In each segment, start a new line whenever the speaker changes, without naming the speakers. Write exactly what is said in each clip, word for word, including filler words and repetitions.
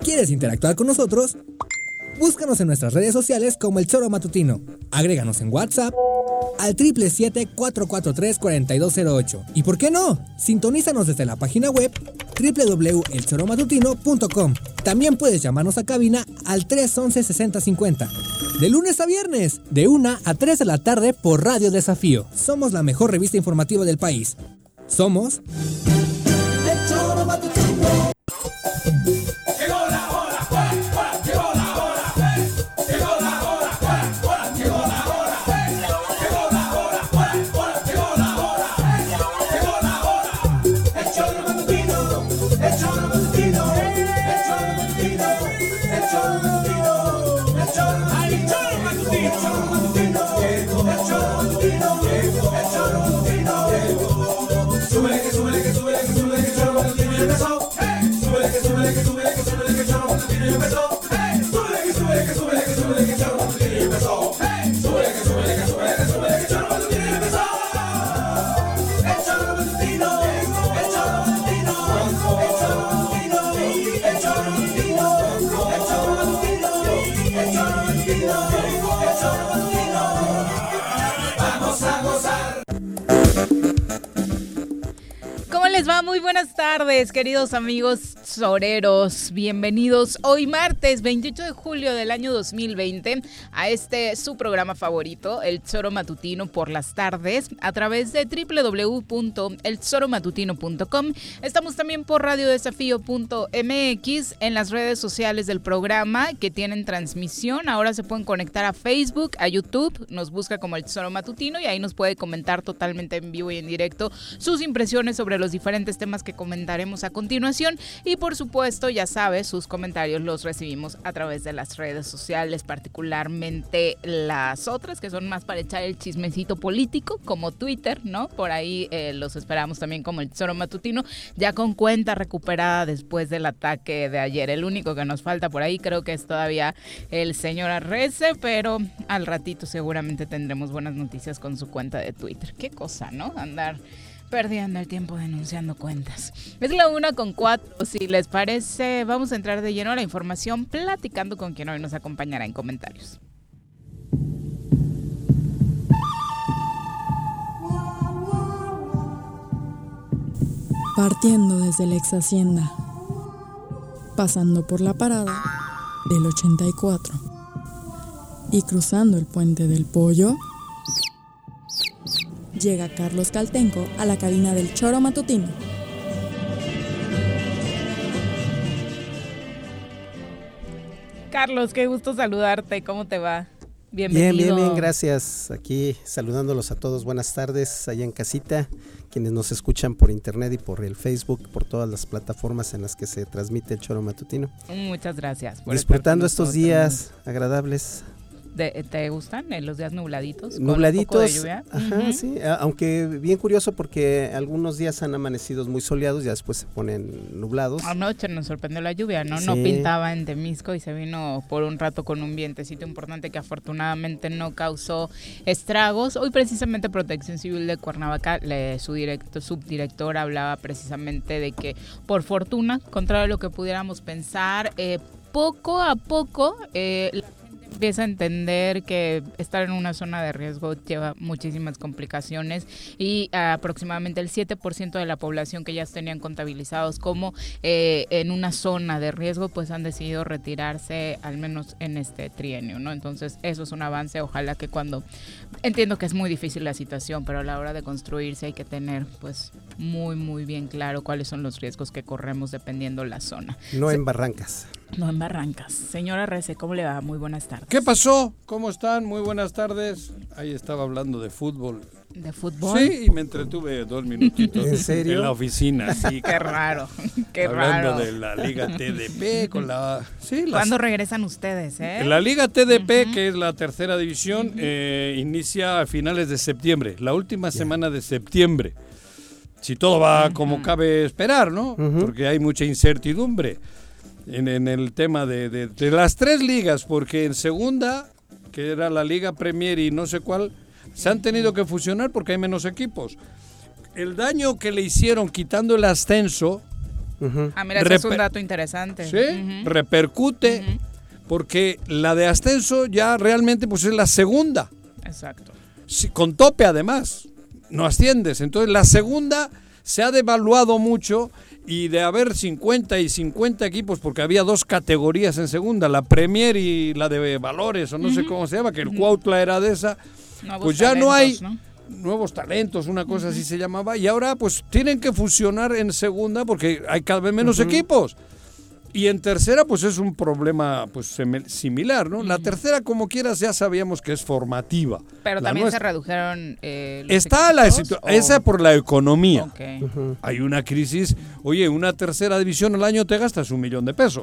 ¿Quieres interactuar con nosotros? Búscanos en nuestras redes sociales como El Choro Matutino. Agréganos en WhatsApp al siete siete siete, cuatro cuatro tres, cuatro dos cero ocho. ¿Y por qué no? Sintonízanos desde la página web doble u doble u doble u punto el choro matutino punto com. También puedes llamarnos a cabina al tres once, sesenta cincuenta. De lunes a viernes, de una a tres de la tarde por Radio Desafío. Somos la mejor revista informativa del país. Somos... El Choro Matutino.
Les va, muy buenas tardes, queridos amigos choreros, bienvenidos hoy martes veintiocho de julio del año dos mil veinte a este su programa favorito, El Choro Matutino por las tardes, a través de doble u doble u doble u punto el choro matutino punto com. Estamos también por radio desafío punto eme equis, en las redes sociales del programa que tienen transmisión. Ahora se pueden conectar a Facebook, a YouTube, nos busca como El Choro Matutino y ahí nos puede comentar totalmente en vivo y en directo sus impresiones sobre los diferentes diferentes temas que comentaremos a continuación y por supuesto ya sabes, sus comentarios los recibimos a través de las redes sociales, particularmente las otras que son más para echar el chismecito político como Twitter, ¿no? Por ahí eh, los esperamos también como El Choro Matutino, ya con cuenta recuperada después del ataque de ayer. El único que nos falta por ahí creo que es todavía el señor Arrece, pero al ratito seguramente tendremos buenas noticias con su cuenta de Twitter. Qué cosa, ¿no? Andar perdiendo el tiempo denunciando cuentas. Es la una con cuatro. Si les parece, vamos a entrar de lleno a la información platicando con quien hoy nos acompañará en comentarios.
Partiendo desde la ex hacienda, pasando por la parada del ochenta y cuatro y cruzando el puente del Pollo, llega Carlos Caltenco a la cabina del Choro Matutino.
Carlos, qué gusto saludarte. ¿Cómo te va? Bienvenido.
Bien, bien, bien, gracias. Aquí saludándolos a todos. Buenas tardes allá en casita, quienes nos escuchan por internet y por el Facebook, por todas las plataformas en las que se transmite el Choro Matutino.
Muchas gracias. Por
Disfrutando estos días agradables.
De, ¿Te gustan eh, los días nubladitos?
Nubladitos,
con un poco de lluvia.
Ajá, uh-huh. Sí, aunque bien curioso porque algunos días han amanecido muy soleados y después se ponen nublados.
Anoche nos sorprendió la lluvia, ¿no? Sí. No pintaba en Temisco y se vino por un rato con un vientecito importante que afortunadamente no causó estragos. Hoy precisamente Protección Civil de Cuernavaca, le, su directo, subdirector hablaba precisamente de que por fortuna, contrario a lo que pudiéramos pensar, eh, poco a poco eh, la empieza a entender que estar en una zona de riesgo lleva muchísimas complicaciones y uh, aproximadamente el siete por ciento de la población que ya tenían contabilizados como eh, en una zona de riesgo, pues han decidido retirarse al menos en este trienio, ¿no? Entonces eso es un avance. Ojalá que cuando, entiendo que es muy difícil la situación, pero a la hora de construirse hay que tener pues muy muy bien claro cuáles son los riesgos que corremos dependiendo la zona.
No en barrancas.
No en barrancas. Señora Rece, ¿cómo le va? Muy buenas tardes.
¿Qué pasó? ¿Cómo están? Muy buenas tardes. Ahí estaba hablando de fútbol.
¿De fútbol?
Sí, y me entretuve dos minutitos.
¿En serio?
En la oficina, sí.
Qué raro, qué
hablando
raro.
de la Liga T D P con la... Sí, las...
¿Cuándo regresan ustedes, eh?
La Liga T D P, uh-huh. que es la tercera división, uh-huh. eh, inicia a finales de septiembre, la última yeah. semana de septiembre. Si todo va uh-huh. como cabe esperar, ¿no? Uh-huh. Porque hay mucha incertidumbre en, en el tema de, de, de las tres ligas, porque en segunda, que era la Liga Premier y no sé cuál, se han tenido que fusionar porque hay menos equipos. El daño que le hicieron quitando el ascenso
Uh-huh.
Ah, mira, ese es un dato interesante.
Sí,
uh-huh.
repercute,
uh-huh.
porque la de ascenso ya realmente pues es la segunda.
Exacto.
Sí, con tope además, no asciendes. Entonces la segunda se ha devaluado mucho, y de haber cincuenta y cincuenta equipos, porque había dos categorías en segunda, la Premier y la de valores, o no uh-huh. sé cómo se llama, que el uh-huh. Cuautla era de esa, nuevos pues ya talentos, no hay ¿no? nuevos talentos, una cosa uh-huh. así se llamaba, y ahora pues tienen que fusionar en segunda porque hay cada vez menos uh-huh. equipos. Y en tercera, pues es un problema pues similar, ¿no? Mm. La tercera, como quieras, ya sabíamos que es formativa.
Pero también nuestra. se redujeron eh, los
Está la situ-
o...
esa por la economía.
Okay.
Uh-huh. Hay una crisis. Oye, una tercera división al año te gastas un millón de pesos.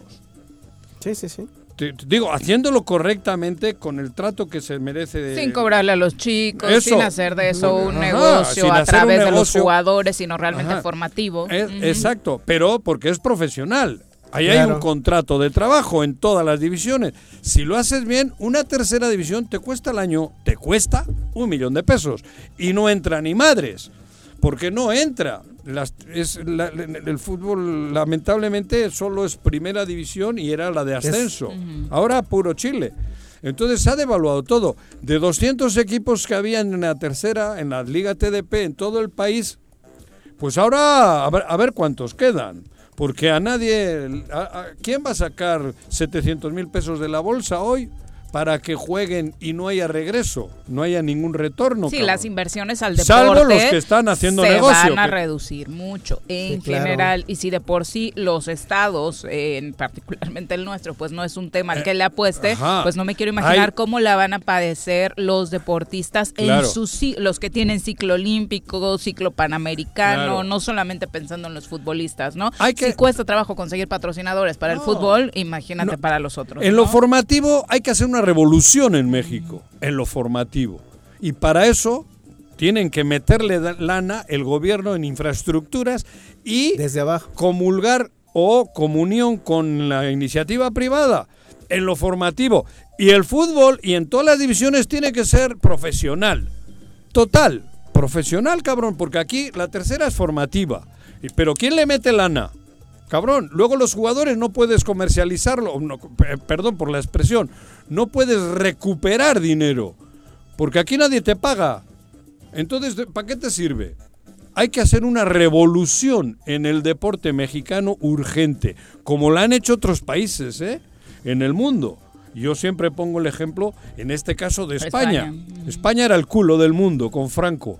Sí, sí, sí.
Te, te digo, haciéndolo correctamente, con el trato que se merece. De...
Sin cobrarle a los chicos,
eso.
sin hacer de eso un
Ajá,
negocio a través
negocio.
de los jugadores, sino realmente Ajá. formativo.
Es, uh-huh. Exacto, pero porque es profesional. Ahí claro. hay un contrato de trabajo en todas las divisiones. Si lo haces bien, una tercera división te cuesta al año, te cuesta un millón de pesos. Y no entra ni madres, porque no entra. Las, es la, el fútbol, lamentablemente, solo es primera división y era la de ascenso. Es, uh-huh. Ahora puro Chile. Entonces se ha devaluado todo. De doscientos equipos que había en la tercera, en la Liga T D P, en todo el país, pues ahora a ver, a ver cuántos quedan. Porque a nadie, a, a, ¿quién va a sacar setecientos mil pesos de la bolsa hoy para que jueguen y no haya regreso, no haya ningún retorno?
Sí,
cabrón.
Las inversiones al deporte
salvo los que están haciendo
se
negocio,
van a
que...
reducir mucho en
sí,
general.
claro.
Y si de por sí los estados, eh, particularmente el nuestro, pues no es un tema al que le apueste,
Ajá.
pues no me quiero imaginar
Hay...
cómo la van a padecer los deportistas
claro.
en sus los que tienen ciclo olímpico, ciclo panamericano, claro. no solamente pensando en los futbolistas, ¿no?
Hay que...
Si cuesta trabajo conseguir patrocinadores para no. el fútbol, imagínate no. para los otros.
En
¿no?
lo formativo hay que hacer una revolución en México, en lo formativo. Y para eso tienen que meterle lana el gobierno en infraestructuras y
desde abajo
comulgar o comunión con la iniciativa privada en lo formativo. Y el fútbol y en todas las divisiones tiene que ser profesional. Total, profesional, cabrón, porque aquí la tercera es formativa. Pero ¿quién le mete lana? Cabrón, luego los jugadores no puedes comercializarlo, no, perdón por la expresión, no puedes recuperar dinero, porque aquí nadie te paga. Entonces, ¿para qué te sirve? Hay que hacer una revolución en el deporte mexicano urgente, como la han hecho otros países, ¿eh? En el mundo. Yo siempre pongo el ejemplo, en este caso, de España. España, España era el culo del mundo con Franco.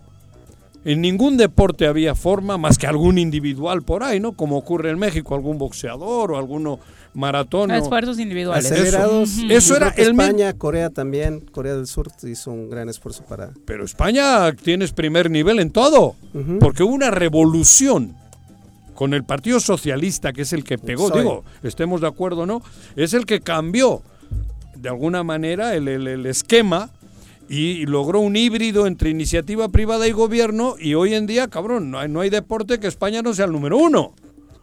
En ningún deporte había forma más que algún individual por ahí, ¿no? Como ocurre en México, algún boxeador o alguno maratón.
Esfuerzos individuales.
Acelerados.
Eso, eso era el
España, mi... Corea también, Corea del Sur hizo un gran esfuerzo para...
Pero España tienes primer nivel en todo, uh-huh. porque hubo una revolución con el Partido Socialista, que es el que pegó, Soy. digo, estemos de acuerdo o no, es el que cambió de alguna manera el, el, el esquema y logró un híbrido entre iniciativa privada y gobierno, y hoy en día, cabrón, no hay, no hay deporte que España no sea el número uno.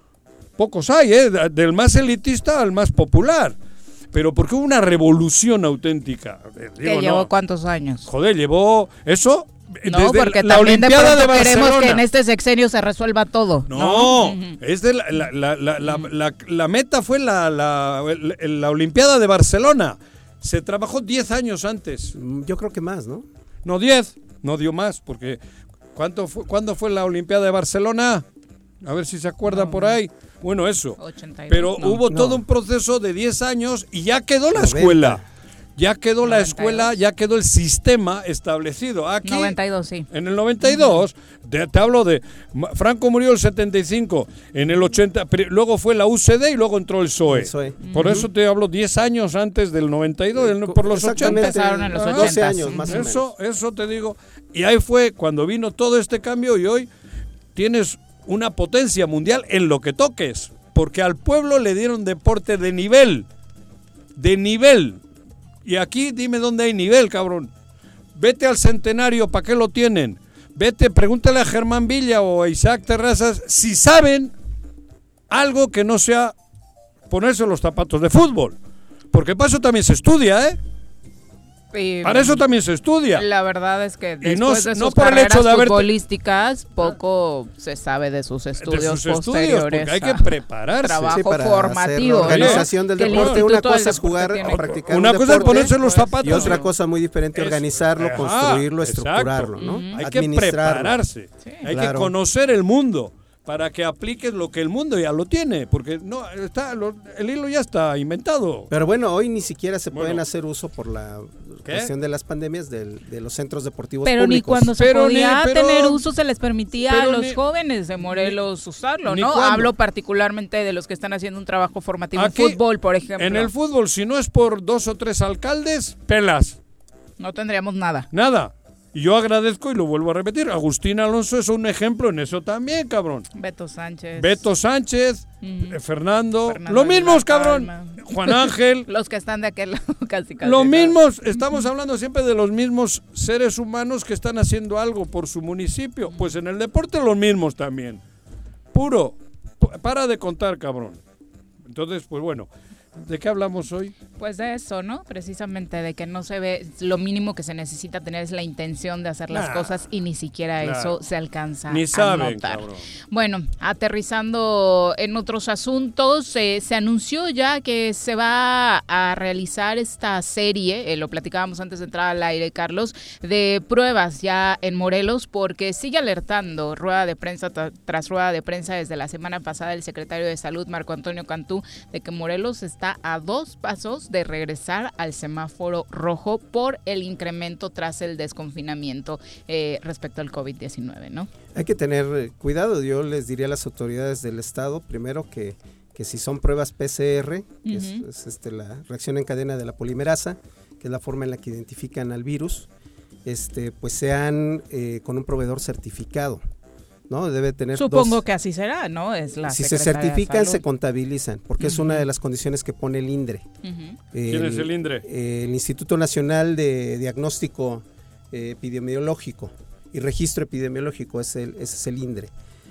Pocos hay, ¿eh? Del más elitista al más popular. Pero porque hubo una revolución auténtica.
¿Que llevó no, cuántos años?
Joder, llevó eso...
No,
desde
porque
la
también
Olimpiada
de pronto
de
queremos que en este sexenio se resuelva todo.
No,
no.
Uh-huh. es de la, la, la, la, la, la, la meta fue la, la, la, la Olimpiada de Barcelona. Se trabajó diez años antes.
Yo creo que más, ¿no?
No, diez. No dio más, porque ¿cuánto fue, ¿cuándo fue la Olimpiada de Barcelona? A ver si se acuerda no. por ahí. Bueno, eso.
ochenta y dos,
Pero
no.
hubo
no.
todo un proceso de diez años y ya quedó la noventa. Escuela. Ya quedó la
noventa y dos.
Escuela, ya quedó el sistema establecido. Aquí,
noventa y dos, sí.
En el noventa y dos, uh-huh. te, te hablo de... Franco murió en el setenta y cinco, en el ochenta, luego fue la U C D y luego entró el P S O E. El P S O E. Por uh-huh. eso te hablo diez años antes del noventa y dos, el, por los ochenta.
Empezaron en los ochenta.
doce años, más o menos.
Eso, eso te digo. Y ahí fue cuando vino todo este cambio y hoy tienes una potencia mundial en lo que toques. Porque al pueblo le dieron deporte de nivel. De nivel. Y aquí dime dónde hay nivel, cabrón. Vete al Centenario, ¿para qué lo tienen? Vete, pregúntale a Germán Villa o a Isaac Terrazas si saben algo que no sea ponerse los zapatos de fútbol. Porque para eso también se estudia, ¿eh?
Eh,
Para eso también se estudia.
La verdad es que después
Y no-
de sus
no por el
carreras
hecho de haberte-
futbolísticas, poco se sabe de sus estudios,
de sus estudios,
posteriores.
porque hay que
a
prepararse.
trabajo
Sí, para
formativo.
hacer la organización
¿no?
del
Que el
deporte. Una
Instituto del
cosa es jugar
Deporte
o
tiene-
practicar
Una
un
cosa es
deporte,
ponerse los zapatos.
y otra cosa muy diferente
Es-
organizarlo,
Ajá,
construirlo,
exacto.
estructurarlo, ¿no?
Hay que
Administrarlo.
prepararse,
Sí.
hay
Claro.
que conocer el mundo para que apliques lo que el mundo ya lo tiene, porque no está lo- el hilo ya está inventado.
Pero bueno, hoy ni siquiera se
Bueno.
pueden hacer uso por la
¿Qué?
cuestión de las pandemias del- de los centros deportivos
Pero ni
públicos.
cuando se
Pero
podía
ni- pero-
tener uso se les permitía a
pero
los
ni-
jóvenes de Morelos usarlo,
ni
¿no?
cuándo.
Hablo particularmente de los que están haciendo un trabajo formativo
Aquí,
en fútbol, por ejemplo.
En el fútbol, si no es por dos o tres alcaldes, pelas,
No tendríamos nada.
nada. Y yo agradezco y lo vuelvo a repetir, Agustín Alonso es un ejemplo en eso también, cabrón.
Beto Sánchez.
Beto Sánchez,
Ujú.
eh, Fernando,
Fernando
lo mismos,
Aguilar
cabrón.
Palma.
Juan Ángel,
Los que están de aquel lado casi casi.
lo
¿no?
mismos, estamos hablando siempre de los mismos seres humanos que están haciendo algo por su municipio. Pues en el deporte los mismos también. Puro, p- para de contar, cabrón. Entonces, pues bueno, ¿de qué hablamos hoy?
Pues de eso, ¿no? Precisamente de que no se ve, lo mínimo que se necesita tener es la intención de hacer las
Nah,
cosas y ni siquiera
claro.
eso se alcanza
Ni
a
saben,
notar.
cabrón.
Bueno, aterrizando en otros asuntos, eh, se anunció ya que se va a realizar esta serie, eh, lo platicábamos antes de entrar al aire, Carlos, de pruebas ya en Morelos, porque sigue alertando rueda de prensa tra- tras rueda de prensa desde la semana pasada el secretario de Salud, Marco Antonio Cantú, de que Morelos está a dos pasos de regresar al semáforo rojo por el incremento tras el desconfinamiento eh, respecto al COVID diecinueve, ¿no?
Hay que tener eh, cuidado, yo les diría a las autoridades del estado, primero que, que si son pruebas P C R, que es,
Ujú.
es, este, la reacción en cadena de la polimerasa, que es la forma en la que identifican al virus, este, pues sean eh, con un proveedor certificado, ¿no? Debe tener
Supongo
dos,
que así será, ¿no? Es la
si se
Secretaría de
certifican, se
Salud.
contabilizan, porque es una de las condiciones que pone el INDRE.
Ujú.
¿Quién es el INDRE?
eh, el Instituto Nacional de Diagnóstico eh, Epidemiológico y Registro Epidemiológico, es el, ese es el INDRE.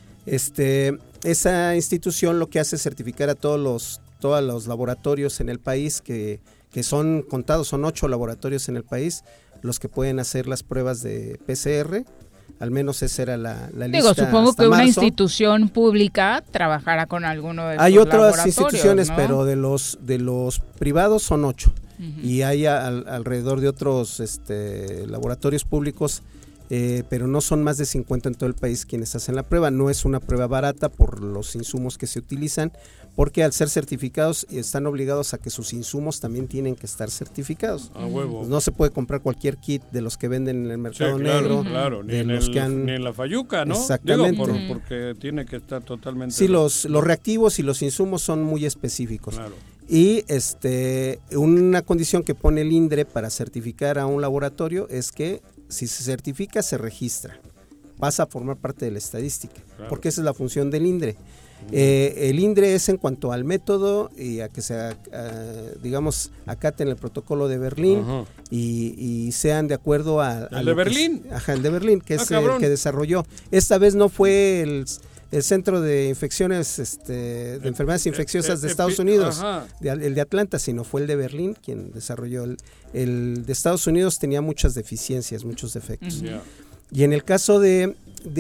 Este, esa institución lo que hace es certificar a todos los, todos los laboratorios en el país, que, que son contados, son ocho laboratorios en el país, los que pueden hacer las pruebas de P C R. Al menos esa era la, la
Digo,
lista
supongo
hasta
que una
marzo.
institución pública trabajará con alguno de
Hay
estos
otras
laboratorios,
instituciones,
¿no?
pero de los de los privados son ocho.
Ujú.
Y hay al- alrededor de otros este, laboratorios públicos, eh, pero no son más de cincuenta en todo el país quienes hacen la prueba. No es una prueba barata por los insumos que se utilizan, porque al ser certificados están obligados a que sus insumos también tienen que estar certificados.
A huevo.
Pues no se puede comprar cualquier kit de los que venden en el
Sí,
mercado
claro,
negro.
claro, ni
de
en,
los
el-
que han-
ni en la fayuca, ¿no?
Exactamente.
Digo, por-
Ujú.
porque tiene que estar totalmente...
Sí, los, los reactivos y los insumos son muy específicos.
Claro.
Y este una condición que pone el INDRE para certificar a un laboratorio es que si se certifica, se registra. Pasa a formar parte de la estadística,
Claro.
porque esa es la función del INDRE. Eh, el INDRE es en cuanto al método y a que se, ah, digamos, acaten el protocolo de Berlín
Ajá.
y, y sean de acuerdo a... a
¿El
lo
de
que es-
Berlín?
ajá, el de Berlín, que
Ah,
es el
cabrón.
que desarrolló. Esta vez no fue el, el Centro de Infecciones, este, de Enfermedades Infecciosas de
Eh, eh,
Estados
epi-
Unidos,
Ajá.
de- el de Atlanta, sino fue el de Berlín quien desarrolló. El, el de Estados Unidos tenía muchas deficiencias, muchos defectos.
Ujú.
Ya.
Y en el caso de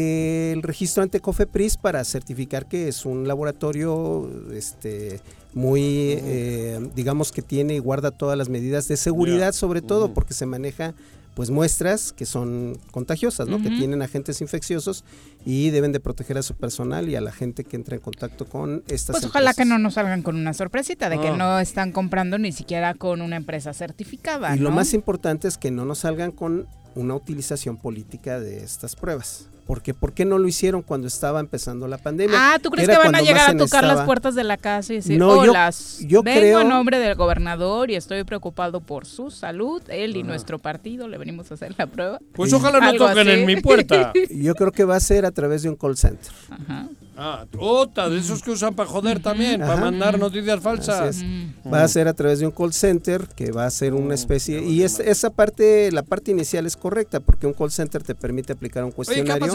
del registro ante COFEPRIS, para certificar que es un laboratorio este muy eh, digamos que tiene y guarda todas las medidas de seguridad,
Ya.
sobre todo
Ujú.
porque se maneja pues muestras que son contagiosas, ¿no? Que
Ujú.
tienen agentes infecciosos y deben de proteger a su personal y a la gente que entra en contacto con estas
Pues ojalá que
empresas.
no nos salgan con una sorpresita de que
Ah.
no están comprando ni siquiera con una empresa certificada,
Y lo
¿no?
más importante es que no nos salgan con una utilización política de estas pruebas. Porque ¿por qué no lo hicieron cuando estaba empezando la pandemia?
Ah, ¿tú crees
era
que van a
cuando
llegar
más
a
se
tocar las
necesitaba.
puertas de la casa y decir,
No, yo-
hola,
yo
vengo
creo-
a nombre del gobernador y estoy preocupado por su salud, él y
Ajá.
nuestro partido, le venimos a hacer la prueba?
Pues
Sí.
ojalá no
Algo
toquen
así.
en mi puerta.
Yo creo que va a ser a través de un call center.
Ajá.
Ah, otra, de esos que usan para joder también, para
Ajá.
mandar noticias falsas.
Así es.
Mm.
Va a ser a través de un call center que va a ser una
Mm,
especie
qué
y es,
bueno.
esa parte, la parte inicial es correcta porque un call center te permite aplicar un
Oye, ¿qué
cuestionario.
pasó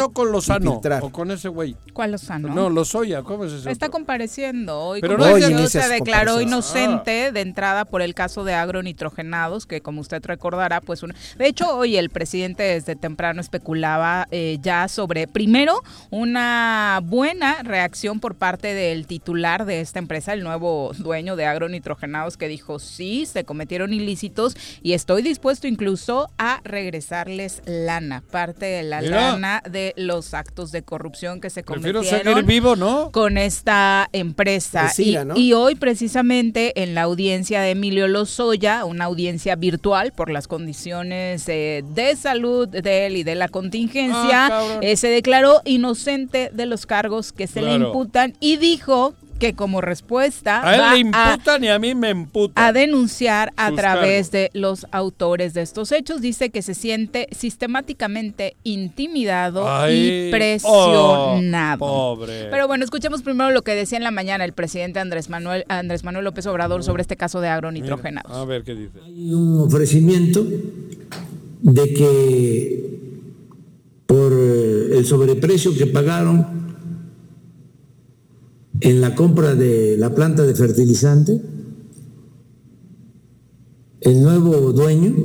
o con Lozano?
Infiltrar.
¿O con ese güey?
¿Cuál Lozano?
No, Lozoya, ¿cómo es eso?
Está compareciendo hoy.
Pero
Como
no
dice,
inicia
se
su
declaró
comparecencia.
inocente de entrada por el caso de agronitrogenados, que como usted recordará, pues un... de hecho hoy el presidente desde temprano especulaba eh, ya sobre, primero, una buena reacción por parte del titular de esta empresa, el nuevo dueño de agronitrogenados, que dijo sí, se cometieron ilícitos y estoy dispuesto incluso a regresarles lana, parte de la
Mira.
lana de los actos de corrupción que se
Prefiero
cometieron
seguir vivo, ¿no?
con esta empresa.
Que siga,
y,
¿no?
y hoy precisamente en la audiencia de Emilio Lozoya, una audiencia virtual por las condiciones eh, de salud de él y de la contingencia,
Ah, cabrón.
eh, se declaró inocente de los cargos que se le
Claro.
imputan y dijo que como respuesta
A él
va
le
a
imputan y a mí me imputan.
a denunciar a
sus
través
cargos.
de los autores de estos hechos. Dice que se siente sistemáticamente intimidado
Ay,
y presionado.
oh, pobre.
Pero bueno, escuchemos primero lo que decía en la mañana el presidente Andrés Manuel Andrés Manuel López Obrador sobre este caso de agronitrogenados.
Mira, a ver qué dice.
Hay un ofrecimiento de que por eh, el sobreprecio que pagaron en la compra de la planta de fertilizante, el nuevo dueño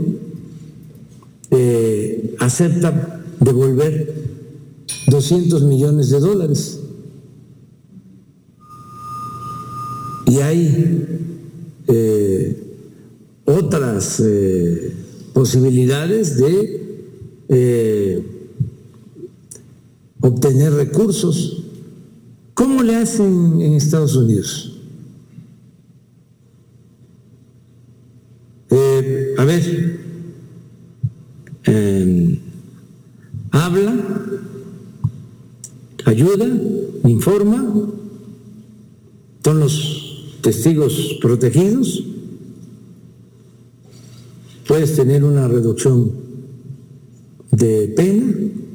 eh, acepta devolver doscientos millones de dólares. Y hay eh, otras eh, posibilidades de eh, obtener recursos. ¿Cómo le hacen en Estados Unidos? Eh, a ver, eh, habla, ayuda, informa, son los testigos protegidos, puedes tener una reducción de pena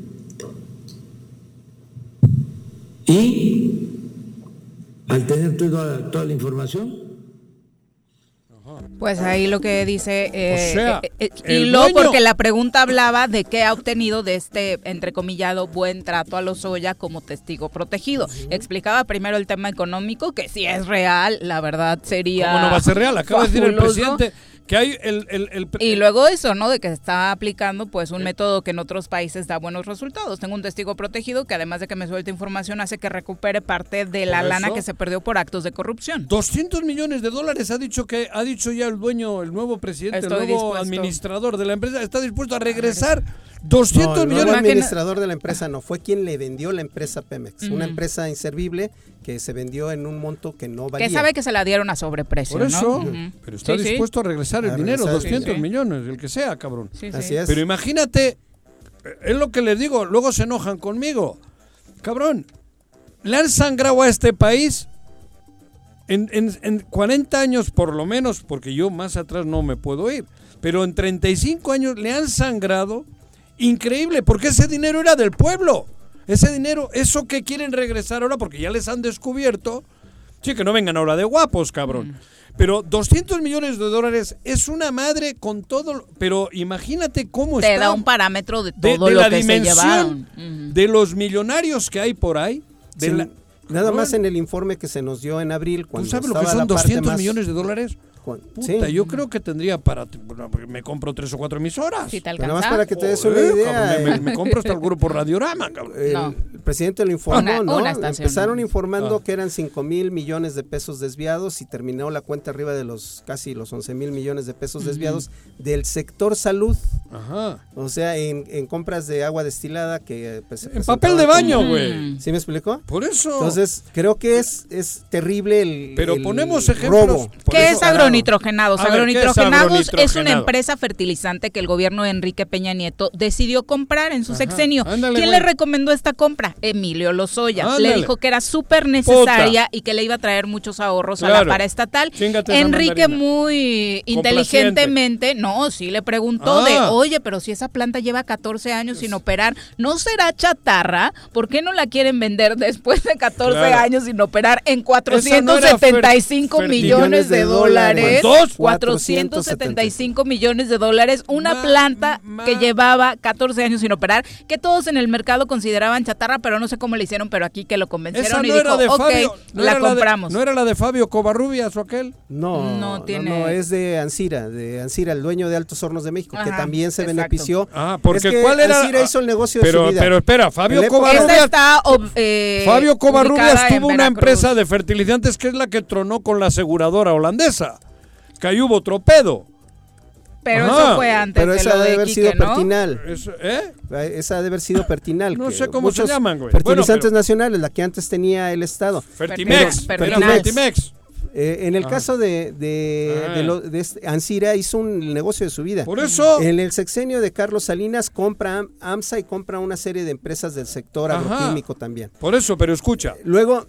y al tener toda, toda la información.
Pues ahí lo que dice eh,
O sea,
eh, eh,
el
y luego
dueño-
porque la pregunta hablaba de qué ha obtenido de este entrecomillado buen trato a Lozoya como testigo protegido. Explicaba primero el tema económico, que si es real, la verdad sería
¿Cómo no va a ser real? Acaba de decir el
fabuloso.
presidente que hay el... el, el-
Y luego eso, ¿no? De que se está aplicando pues un método que en otros países da buenos resultados. Tengo un testigo protegido que además de que me suelte información hace que recupere parte de la
Por
lana
eso.
que se perdió por actos de corrupción.
doscientos millones de dólares ha dicho que ha dicho ya el dueño, el nuevo presidente,
Estoy
el nuevo
dispuesto.
administrador de la empresa, está dispuesto a regresar doscientos
No, el nuevo
millones.
administrador de la empresa no, fue quien le vendió la empresa Pemex, una empresa inservible que se vendió en un monto que no valía.
Que sabe que se la dieron a sobreprecio,
Por eso,
¿no? Ujú.
pero está
Sí, sí.
dispuesto a regresar el
A
dinero,
regresar,
doscientos
sí, sí.
millones, el que sea, cabrón.
Sí, sí.
Así es.
Pero imagínate, eh, es lo que les digo, luego se enojan conmigo. Cabrón, le han sangrado a este país en, en, en cuarenta años por lo menos, porque yo más atrás no me puedo ir, pero en treinta y cinco años le han sangrado increíble, porque ese dinero era del pueblo. Ese dinero, eso que quieren regresar ahora, porque ya les han descubierto, sí, que no vengan ahora de guapos, cabrón.
Mm.
Pero doscientos millones de dólares es una madre con todo, lo- pero imagínate cómo
Te
está
da un parámetro de
de,
todo
de
lo
la
que se
dimensión
llevaron. Ujú.
de los millonarios que hay por ahí. De
Sin-
la-
Nada
Cabrón,
más en el informe que se nos dio en abril, cuando
¿Tú sabes lo
estaba
que son
la parte
doscientos
más-
millones de dólares?
con-
Puta,
sí.
yo creo que tendría para... bueno, porque me compro tres o cuatro emisoras.
Si te
Pero nada
alcanza.
más para que te des
Joder,
una idea.
cabrón, me,
eh,
me- me compro hasta el grupo Radiorama, cabrón.
el,
No.
el presidente lo informó,
Una-
¿no?
una estación,
Empezaron
¿no?
informando
Ah.
que eran cinco mil millones de pesos desviados y terminó la cuenta arriba de los casi los once mil millones de pesos desviados del sector salud.
Ajá.
O sea, en, en compras de agua destilada que pues, se
En papel de
presentaban
baño,
como-
güey.
¿Sí me explicó?
Por eso.
Entonces, creo que es, es terrible el
Pero
el
ponemos ejemplos.
robo.
Por
¿Qué
eso-
es agronitrogenados?
A ver, ¿qué es
Agronitrogenados es,
agronitrogenados?
una empresa fertilizante que el gobierno de Enrique Peña Nieto decidió comprar en su
Ajá,
sexenio.
ándale,
¿Quién
güey.
le recomendó esta compra? Emilio Lozoya.
Ándale.
Le dijo que era súper necesaria y que le iba a traer muchos ahorros a la
Claro.
paraestatal.
Chíngate esa
Enrique
mandarina.
muy inteligentemente, no, sí le preguntó
Ah.
de, oye, pero si esa planta lleva catorce años sin operar, ¿no será chatarra? ¿Por qué no la quieren vender después de catorce
Claro.
años sin operar en
Esa no
cuatrocientos
era
setenta y cinco
fer-
millones de
fertil-
dólares? dólares.
¿Cuántos?
cuatrocientos setenta y cinco millones de dólares. Una
Ma,
planta
ma.
que llevaba catorce años sin operar, que todos en el mercado consideraban chatarra, pero no sé cómo le hicieron, pero aquí que lo convencieron
Esa
y
no
dijo,
era de
ok,
Fabio, no
la
era la de-
compramos.
¿No era la de Fabio Covarrubias o aquel?
No,
No
no,
tiene-
no, es de Ansira, de Ansira, el dueño de Altos Hornos de México, que
Ajá,
también se
exacto.
benefició.
Ah, porque
Es que
¿cuál era?
Ansira hizo el negocio de
pero,
su vida.
Pero espera, Fabio
En la época-
Esta
Covarrubias,
está ob- eh,
Fabio Covarrubias
ubicada en
tuvo una
Veracruz.
empresa de fertilizantes que es la que tronó con la aseguradora holandesa, que ahí hubo tropedo.
Pero
Ajá.
eso fue antes
Pero
de
esa
lo
debe
de
haber
Quique,
sido
¿no?
Pertinal.
Eso, ¿eh?
Esa debe haber sido Pertinal.
No
que
sé cómo se
muchos
llaman, güey.
Fertilizantes
Bueno, pero-
nacionales, la que antes tenía el Estado.
Fertimex,
Pero-
era
Pertinal.
Fertimex.
Eh, en el
Ajá.
caso de, de,
Ah.
de lo- de este- Ansira hizo un negocio de su vida.
Por eso,
En el sexenio de Carlos Salinas compra Am- AMSA y compra una serie de empresas del sector
Ajá.
agroquímico también.
por eso, pero escucha.
Luego,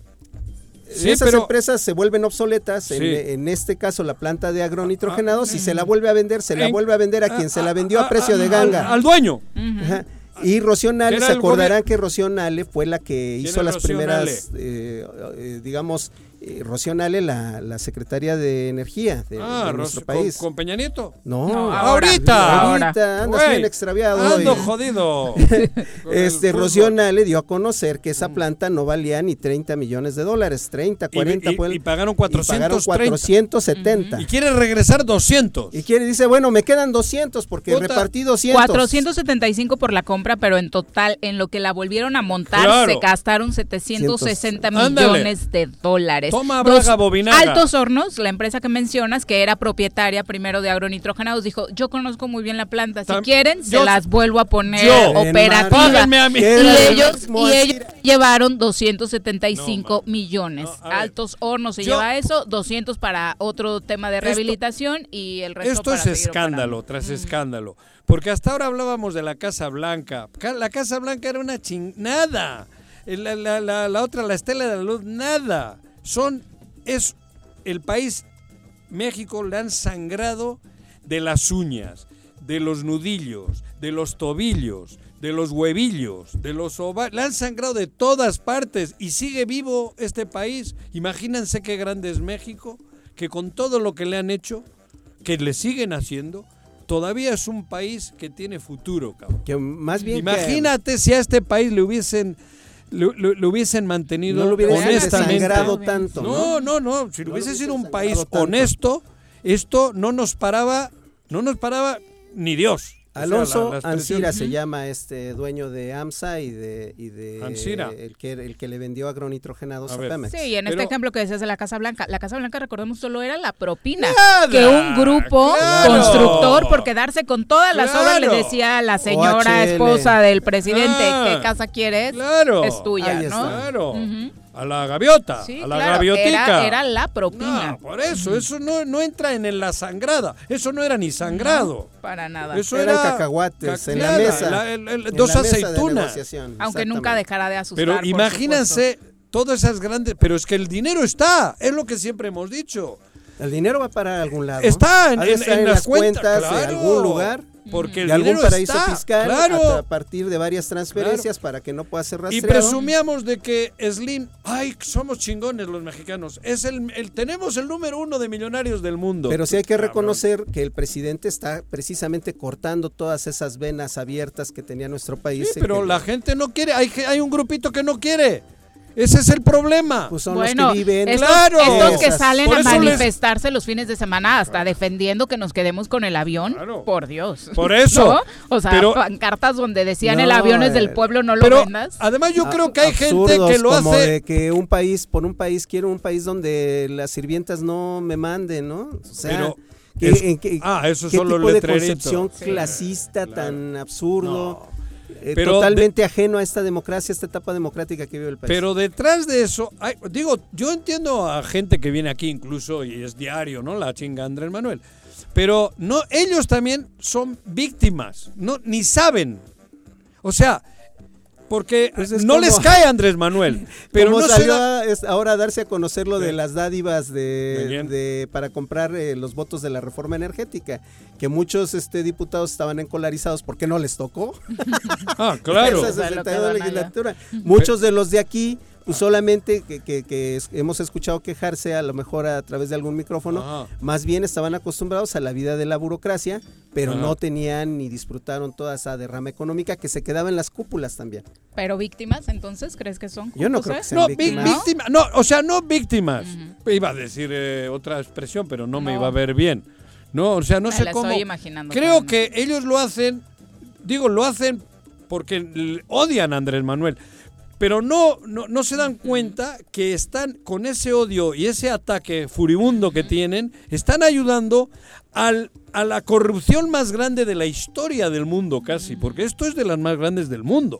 Sí,
esas
pero-
empresas se vuelven obsoletas, en,
Sí.
en este caso la planta de agronitrogenados,
Ah,
y se la vuelve a vender, se la
en-
vuelve a vender a quien se la vendió a precio de
al-
ganga.
Al dueño.
Ujú.
Ajá. Y Rocío Nale,
Que era
se
el
acordarán
gobier-
que Rocío Nale fue la que
¿Quién
hizo
es
las
Rocío
primeras, eh, eh, digamos, eh, Rocío Nale, la, la secretaria de Energía de,
Ah,
de
Ros-
nuestro
con,
país.
con Peña Nieto.
No,
No,
ahorita.
ahorita andas
Güey,
bien extraviado.
Ando
hoy.
jodido. Con el
Este,
fútbol.
Rocío Nale dio a conocer que esa planta no valía ni treinta millones de dólares, treinta,
Y-
cuarenta.
y-
fue el-
y pagaron
y pagaron
cuatrocientos treinta.
cuatrocientos setenta.
Y quiere regresar doscientos.
Y quiere, dice, bueno, me quedan doscientos porque
Puta.
repartí doscientos.
cuatrocientos setenta y cinco por la compra, pero en total, en lo que la volvieron a montar,
Claro.
se gastaron setecientos sesenta
Ándale.
millones de dólares.
Toma,
Dos-
Braga Bobinaga.
Altos Hornos, la empresa que mencionas, que era propietaria primero de agronitrogenados, dijo, yo conozco muy bien la planta, si
Tam-
quieren, se
yo-
las vuelvo a poner
yo.
operativa.
Páguenme a mí.
Y
Era el
ellos,
mismo
y ellos
Ansira.
llevaron doscientos setenta y cinco
No,
millones.
No, a ver.
Altos Hornos se
Yo-
lleva eso, doscientos para otro tema de
Esto-
rehabilitación y el resto
Esto
para
es
seguir
escándalo
operando.
tras escándalo. Porque hasta ahora hablábamos de la Casa Blanca. Ca- La Casa Blanca era una ching... Nada. La, la- la- la otra, la Estela de la Luz, nada. Son... Es el país... México le han sangrado de las uñas, de los nudillos, de los tobillos, de los huevillos, de los ovarios. Le han sangrado de todas partes y sigue vivo este país. Imagínense qué grande es México, que con todo lo que le han hecho, que le siguen haciendo, todavía es un país que tiene futuro, cabrón.
Que más bien que-
Imagínate si a este país le hubiesen le, le- le hubiesen mantenido
no lo hubieran
honestamente.
desangrado tanto,
No,
¿no?
no, no. Si
No lo
hubiese
hubiese
sido un
desangrado
país
tanto.
honesto, esto no nos paraba, no nos paraba ni Dios. O sea,
Alonso
la- la
Ansira
expresión-
se llama este dueño de AMSA y de, y de
Ansira.
el que el que le vendió agronitrogenados
A
a
ver.
Pemex.
Sí, y en este
Pero-
ejemplo que decías de la Casa Blanca, la Casa Blanca, recordemos, solo era la propina.
¡Nada!
Que un grupo
¡Claro!
constructor, por quedarse con todas las obras, le
¡Claro!
decía a la
O
señora
H L.
esposa del presidente,
Ah,
¿qué casa quieres?
Claro.
Es tuya,
Ahí está.
¿no?
Claro.
Ujú.
A la gaviota,
Sí,
a la
claro,
gaviotica.
era, era la propina.
No, por eso, eso no, no entra en el- la sangrada. Eso no era ni sangrado.
Para nada.
Eso
Eran
era
cacahuates
ca-
en la
nada,
mesa.
la- el- el-
En
dos
la mesa de
aceitunas.
negociación,
Aunque nunca
exactamente.
dejará de asustar.
Pero
por
imagínense todas esas grandes. Pero es que el dinero está. Es lo que siempre hemos dicho.
El dinero va para algún lado.
Está en,
Ha de
en-
estar
en
en
las
las cuentas
claro,
de algún lugar,
Porque el
de algún
dinero
paraíso
está,
fiscal,
claro.
a, a partir de varias transferencias para que no pueda ser
Y
rastreado.
presumíamos de que Slim, ay, somos chingones los mexicanos. Es el, el tenemos el número uno de millonarios del mundo.
Pero sí hay que
Cabrón.
reconocer que el presidente está precisamente cortando todas esas venas abiertas que tenía nuestro país.
Sí,
en
pero
que-
la gente no quiere. Hay, ge- hay un grupito que no quiere. Ese es el problema.
pues son
Bueno,
los que viven.
estos,
¡Claro!
estos que
esas-
salen
Por
a
eso les-
manifestarse los fines de semana hasta defendiendo que nos quedemos con el avión,
Claro.
por Dios.
Por eso.
¿No? O sea,
Pero-
pancartas donde decían
No,
el avión es del
eh,
pueblo, no lo
Pero
vendas.
además yo
A-
creo que hay gente
absurdos
que lo
como
hace.
de que un país, por un país, quiero un país donde las sirvientas no me manden, ¿no? O sea,
Pero
¿qué-
es-
en qué-
ah, eso
¿qué
son los
tipo de
letreritos.
concepción
Sí,
clasista
claro.
tan absurdo?
No.
eh,
Pero
totalmente ajeno a esta democracia, a esta etapa democrática que vive el país.
Pero detrás de eso, hay- digo, yo entiendo a gente que viene aquí incluso y es diario, ¿no? La chinga Andrés Manuel. Pero no, ellos también son víctimas, no, ni saben. O sea, porque
Pues es
no
como-
les cae Andrés Manuel, pero
Como
no se
salió
da-
a- es ahora a darse a conocer lo
Sí.
de las dádivas
¿De
de,
quién?
de- para comprar eh, los votos de la reforma energética, que muchos este, diputados estaban encolarizados porque no les tocó.
Ah, claro.
Esa
O sea, lo
sesenta y
que
dos
van allá.
legislatura. Muchos de los de aquí pues solamente que, que, que hemos escuchado quejarse a lo mejor a través de algún micrófono, Ajá. más bien estaban acostumbrados a la vida de la burocracia, pero Ajá. no tenían ni disfrutaron toda esa derrama económica que se quedaba en las cúpulas también.
¿Pero víctimas entonces crees que son?
Yo no creo que sean
no,
víctimas.
Vi- víctima, no, o sea, no víctimas. Uh-huh. Iba a decir eh, otra expresión, pero no, no me iba a ver bien. No, o sea, no
me
sé
la
cómo.
Estoy imaginando
creo
también.
que ellos lo hacen, digo, lo hacen porque odian a Andrés Manuel. Pero no, no, no se dan cuenta que están con ese odio y ese ataque furibundo que tienen, están ayudando al, a la corrupción más grande de la historia del mundo casi, porque esto es de las más grandes del mundo.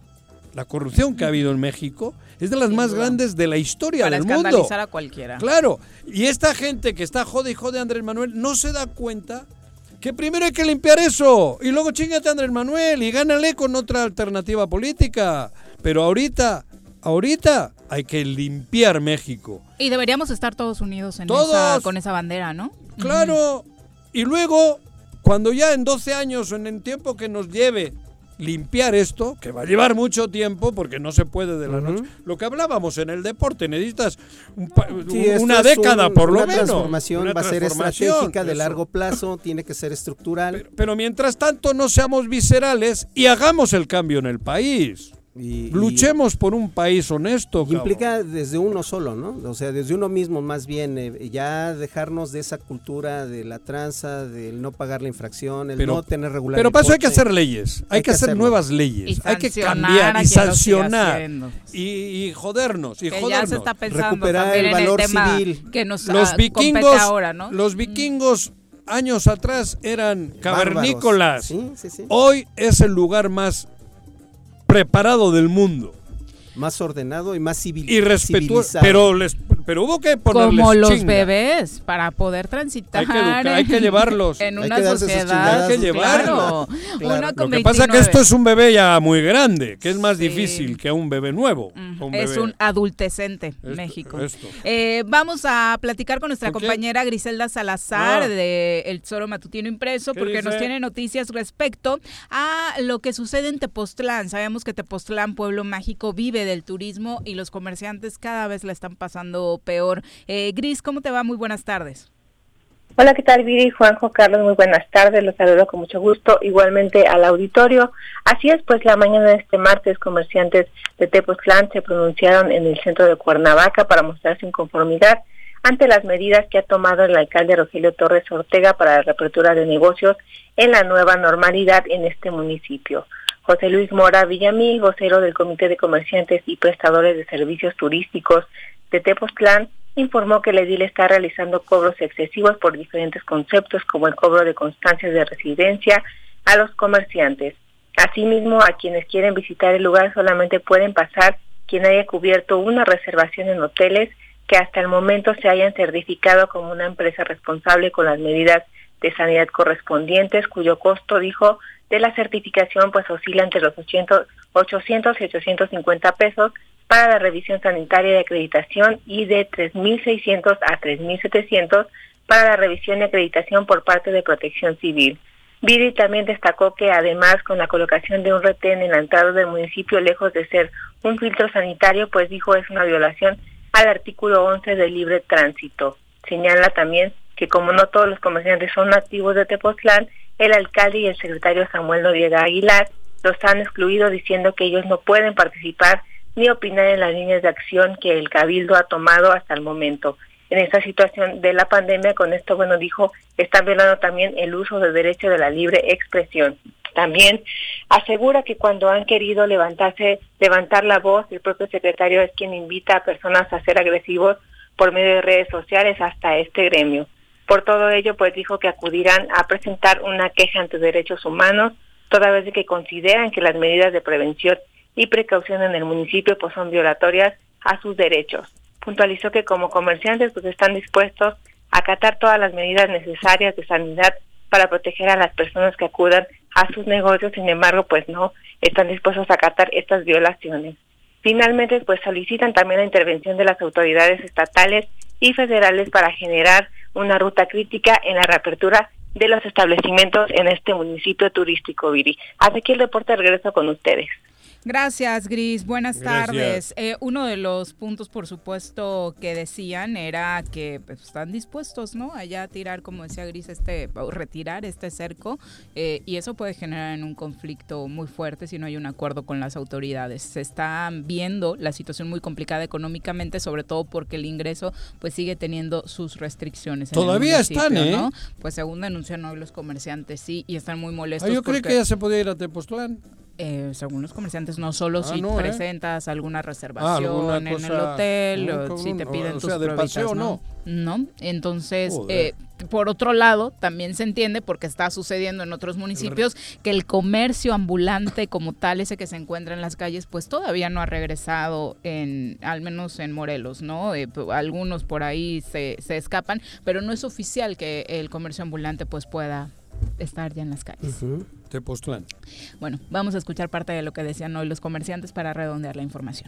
La corrupción que ha habido en México es de las Sin más duda. grandes de la historia
Para
del mundo. Para
escandalizar a cualquiera.
Claro, y esta gente que está jode y jode a Andrés Manuel no se da cuenta que primero hay que limpiar eso y luego chíngate a Andrés Manuel y gánale con otra alternativa política. Pero ahorita, ahorita hay que limpiar México.
Y deberíamos estar todos unidos en
¿Todos?
Esa, con esa bandera, ¿no?
Claro, uh-huh. y luego, cuando ya en doce años o en el tiempo que nos lleve limpiar esto, que va a llevar mucho tiempo porque no se puede de la uh-huh. noche. Lo que hablábamos en el deporte, necesitas un pa-
sí,
una década
un,
por
una
lo menos.
Transformación,
una
va
transformación
a ser estratégica
eso.
de largo plazo, tiene que ser estructural.
Pero, pero mientras tanto no seamos viscerales y hagamos el cambio en el país. Y, Luchemos y, por un país honesto.
Y implica desde uno solo, ¿no? O sea, desde uno mismo más bien, eh, ya dejarnos de esa cultura de la tranza, del no pagar la infracción, el pero, no tener regular.
Pero para eso hay que hacer leyes, hay, hay que, que hacer hacerlo. nuevas leyes, hay que cambiar y sancionar y, y jodernos y
que
jodernos.
Ya se está pensando
recuperar el valor
en el tema
civil.
Que nos
los vikingos,
ahora, ¿no?
los vikingos años atrás eran cavernícolas.
Sí, sí, sí.
Hoy es el lugar más preparado del mundo.
Más ordenado y más civil,
y respetuoso, pero les pero hubo que ponerles
como los
chinga.
bebés para poder transitar.
Hay que, educar, hay que llevarlos.
En una
hay que
sociedad.
Hay que llevarlos.
Claro. Claro. Una
Lo que
veintinueve.
pasa es que esto es un bebé ya muy grande, que es más
sí.
difícil que un bebé nuevo.
Mm.
Un
es
bebé.
un adultecente,
esto,
México.
Esto.
Eh, vamos a platicar con nuestra
¿Con
compañera
quién?
Griselda Salazar
ah.
de El Tesoro Matutino Impreso, porque
dice?
nos tiene noticias respecto a lo que sucede en Tepoztlán. Sabemos que Tepoztlán, pueblo mágico, vive del turismo y los comerciantes cada vez la están pasando peor. Eh, Gris, ¿cómo te va? Muy buenas tardes.
Hola, ¿qué tal, Viri? Juanjo, Carlos, muy buenas tardes, los saludo con mucho gusto, igualmente al auditorio. Así es, pues la mañana de este martes, comerciantes de Tepoztlán se pronunciaron en el centro de Cuernavaca para mostrar su inconformidad ante las medidas que ha tomado el alcalde Rogelio Torres Ortega para la reapertura de negocios en la nueva normalidad en este municipio. José Luis Mora Villamil, vocero del Comité de Comerciantes y Prestadores de Servicios Turísticos de Tepoztlán, informó que el edil está realizando cobros excesivos por diferentes conceptos, como el cobro de constancias de residencia a los comerciantes. Asimismo, a quienes quieren visitar el lugar solamente pueden pasar quien haya cubierto una reservación en hoteles que hasta el momento se hayan certificado como una empresa responsable con las medidas de sanidad correspondientes, cuyo costo, dijo, de la certificación pues oscila entre los ochocientos y ochocientos cincuenta pesos para la revisión sanitaria de acreditación y de tres mil seiscientos a tres mil setecientos para la revisión y acreditación por parte de Protección Civil. Viri también destacó que además con la colocación de un retén en la entrada del municipio, lejos de ser un filtro sanitario, pues dijo es una violación al artículo once del libre tránsito. Señala también que como no todos los comerciantes son nativos de Tepoztlán, el alcalde y el secretario Samuel Noriega Aguilar los han excluido diciendo que ellos no pueden participar ni opinar en las líneas de acción que el Cabildo ha tomado hasta el momento. En esta situación de la pandemia, con esto, bueno, dijo, están violando también el uso del derecho de la libre expresión. También asegura que cuando han querido levantarse, levantar la voz, el propio secretario es quien invita a personas a ser agresivos por medio de redes sociales hasta este gremio. Por todo ello, pues dijo que acudirán a presentar una queja ante derechos humanos, toda vez de que consideran que las medidas de prevención y precaución en el municipio pues son violatorias a sus derechos. Puntualizó que como comerciantes pues están dispuestos a acatar todas las medidas necesarias de sanidad para proteger a las personas que acudan a sus negocios, sin embargo pues no están dispuestos a acatar estas violaciones. Finalmente pues solicitan también la intervención de las autoridades estatales y federales para generar una ruta crítica en la reapertura de los establecimientos en este municipio turístico, Viri. Hasta aquí el reporte, regreso con ustedes.
Gracias, Gris. Buenas
Gracias.
tardes. Eh, uno de los puntos, por supuesto, que decían era que pues, están dispuestos, ¿no? Allá a tirar, como decía Gris, este, o retirar este cerco, eh, y eso puede generar en un conflicto muy fuerte si no hay un acuerdo con las autoridades. Se está viendo la situación muy complicada económicamente, sobre todo porque el ingreso pues sigue teniendo sus restricciones. En
Todavía
el
están, ¿eh?
¿no? Pues según denuncian hoy los comerciantes, sí, y están muy molestos.
Ah, yo creí
porque...
que ya se podía ir a Tepoztlán.
Eh, según los comerciantes, no solo
Ah,
si
no,
presentas
¿eh?
alguna reservación
Ah,
en
cosa...
el hotel,
no,
o
cabrón,
si te piden
o
tus
sea, de
pruebitas,
paseo,
¿no? No, entonces,
Joder.
eh, por otro lado, también se entiende, porque está sucediendo en otros municipios, que el comercio ambulante como tal, ese que se encuentra en las calles, pues todavía no ha regresado, en al menos en Morelos, ¿no? Eh, algunos por ahí se, se escapan, pero no es oficial que el comercio ambulante pues pueda estar ya en las calles.
Uh-huh.
Tepoztlán.
Bueno, vamos a escuchar parte de lo que decían hoy los comerciantes para redondear la información.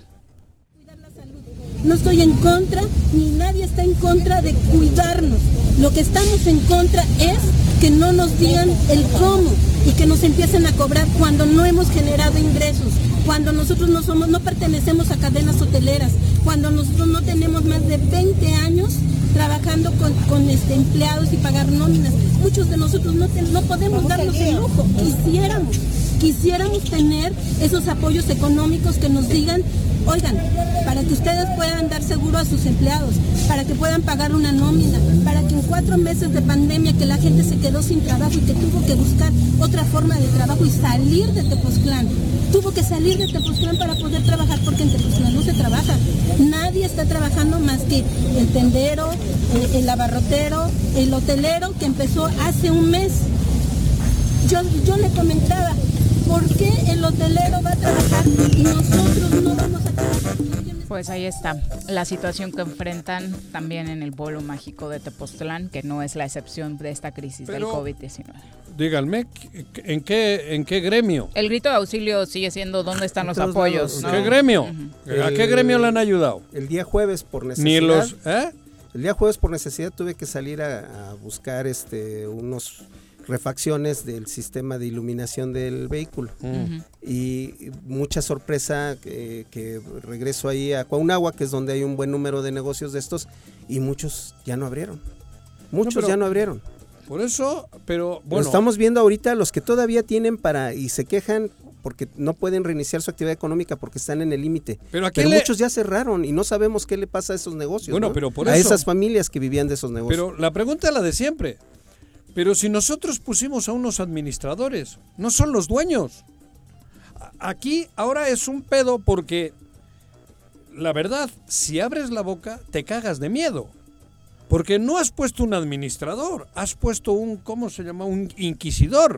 No estoy en contra, ni nadie está en contra de cuidarnos. Lo que estamos en contra es que no nos digan el cómo y que nos empiecen a cobrar cuando no hemos generado ingresos, cuando nosotros no somos, no pertenecemos a cadenas hoteleras, cuando nosotros no tenemos más de veinte años trabajando con, con este, empleados y pagar nóminas. Muchos de nosotros no, te, no podemos darnos el lujo, quisiéramos, quisiéramos tener esos apoyos económicos que nos digan, oigan, para que ustedes puedan dar seguro a sus empleados, para que puedan pagar una nómina, para que en cuatro meses de pandemia que la gente se quedó sin trabajo y que tuvo que buscar otra forma de trabajo y salir de Tepoztlán, tuvo que salir de Tepoztlán para poder trabajar, porque en Tepoztlán no se trabaja. Nadie está trabajando más que el tendero, el, el abarrotero, el hotelero que empezó hace un mes. Yo, yo le comentaba, ¿por qué el hotelero va a trabajar y nosotros no vamos a trabajar?
Pues ahí está la situación que enfrentan también en el Pueblo Mágico de Tepoztlán, que no es la excepción de esta crisis
Pero,
del COVID diecinueve.
Díganme, ¿en qué, ¿en qué gremio?
El grito de auxilio sigue siendo ¿dónde están los
todos
apoyos?
lados.
¿no?
¿Qué gremio?
Uh-huh.
¿A
El-
qué gremio le han ayudado?
El día jueves por necesidad.
Ni los... ¿eh?
El día jueves por necesidad tuve que salir a, a buscar este unos refacciones del sistema de iluminación del vehículo.
Mm.
Y mucha sorpresa que, que regreso ahí a Cuauhnáhuac, que es donde hay un buen número de negocios de estos, y muchos ya no abrieron. Muchos
No, pero-
ya no abrieron.
Por eso, pero
Lo
bueno...
estamos viendo ahorita, los que todavía tienen para y se quejan porque no pueden reiniciar su actividad económica porque están en el límite.
Pero, ¿a
Pero
quién le-
muchos ya cerraron y no sabemos qué le pasa a esos negocios.
Bueno,
¿no?
pero por
a
eso-
esas familias que vivían de esos negocios.
Pero la pregunta es la de siempre. Pero si nosotros pusimos a unos administradores, no son los dueños. A- Aquí ahora es un pedo porque, la verdad, si abres la boca, te cagas de miedo. Porque no has puesto un administrador, has puesto un, ¿cómo se llama? Un inquisidor.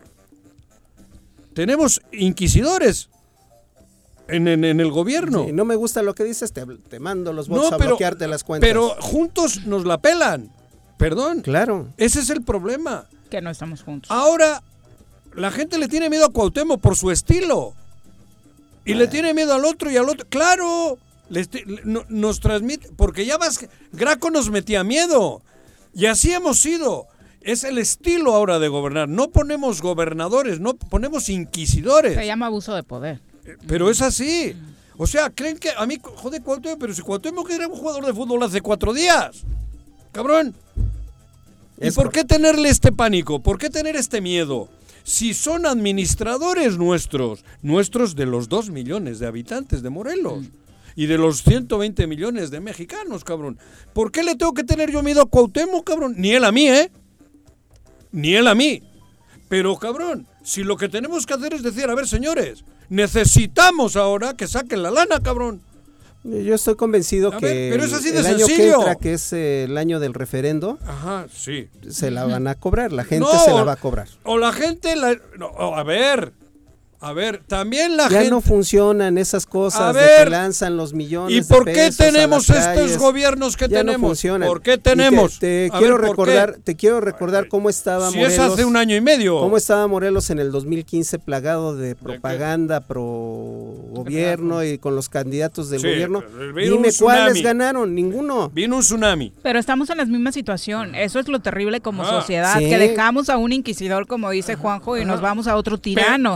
Tenemos inquisidores en, en- en el gobierno.
Sí, no me gusta lo que dices, te, te mando los
No,
votos a
pero-
bloquearte las cuentas.
Pero juntos nos la pelan. Perdón.
Claro.
Ese es el problema.
Que no estamos juntos.
Ahora, la gente le tiene miedo a Cuauhtémoc por su estilo. Y le tiene miedo al otro y al otro. ¡Claro! Les te- le- no- nos transmite. Porque ya vas. Graco nos metía miedo. Y así hemos sido. Es el estilo ahora de gobernar. No ponemos gobernadores, no ponemos inquisidores.
Se llama abuso de poder.
Pero es así. O sea, creen que a mí, joder, Cuauhtémoc, pero si Cuauhtémoc era un jugador de fútbol hace cuatro días. Cabrón. ¿Y
Es
por
cor-
qué tenerle este pánico? ¿Por qué tener este miedo? Si son administradores nuestros, nuestros de los dos millones de habitantes de Morelos y de los ciento veinte millones de mexicanos, cabrón. ¿Por qué le tengo que tener yo miedo a Cuauhtémoc, cabrón? Ni él a mí, ¿eh? Ni él a mí. Pero, cabrón, si lo que tenemos que hacer es decir, a ver, señores, necesitamos ahora que saquen la lana, cabrón.
Yo estoy convencido
A
que
ver, pero es así de
el año que
sencillo.
entra, que es eh, el año del referendo,
Ajá, sí.
se la van a cobrar, la gente
No,
se la va a cobrar.
O la gente, la, no, a ver, a ver, también la
Ya
gente...
no funcionan esas
A
cosas de
ver,
que lanzan los millones
¿Y
de
por qué
pesos a
tenemos
las
estos
calles.
gobiernos que
Ya no
tenemos?
funcionan.
¿Por qué
Y te-
tenemos?
Te,
A
quiero
ver, ¿por
recordar,
qué?
te quiero recordar cómo estaba
Si
Morelos.
es hace un año y medio.
¿Cómo estaba Morelos en el dos mil quince plagado de propaganda pro gobierno y con los candidatos del
Sí,
gobierno?
vino un
Dime cuáles
tsunami.
ganaron, ninguno.
Vino un tsunami.
Pero estamos en la misma situación. Eso es lo terrible como
Ah,
sociedad,
sí.
que dejamos a un inquisidor, como dice Juanjo, y nos vamos a otro tirano.
Pe-
O
claro.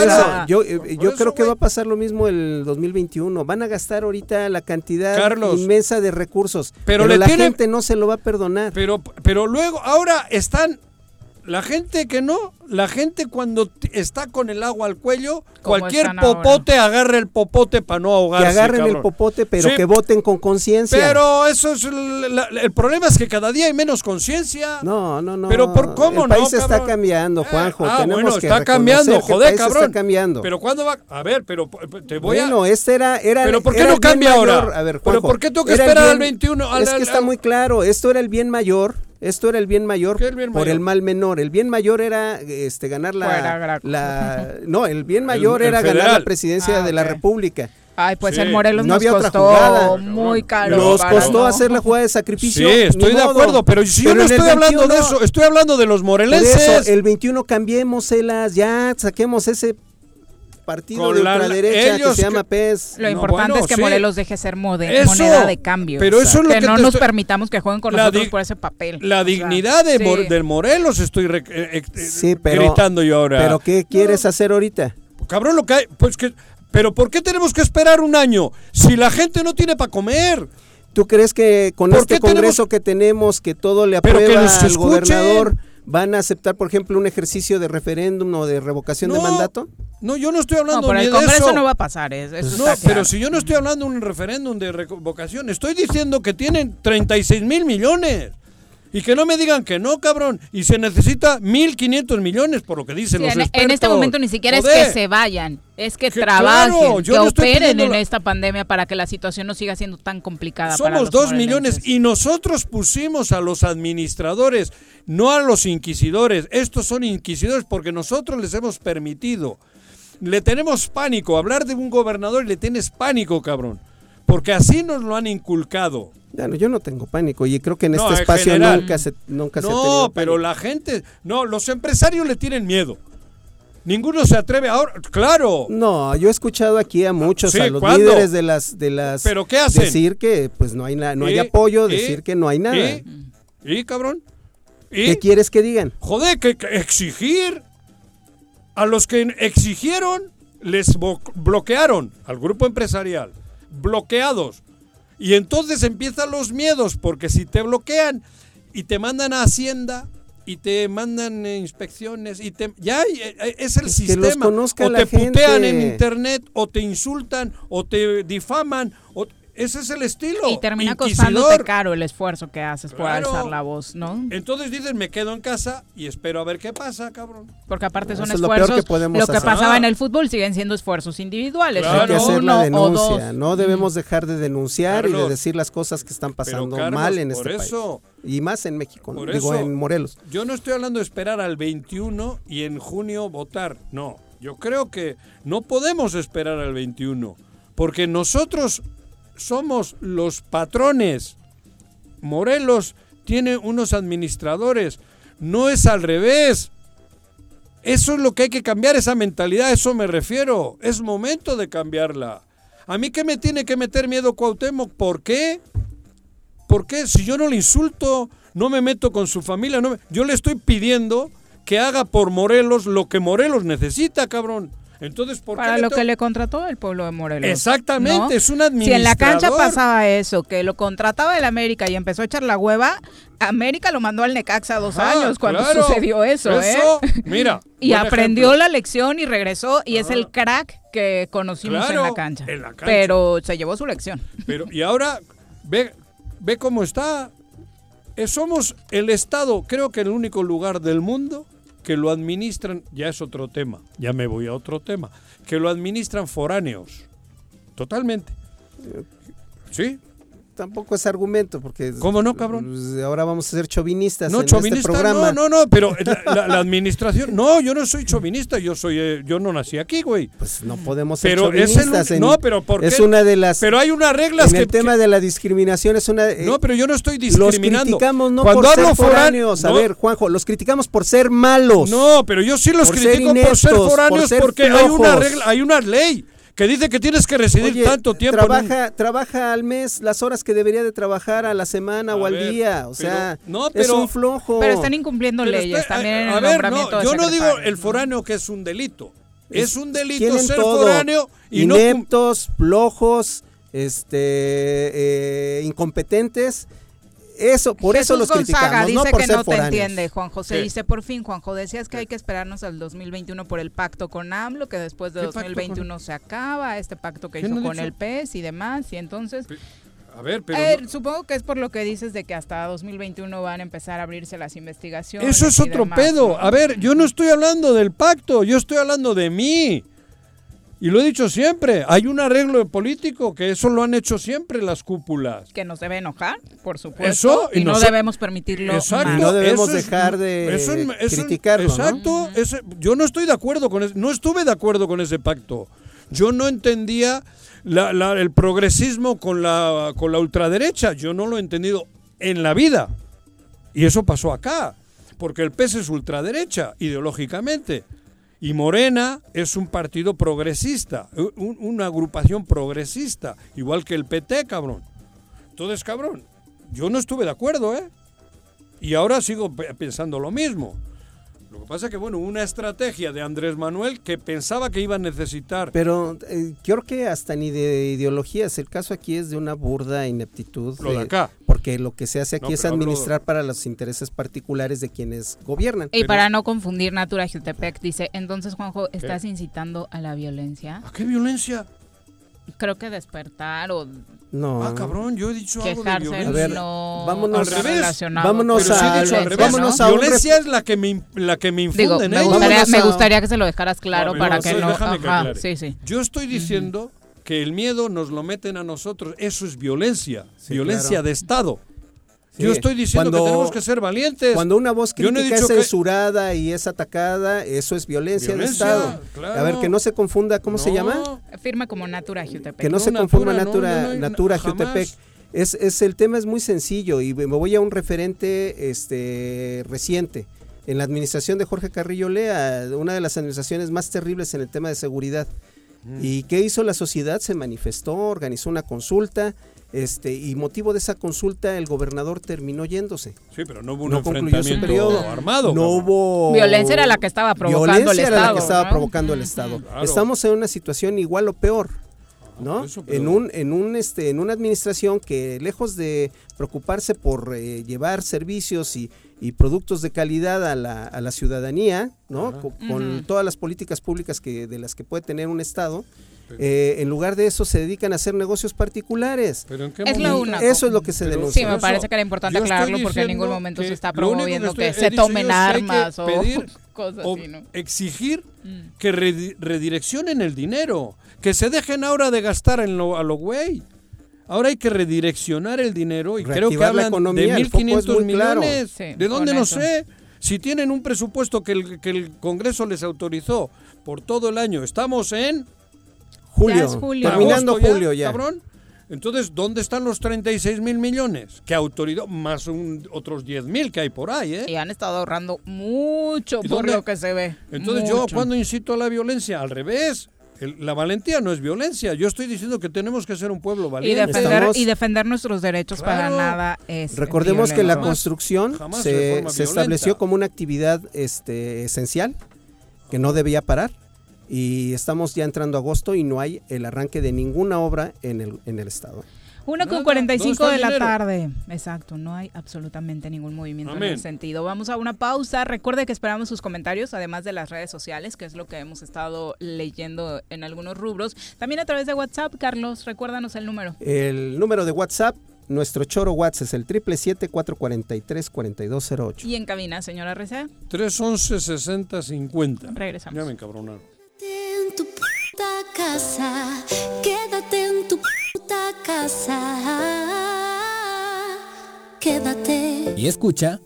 eso, yo, eh,
Por
yo
eso,
creo que
güey.
va a pasar lo mismo el dos mil veintiuno. Van a gastar ahorita la cantidad
Carlos,
inmensa de recursos,
pero
pero,
le
la
tiene-
gente no se lo va a perdonar.
Pero, pero luego, ahora están, la gente que no, la gente cuando t- está con el agua al cuello,
¿Cómo
cualquier
están
popote agarra el popote para no
Que
ahogarse.
agarren
cabrón.
el popote, pero
Sí,
que voten con conciencia.
Pero eso es, el, la- el problema es que cada día hay menos conciencia.
No, no, no.
Pero por cómo
el
no,
país está
cabrón?
cambiando,
Eh,
Juanjo.
ah,
Tenemos
bueno,
que
está
reconocer
cambiando,
que el
joder,
país
cabrón.
está cambiando.
Pero ¿cuándo va? A ver, pero te voy a...
Bueno, este era, era
Pero ¿por qué
era
no
el bien
cambia
mayor.
ahora?
A ver,
Pero
Juanjo,
¿por qué tengo que
era el
esperar al
bien-
veintiuno? Al-
es que
al-
está
al-
muy claro. Esto era el bien mayor. Esto era el bien mayor
¿Qué es el bien
por
mayor?
el mal menor. El bien mayor era este ganar
Fuera,
la,
Graco.
la no, el bien mayor
el
era ganar
federal.
la presidencia
Ah,
de la
ok.
República.
Ay, pues
Sí.
en Morelos
No
nos
había otra
costó
jugada.
muy caro.
Nos
para
costó
no-
hacer la jugada de sacrificio.
Sí, estoy
ni
de
modo.
acuerdo, pero si yo
Pero
no
en el
estoy hablando de
veintiuno,
eso, estoy hablando de los
Por
morelenses.
eso, el veintiuno cambiémoselas, ya saquemos ese partido
Con
de
la-
ultraderecha
ellos
que se llama
que-
P E S.
Lo
No,
importante
bueno,
es que
sí.
Morelos deje ser mode-
Eso,
moneda de cambio.
pero eso es lo
que,
que
no
te
nos
estoy-
permitamos que jueguen con
La
nosotros
di-
por ese papel.
La
O sea,
dignidad de,
sí.
Mor- del Morelos estoy re- eh, eh, eh,
Sí, pero
gritando yo ahora.
Pero ¿qué quieres hacer ahorita?
Cabrón, lo que hay, pues que, pero ¿por qué tenemos que esperar un año si la gente no tiene para comer?
¿Tú crees que con
¿Por
este
qué tenemos-
Congreso que tenemos, que todo le
Pero que
aprueba
nos
al
escuchen.
gobernador, van a aceptar, por ejemplo, un ejercicio de referéndum o de revocación de mandato?
No, yo no estoy hablando
No, por
ni
el
de
Congreso
eso.
no va a pasar. es- Eso
No,
está
pero
claro.
si yo no estoy hablando de un referéndum de revocación, estoy diciendo que tienen treinta y seis mil millones. Y que no me digan que no, cabrón. Y se necesita mil quinientos millones, por lo que dicen
Sí,
los
en,
expertos.
en este momento ni siquiera
Joder.
es que se vayan, es que,
Que
trabajen,
claro, yo
que
no estoy
operen
pidiendo
en
la-
esta pandemia para que la situación no siga siendo tan complicada para
Somos
los
dos
morelenses.
millones y nosotros pusimos a los administradores, no a los inquisidores. Estos son inquisidores porque nosotros les hemos permitido. Le tenemos pánico. Hablar de un gobernador y le tienes pánico, cabrón. Porque así nos lo han inculcado.
Bueno, yo no tengo pánico y creo que en
No,
este
en
espacio
general.
nunca se, nunca se ha tenido
No,
pánico.
pero la gente... No, los empresarios le tienen miedo. Ninguno se atreve ahora... ¡Claro!
No, yo he escuchado aquí a muchos,
Sí,
a los
¿cuándo?
líderes de las, de las,
¿Pero qué hacen?
decir que pues no hay na- no hay
¿Y?
apoyo,
¿Y?
decir que no hay nada.
¿Y? ¿Y, cabrón? ¿Y?
¿Qué quieres que digan?
Joder, que, que exigir. A los que exigieron, les bo- bloquearon al grupo empresarial. Bloqueados. Y entonces empiezan los miedos, porque si te bloquean y te mandan a Hacienda y te mandan eh, inspecciones y te ya eh, eh, es el
Pues que los
sistema.
conozca
O
la
te putean
gente.
en internet, o te insultan, o te difaman, o ese es el estilo.
Y termina
Inquisidor.
costándote caro el esfuerzo que haces por
Claro.
alzar la voz, ¿no?
Entonces dices, me quedo en casa y espero a ver qué pasa, cabrón.
Porque aparte son
Eso es lo peor
esfuerzos,
que podemos
lo que
hacer.
pasaba
Ah.
en el fútbol siguen siendo esfuerzos individuales.
Claro.
Hay que hacer
uno
la
o dos.
denuncia, no debemos dejar de denunciar y
Carlos,
de decir las cosas que están pasando
Carlos,
mal en
por
este
eso-
país. Y más en México, ¿no?
Por
digo
eso-
en Morelos.
Yo no estoy hablando de esperar al veintiuno y en junio votar. No, yo creo que no podemos esperar al veintiuno, porque nosotros somos los patrones. Morelos tiene unos administradores, no es al revés. Eso es lo que hay que cambiar, esa mentalidad, a eso me refiero. Es momento de cambiarla. ¿A mí qué me tiene que meter miedo Cuauhtémoc? ¿Por qué? ¿Por qué? Si yo no le insulto, no me meto con su familia, no me- yo le estoy pidiendo que haga por Morelos lo que Morelos necesita, cabrón. Entonces, ¿por qué
Para
le
lo
tengo-
que le contrató el pueblo de Morelos.
Exactamente,
¿no?
es un
Si en la cancha
administrador.
pasaba eso, que lo contrataba el América y empezó a echar la hueva, América lo mandó al Necaxa dos
Ajá,
años cuando
claro.
sucedió eso,
Eso,
¿eh?
mira,
Y
buen
aprendió
ejemplo.
la lección y regresó y es
Ajá.
el crack que conocimos
Claro,
en, la cancha.
en la cancha.
Pero se llevó su lección.
Pero, y ahora, ve, ve cómo está. Eh, somos el Estado, creo que el único lugar del mundo que lo administran, ya es otro tema, ya me voy a otro tema, que lo administran foráneos. Totalmente. ¿Sí?
Tampoco es argumento, porque...
¿Cómo no, cabrón?
pues, ahora vamos a ser chauvinistas
No,
en
chauvinista,
este programa.
no, no, no, pero la, la- la administración, no, yo no soy chauvinista, yo soy, eh, yo no nací aquí, güey.
Pues no podemos ser
Pero es el
chauvinistas.
un-
en-
no, pero ¿por
Es
qué?
una de las...
Pero hay unas reglas
en
que
el tema de la discriminación es una... eh,
no, pero yo no estoy
los
discriminando.
criticamos no
Cuando
por
hablo
ser
foráneo,
foráneos. A
no,
ver, Juanjo, los criticamos por ser malos.
No, pero yo sí los
Por ser
critico por ser
ineptos,
foráneos
por ser
porque hay una
flojos.
regla, hay una ley que dice que tienes que residir
Oye,
tanto tiempo. en un-
trabaja, trabaja al mes las horas que debería de trabajar a la semana
A
o al
ver,
día. O
pero-
sea,
no,
es
pero-
un flojo.
Pero están incumpliendo
Pero
leyes
está-
también en
a
el
ver,
nombramiento
no,
de
yo no digo
secretarios,
el
¿no?
foráneo que es un delito. Es un delito
tienen
ser
todo.
foráneo y no...
Ineptos, flojos, este, eh, incompetentes. Eso, por
Jesús
eso los
Gonzaga
criticamos,
dice
no por
que
ser
no te
foráneos.
entiende, Juan José.
¿Qué?
Dice, por fin, Juanjo, decías que hay que esperarnos al dos mil veintiuno por el pacto con AMLO, que después de
¿Qué
dos
pacto
mil veintiuno
con-
se acaba, este pacto que
¿Qué
hizo
no he
con
dicho?
el P E S y demás, y entonces...
A ver, pero...
Eh,
no-
supongo que es por lo que dices de que hasta dos mil veintiuno van a empezar a abrirse las investigaciones.
Eso es
y
otro
demás,
pedo.
¿no?
A ver, yo no estoy hablando del pacto, yo estoy hablando de mí. Y lo he dicho siempre, hay un arreglo político, que eso lo han hecho siempre las cúpulas.
Que nos debe enojar, por supuesto,
Eso, y
y no
noso-
debemos permitirlo
Exacto,
más.
Y no debemos
eso es-
dejar de
eso es- eso es-
criticarlo, ¿no?
Exacto, ese- yo no estoy de acuerdo con ese, no estuve de acuerdo con ese pacto. Yo no entendía la- la- el progresismo con la, con la ultraderecha, yo no lo he entendido en la vida. Y eso pasó acá, porque el P E S es ultraderecha, ideológicamente. Y Morena es un partido progresista, un- una agrupación progresista, igual que el P T, cabrón. Entonces, cabrón, yo no estuve de acuerdo, ¿eh? Y ahora sigo pe- pensando lo mismo. Lo que pasa es que, bueno, una estrategia de Andrés Manuel que pensaba que iba a necesitar...
Pero eh, creo que hasta ni de ideologías, el caso aquí es de una burda ineptitud.
Lo de
eh,
acá.
Porque lo que se hace aquí
No,
es
pero hablo-
administrar para los intereses particulares de quienes gobiernan.
Y para no confundir, Natura Jutepec dice, entonces, Juanjo, ¿estás incitando a la violencia?
¿A qué violencia?
Creo que despertar o
No.
Ah, cabrón, yo he dicho algo de
quejarse
violencia.
A ver,
no
vámonos-
está
al revés.
relacionado
Vámonos
con
Pero sí
la
he dicho al
violencia,
revés.
vámonos
¿no?
a un
Violencia es la que me, in- la que me infunden,
Digo, me
¿eh?
gustaría,
Vámonos
me
a-
gustaría que se lo dejaras claro
No,
para
no,
que
sí,
no...
déjame que
Ajá,
aclare.
sí, sí.
Yo estoy diciendo que el miedo nos lo meten a nosotros, eso es violencia,
Sí,
violencia
claro.
de Estado.
Sí.
Yo estoy diciendo
Cuando-
que tenemos que ser valientes.
Cuando una voz
Yo no he
crítica
dicho
es
que-
censurada y es atacada, eso es violencia,
Violencia,
de Estado.
claro.
A ver, que no se confunda, ¿cómo se
No,
llama?
Firma como Natura Jutepec.
Que no,
No,
se
Natura,
confunda
no,
Natura,
no, no,
Natura
jamás.
Jutepec. Es, es, el tema es muy sencillo y me voy a un referente este, reciente. En la administración de Jorge Carrillo Lea, una de las administraciones más terribles en el tema de seguridad. ¿Y qué hizo la sociedad? Se manifestó, organizó una consulta, este, y motivo de esa consulta el gobernador terminó yéndose.
Sí, pero no hubo un
No concluyó su
enfrentamiento
periodo.
armado.
No
cabrón.
hubo...
Violencia era la que estaba provocando
Violencia
el
era
Estado,
la que estaba
¿no?
provocando el Estado.
Claro.
Estamos en una situación igual o peor, ¿no?
por eso, pero-
En un en un este en una administración que lejos de preocuparse por eh, llevar servicios y, y productos de calidad a la, a la ciudadanía, ¿no?
Ajá.
Co- Con,
Ujú.
todas las políticas públicas que de las que puede tener un Estado, eh, en lugar de eso se dedican a hacer negocios particulares.
Pero ¿en qué
Es lo
momento?
único.
Eso es lo que se
Pero-
denuncia.
Sí, me
Por
parece
eso,
que era importante
yo estoy
aclararlo porque en ningún
diciendo
momento
que
se está
lo único que
promoviendo que,
estoy-
se
he dicho
tomen
yo es que hay que
armas o
pedir
cosas
o
así, ¿no?
exigir
Mm.
que redi- redireccionen el dinero, que se dejen ahora de gastar en lo, a lo güey. Ahora hay que redireccionar el dinero y creo que
Reactivar la
hablan
economía,
de
el
mil
foco es
quinientos
muy claro.
millones.
Sí,
¿De dónde
con
no
eso.
sé? Si tienen un presupuesto que el, que el Congreso les autorizó por todo el año, estamos en
Julio,
Ya es julio.
terminando
agosto
julio ya.
Cabrón. Entonces, ¿dónde están los treinta y seis mil millones? Que autorizó, más un- otros diez mil que hay por ahí, ¿eh?
Y han estado ahorrando mucho
¿Y
por
dónde?
lo que se ve.
Entonces
Mucho.
yo cuando incito a la violencia, al revés, el- la valentía no es violencia. Yo estoy diciendo que tenemos que ser un pueblo
Y
valiente.
defender,
Estamos-
y defender nuestros derechos para
Claro.
nada es
Recordemos que la
violento.
construcción
Jamás de
se,
forma
se
violenta.
estableció como una actividad este, esencial que no debía parar y estamos ya entrando a agosto y no hay el arranque de ninguna obra en el, en el estado.
Una con
Nada.
cuarenta y cinco
¿Dónde
de
está
la
el dinero?
tarde. Exacto, no hay absolutamente ningún movimiento
Amén.
en ese sentido. Vamos a una pausa. Recuerde que esperamos sus comentarios, además de las redes sociales, que es lo que hemos estado leyendo en algunos rubros. También a través de WhatsApp, Carlos, recuérdanos el número.
El número de WhatsApp, nuestro choro WhatsApp es el siete siete siete, cuatro cuatro tres, cuatro dos cero ocho.
Y en cabina, señora R C.
tres once sesenta cincuenta.
Regresamos.
Ya me encabronaron.
Quédate en tu puta casa, quédate en tu puta casa, quédate.
Y escucha.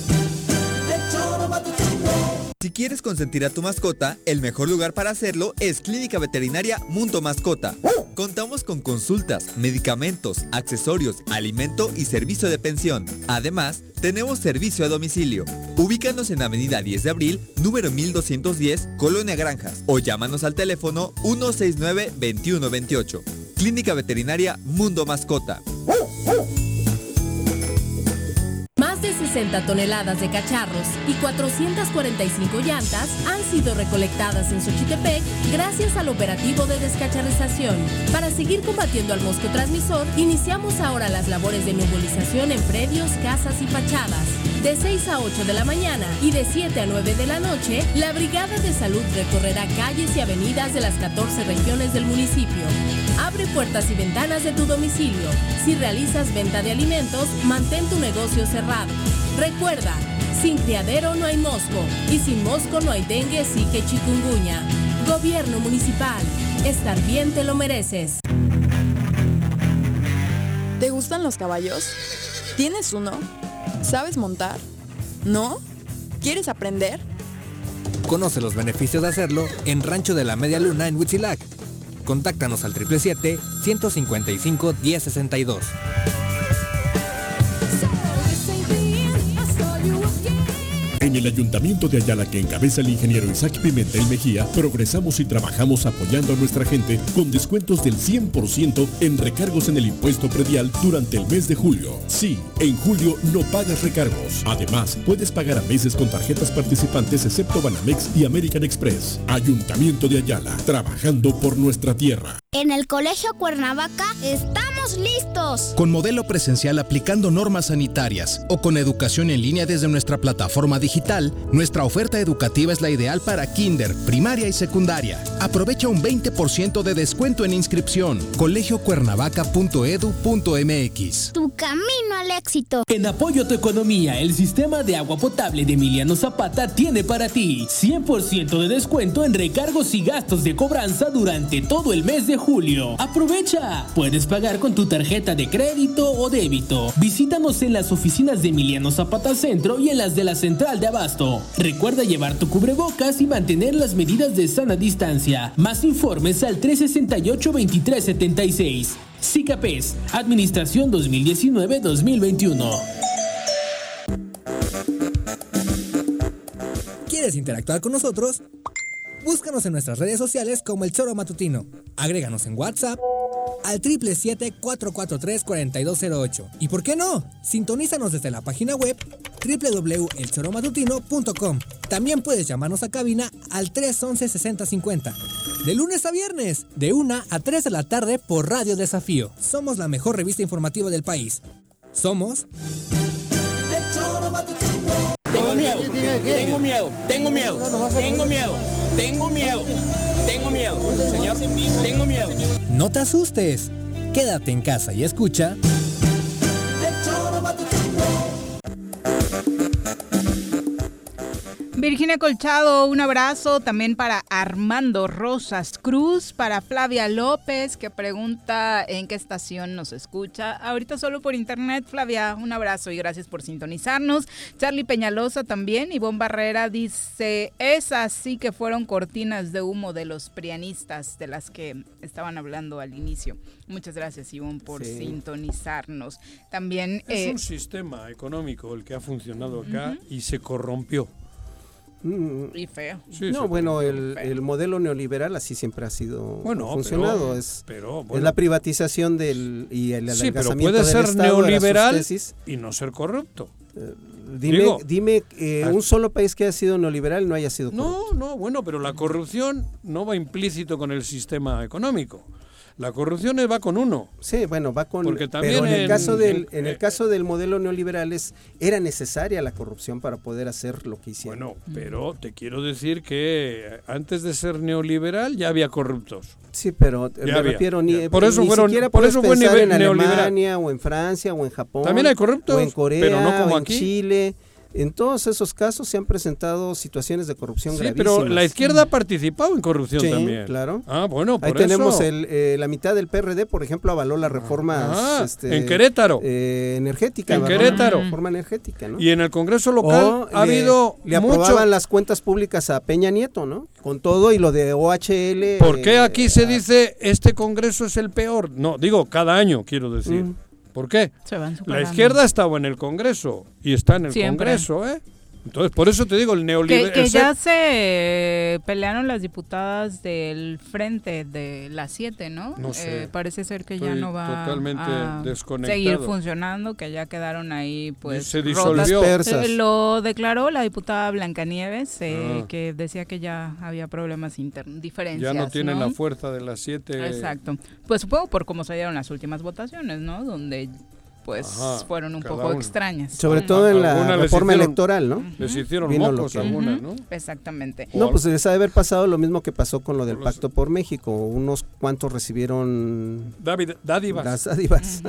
Si quieres consentir a tu mascota, el mejor lugar para hacerlo es Clínica Veterinaria Mundo Mascota. Contamos con consultas, medicamentos, accesorios, alimento y servicio de pensión. Además, tenemos servicio a domicilio. Ubícanos en Avenida diez de abril, número mil doscientos diez, Colonia Granjas, o llámanos al teléfono uno seis nueve, veintiuno veintiocho. Clínica Veterinaria Mundo Mascota.
Más de sesenta toneladas de cacharros y cuatrocientas cuarenta y cinco llantas han sido recolectadas en Xochitepec gracias al operativo de descacharrización. Para seguir combatiendo al mosco transmisor, iniciamos ahora las labores de nebulización en predios, casas y fachadas. De seis a ocho de la mañana y de siete a nueve de la noche, la Brigada de Salud recorrerá calles y avenidas de las catorce regiones del municipio. Abre puertas y ventanas de tu domicilio. Si realizas venta de alimentos, mantén tu negocio cerrado. Recuerda, sin criadero no hay mosco y sin mosco no hay dengue, zika y chikungunya. Gobierno municipal. Estar bien te lo mereces.
¿Te gustan los caballos? ¿Tienes uno? ¿Sabes montar? ¿No? ¿Quieres aprender?
Conoce los beneficios de hacerlo en Rancho de la Media Luna en Huitzilac. Contáctanos al siete siete siete, ciento cincuenta y cinco, diez sesenta y dos.
En el Ayuntamiento de Ayala, que encabeza el ingeniero Isaac Pimentel Mejía, progresamos y trabajamos apoyando a nuestra gente con descuentos del cien por ciento en recargos en el impuesto predial durante el mes de julio. Sí, en julio no pagas recargos. Además, puedes pagar a meses con tarjetas participantes excepto Banamex y American Express. Ayuntamiento de Ayala, trabajando por nuestra tierra.
En el Colegio Cuernavaca estamos listos.
Con modelo presencial aplicando normas sanitarias o con educación en línea desde nuestra plataforma digital, nuestra oferta educativa es la ideal para kinder, primaria y secundaria. Aprovecha un veinte por ciento de descuento en inscripción. colegio cuernavaca punto edu punto mx.
Tu camino al éxito.
En apoyo a tu economía, el sistema de agua potable de Emiliano Zapata tiene para ti cien por ciento de descuento en recargos y gastos de cobranza durante todo el mes de julio. ¡Aprovecha! Puedes pagar con tu tarjeta de crédito o débito. Visítanos en las oficinas de Emiliano Zapata Centro y en las de la Central de Abasto. Recuerda llevar tu cubrebocas y mantener las medidas de sana distancia. Más informes al tres sesenta y ocho, veintitrés setenta y seis. SICAPES, Administración dos mil diecinueve dos mil veintiuno.
¿Quieres interactuar con nosotros? Búscanos en nuestras redes sociales como El Choro Matutino. Agréganos en WhatsApp al siete siete siete, cuatro cuatro tres, cuatro dos cero ocho. ¿Y por qué no? Sintonízanos desde la página web doble u doble u doble u punto el choro matutino punto com. También puedes llamarnos a cabina al tres once, sesenta cincuenta. De lunes a viernes, de una a tres de la tarde por Radio Desafío. Somos la mejor revista informativa del país. Somos...
El Choro Matutino. Tengo miedo, tengo miedo, tengo miedo, tengo miedo, tengo miedo, tengo miedo, señor, tengo miedo.
No te asustes, quédate en casa y escucha.
Virginia Colchado, un abrazo también para Armando Rosas Cruz, para Flavia López, que pregunta en qué estación nos escucha. Ahorita solo por internet, Flavia, un abrazo y gracias por sintonizarnos. Charlie Peñalosa también, Ivonne Barrera dice, esas sí que fueron cortinas de humo de los prianistas, de las que estaban hablando al inicio. Muchas gracias, Ivonne, por sí. sintonizarnos. También
es
eh,
un sistema económico el que ha funcionado acá uh-huh. y se corrompió.
Mm. Y feo.
Sí, no, bueno, el, el modelo neoliberal así siempre ha sido bueno, funcionado. Pero, es,
pero, bueno.
es la privatización del y el
sí,
adelgazamiento
pero puede
del
ser
Estado,
neoliberal y no ser corrupto.
Eh, dime, Digo, dime eh, un solo país que haya sido neoliberal no haya sido corrupto.
No, no, bueno, pero la corrupción no va implícito con el sistema económico. La corrupción va con uno.
Sí, bueno, va con...
Porque también
pero en,
en
el caso del en el caso del modelo neoliberal es, era necesaria la corrupción para poder hacer lo que hicieron.
Bueno, pero te quiero decir que antes de ser neoliberal ya había corruptos.
Sí, pero ya me había, refiero ni,
por eso
ni
fueron,
siquiera
por eso fue
pensar
nivel,
en
neoliberal.
Alemania o en Francia o en Japón.
También hay corruptos,
o en Corea,
pero no como
o en
aquí.
Chile. En todos esos casos se han presentado situaciones de corrupción
sí,
gravísimas.
Pero la izquierda ha participado en corrupción
sí,
también.
Claro.
Ah, bueno, por
Ahí tenemos
eso.
el, eh, la mitad del P R D, por ejemplo, avaló las reformas
ah,
este,
en Querétaro.
Eh, energética.
En Querétaro.
La reforma energética, ¿no?
Y en el Congreso local
o
ha
le,
habido
le
mucho...
aprobaban las cuentas públicas a Peña Nieto, ¿no? Con todo y lo de O H L.
¿Por qué
eh,
aquí se dice este Congreso es el peor? No, digo, cada año, quiero decir. Mm. ¿Por qué?
Se van
la izquierda estaba en el Congreso y está en el
Siempre.
Congreso, ¿eh? Entonces, por eso te digo, el neoliberalismo...
Que, que ya se pelearon las diputadas del frente de las siete, ¿no?
No sé.
Eh, parece ser que
Estoy
ya no va
totalmente
a
desconectado.
seguir funcionando, que ya quedaron ahí pues
se disolvió.
Eh, lo declaró la diputada Blancanieves, eh,
Ah.
que decía que ya había problemas internos, diferencias.
Ya no tienen
¿no?
la fuerza de las siete.
Exacto. Pues supongo por cómo se dieron las últimas votaciones, ¿no? Donde pues
Ajá,
fueron un
cada
poco
uno.
extrañas.
Sobre todo en la
Algunas les
reforma
hicieron-
electoral, ¿no?
Les hicieron
Vino lo
mocos
que-
algunas, ¿no?
Exactamente.
No, pues les ha de haber pasado lo mismo que pasó con lo del Pacto por México. Unos cuantos recibieron
David, dádivas.
las dádivas.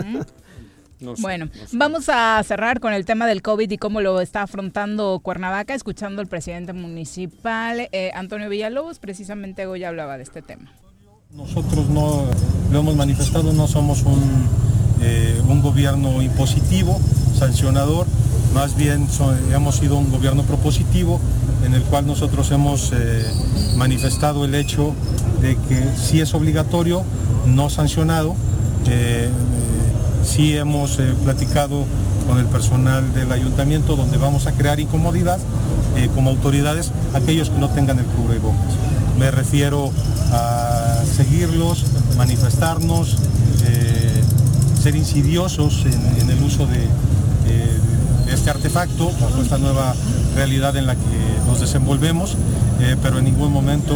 No sé,
Bueno,
no sé.
vamos a cerrar con el tema del COVID y cómo lo está afrontando Cuernavaca, escuchando al presidente municipal, eh, Antonio Villalobos. Precisamente hoy hablaba de este tema.
Nosotros no lo hemos manifestado, no somos un, eh, un gobierno impositivo, sancionador, más bien so- hemos sido un gobierno propositivo en el cual nosotros hemos eh, manifestado el hecho de que sí es obligatorio, no sancionado. Eh, eh, sí hemos eh, platicado con el personal del ayuntamiento donde vamos a crear incomodidad eh, como autoridades aquellos que no tengan el cubrebocas. Me refiero a seguirlos, manifestarnos, eh, ser insidiosos en, en el uso de, eh, de este artefacto bajo esta nueva realidad en la que nos desenvolvemos, eh, pero en ningún momento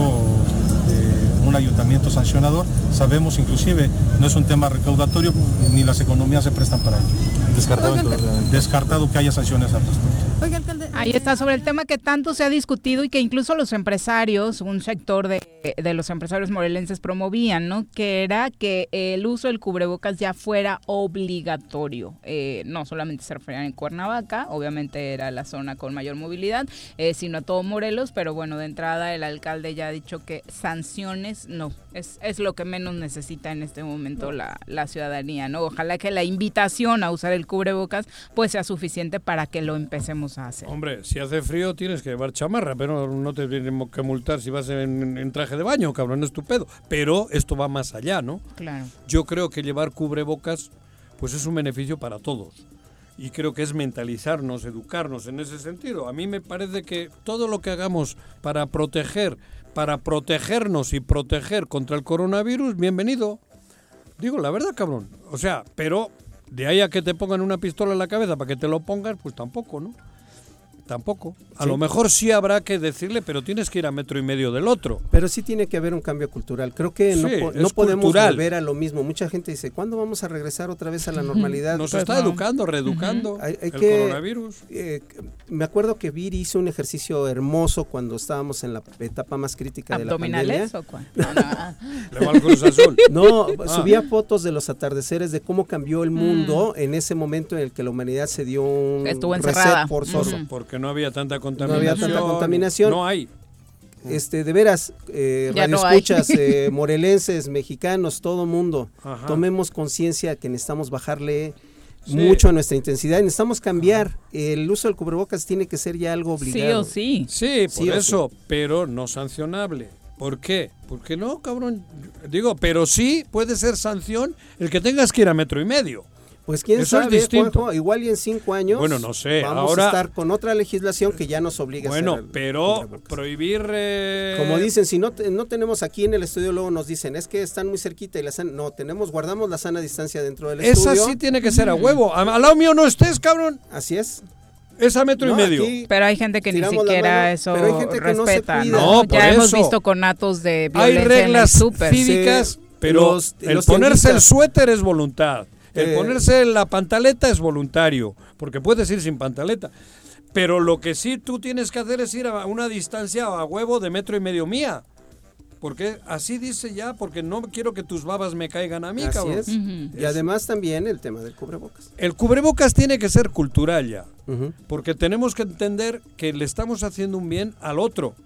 eh, un ayuntamiento sancionador. Sabemos inclusive, no es un tema recaudatorio, ni las economías se prestan para ello. Descartado, Descartado que haya sanciones al respecto.
Ahí está, sobre el tema que tanto se ha discutido y que incluso los empresarios, un sector de, de los empresarios morelenses promovían, ¿no? Que era que el uso del cubrebocas ya fuera obligatorio. Eh, no solamente se referían en Cuernavaca, obviamente era la zona con mayor movilidad, eh, sino a todo Morelos, pero bueno, de entrada el alcalde ya ha dicho que sanciones no, es, es lo que menos necesita en este momento la, la ciudadanía, ¿no? Ojalá que la invitación a usar el cubrebocas pues sea suficiente para que lo empecemos a hacer.
Hombre, si hace frío tienes que llevar chamarra, pero no te tienen que multar si vas en, en traje de baño, cabrón, es tu pedo. Pero esto va más allá, ¿no?
Claro.
Yo creo que llevar cubrebocas pues es un beneficio para todos. Y creo que es mentalizarnos, educarnos en ese sentido. A mí me parece que todo lo que hagamos para proteger, para protegernos y proteger contra el coronavirus, bienvenido. Digo, la verdad, cabrón. O sea, pero de ahí a que te pongan una pistola en la cabeza para que te lo pongas, pues tampoco, ¿no? Tampoco. A
Sí.
lo mejor sí habrá que decirle, pero tienes que ir a metro y medio del otro.
Pero sí tiene que haber un cambio cultural. Creo que no,
Sí,
po-
es
no podemos
cultural.
volver a lo mismo. Mucha gente dice, ¿cuándo vamos a regresar otra vez a la normalidad?
Nos
Pues
está
no.
educando, reeducando
Hay, hay
el
que,
coronavirus.
eh, me acuerdo que Viri hizo un ejercicio hermoso cuando estábamos en la etapa más crítica de la pandemia.
¿Abdominales o cuál? No, no.
Le va al Cruz Azul.
No,
Ah.
subía fotos de los atardeceres, de cómo cambió el mundo en ese momento en el que la humanidad se dio un
Estuvo
reset
encerrada.
forzoso.
Ujú.
Porque no había tanta contaminación.
No había tanta contaminación.
No hay.
Este, de veras, eh,
Ya no hay.
radioescuchas, eh, morelenses, mexicanos, todo mundo,
Ajá.
tomemos conciencia que necesitamos bajarle
Sí.
mucho a nuestra intensidad y necesitamos cambiar. El uso del cubrebocas tiene que ser ya algo obligado.
Sí o sí.
Sí, por
Sí o
eso, pero no sancionable. ¿Por qué? Porque no, cabrón. Digo, pero sí puede ser sanción el que tengas que ir a metro y medio.
Pues quién
Eso es
sabe,
distinto.
Juanjo, igual y en cinco años
Bueno, no sé,
vamos
ahora-
a estar con otra legislación que ya nos obligue a
Bueno,
hacer el
pero
cubrebocas.
prohibir... eh,
Como dicen, si no te- no tenemos aquí en el estudio, luego nos dicen, es que están muy cerquita y la sana, no, tenemos, guardamos la sana distancia dentro del
Esa
estudio.
sí tiene que ser a huevo. A- Al lado mío no estés, cabrón.
Así es.
Es a metro
No,
y medio.
aquí
Pero hay gente que ni
tiramos la
siquiera
mano,
eso
pero hay gente que no se
respeta,
cuida.
¿no?
No, por
ya hemos
eso.
visto conatos de
Hay
violencia
reglas
en el súper.
cívicas,
Sí,
pero
los-
el
los
ponerse el
tiendistas.
suéter es voluntad. El
Eh.
ponerse la pantaleta es voluntario, porque puedes ir sin pantaleta. Pero lo que sí tú tienes que hacer es ir a una distancia a huevo de metro y medio mía. Porque así dice ya, porque no quiero que tus babas me caigan a mí,
Así
cabrón.
es. Y además también el tema del cubrebocas.
El cubrebocas tiene que ser cultural ya,
Ujú.
porque tenemos que entender que le estamos haciendo un bien al otro,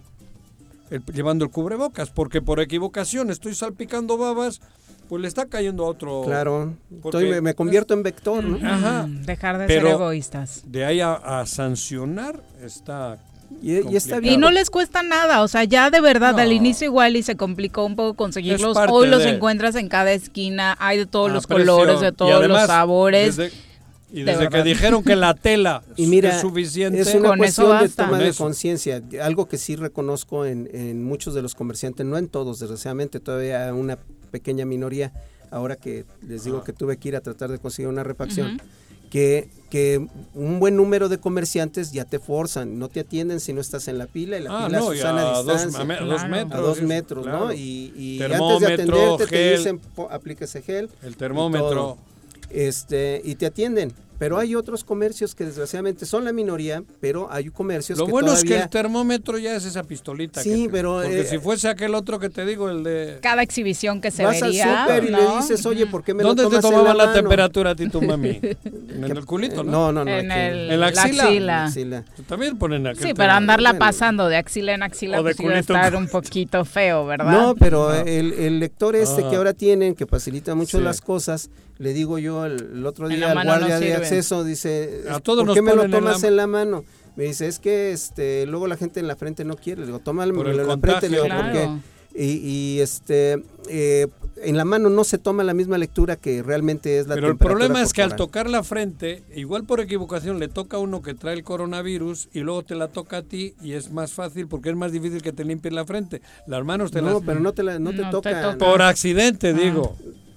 el- llevando el cubrebocas, porque por equivocación estoy salpicando babas, pues le está cayendo a otro.
Claro,
Porque-
Estoy- me, me convierto en vector, ¿no?
Ajá.
Mm, dejar de
Pero
ser egoístas.
De ahí a, a sancionar está.
Y, y está
complicado.
bien.
Y no les cuesta nada, o sea, ya de verdad,
No.
al inicio igual y se complicó un poco conseguirlos.
Es parte
Hoy los
de-
encuentras en cada esquina, hay de todos
a
los
precio.
colores, de
Y
todos
además,
los sabores.
desde- Y desde que dijeron que la tela
y mira,
es suficiente,
es una
con
cuestión
eso
de toma
Con
de
eso.
conciencia. Algo que sí reconozco en, en muchos de los comerciantes, no en todos, desgraciadamente, todavía una pequeña minoría, ahora que les digo que tuve que ir a tratar de conseguir una refacción, uh-huh. que, que un buen número de comerciantes ya te forzan, no te atienden si no estás en la pila, y la
ah,
pila
no,
a sana
a
distancia.
Dos, a, me, a dos metros.
A dos metros,
claro.
¿no? Y, y
termómetro,
antes de atenderte
gel,
te dicen, aplíquese gel.
El termómetro.
Y, este, y te atienden. Pero hay otros comercios que desgraciadamente son la minoría, pero hay comercios
Lo
que
bueno
todavía...
es que el termómetro ya es esa pistolita.
Sí,
que,
pero...
Porque
eh,
si fuese aquel otro que te digo, el de...
Cada exhibición que se
vas
vería.
Vas al súper y
¿no?
le dices, oye, ¿por qué me lo
tomas
tomas
¿Dónde te tomaban
en la,
la
mano?
temperatura a ti tu mami? ¿En el culito, no?
No, no, no.
En, el,
¿En la axila?
La axila.
La axila.
También ponen aquel
Sí, pero andarla
bueno.
pasando de axila en axila
O de
pues iba a
culito.
estar un poquito feo, ¿verdad?
No, pero
No.
El, el lector este
Ah.
que ahora tienen, que facilita mucho
Sí.
las cosas, le digo yo el, el otro
En
día
la
al
mano
guardia
no
de
sirve.
acceso, dice,
A todos
¿por
nos
qué me lo
ponen en
tomas
la-
en la mano? Me dice, es que este luego la gente en la frente no quiere. Le digo, tómalo
Por
en
el
la frente. Le digo,
contagio.
¿por qué?
Claro.
Y, y este eh, en la mano no se toma la misma lectura que realmente es la
Pero el
temperatura
problema es que al
corporal.
tocar la frente, igual por equivocación le toca a uno que trae el coronavirus y luego te la toca a ti y es más fácil porque es más difícil que te limpien la frente. Las manos te
No,
las...
pero no te, la, no te
No te
toca.
toca.
Por accidente,
Ah.
digo.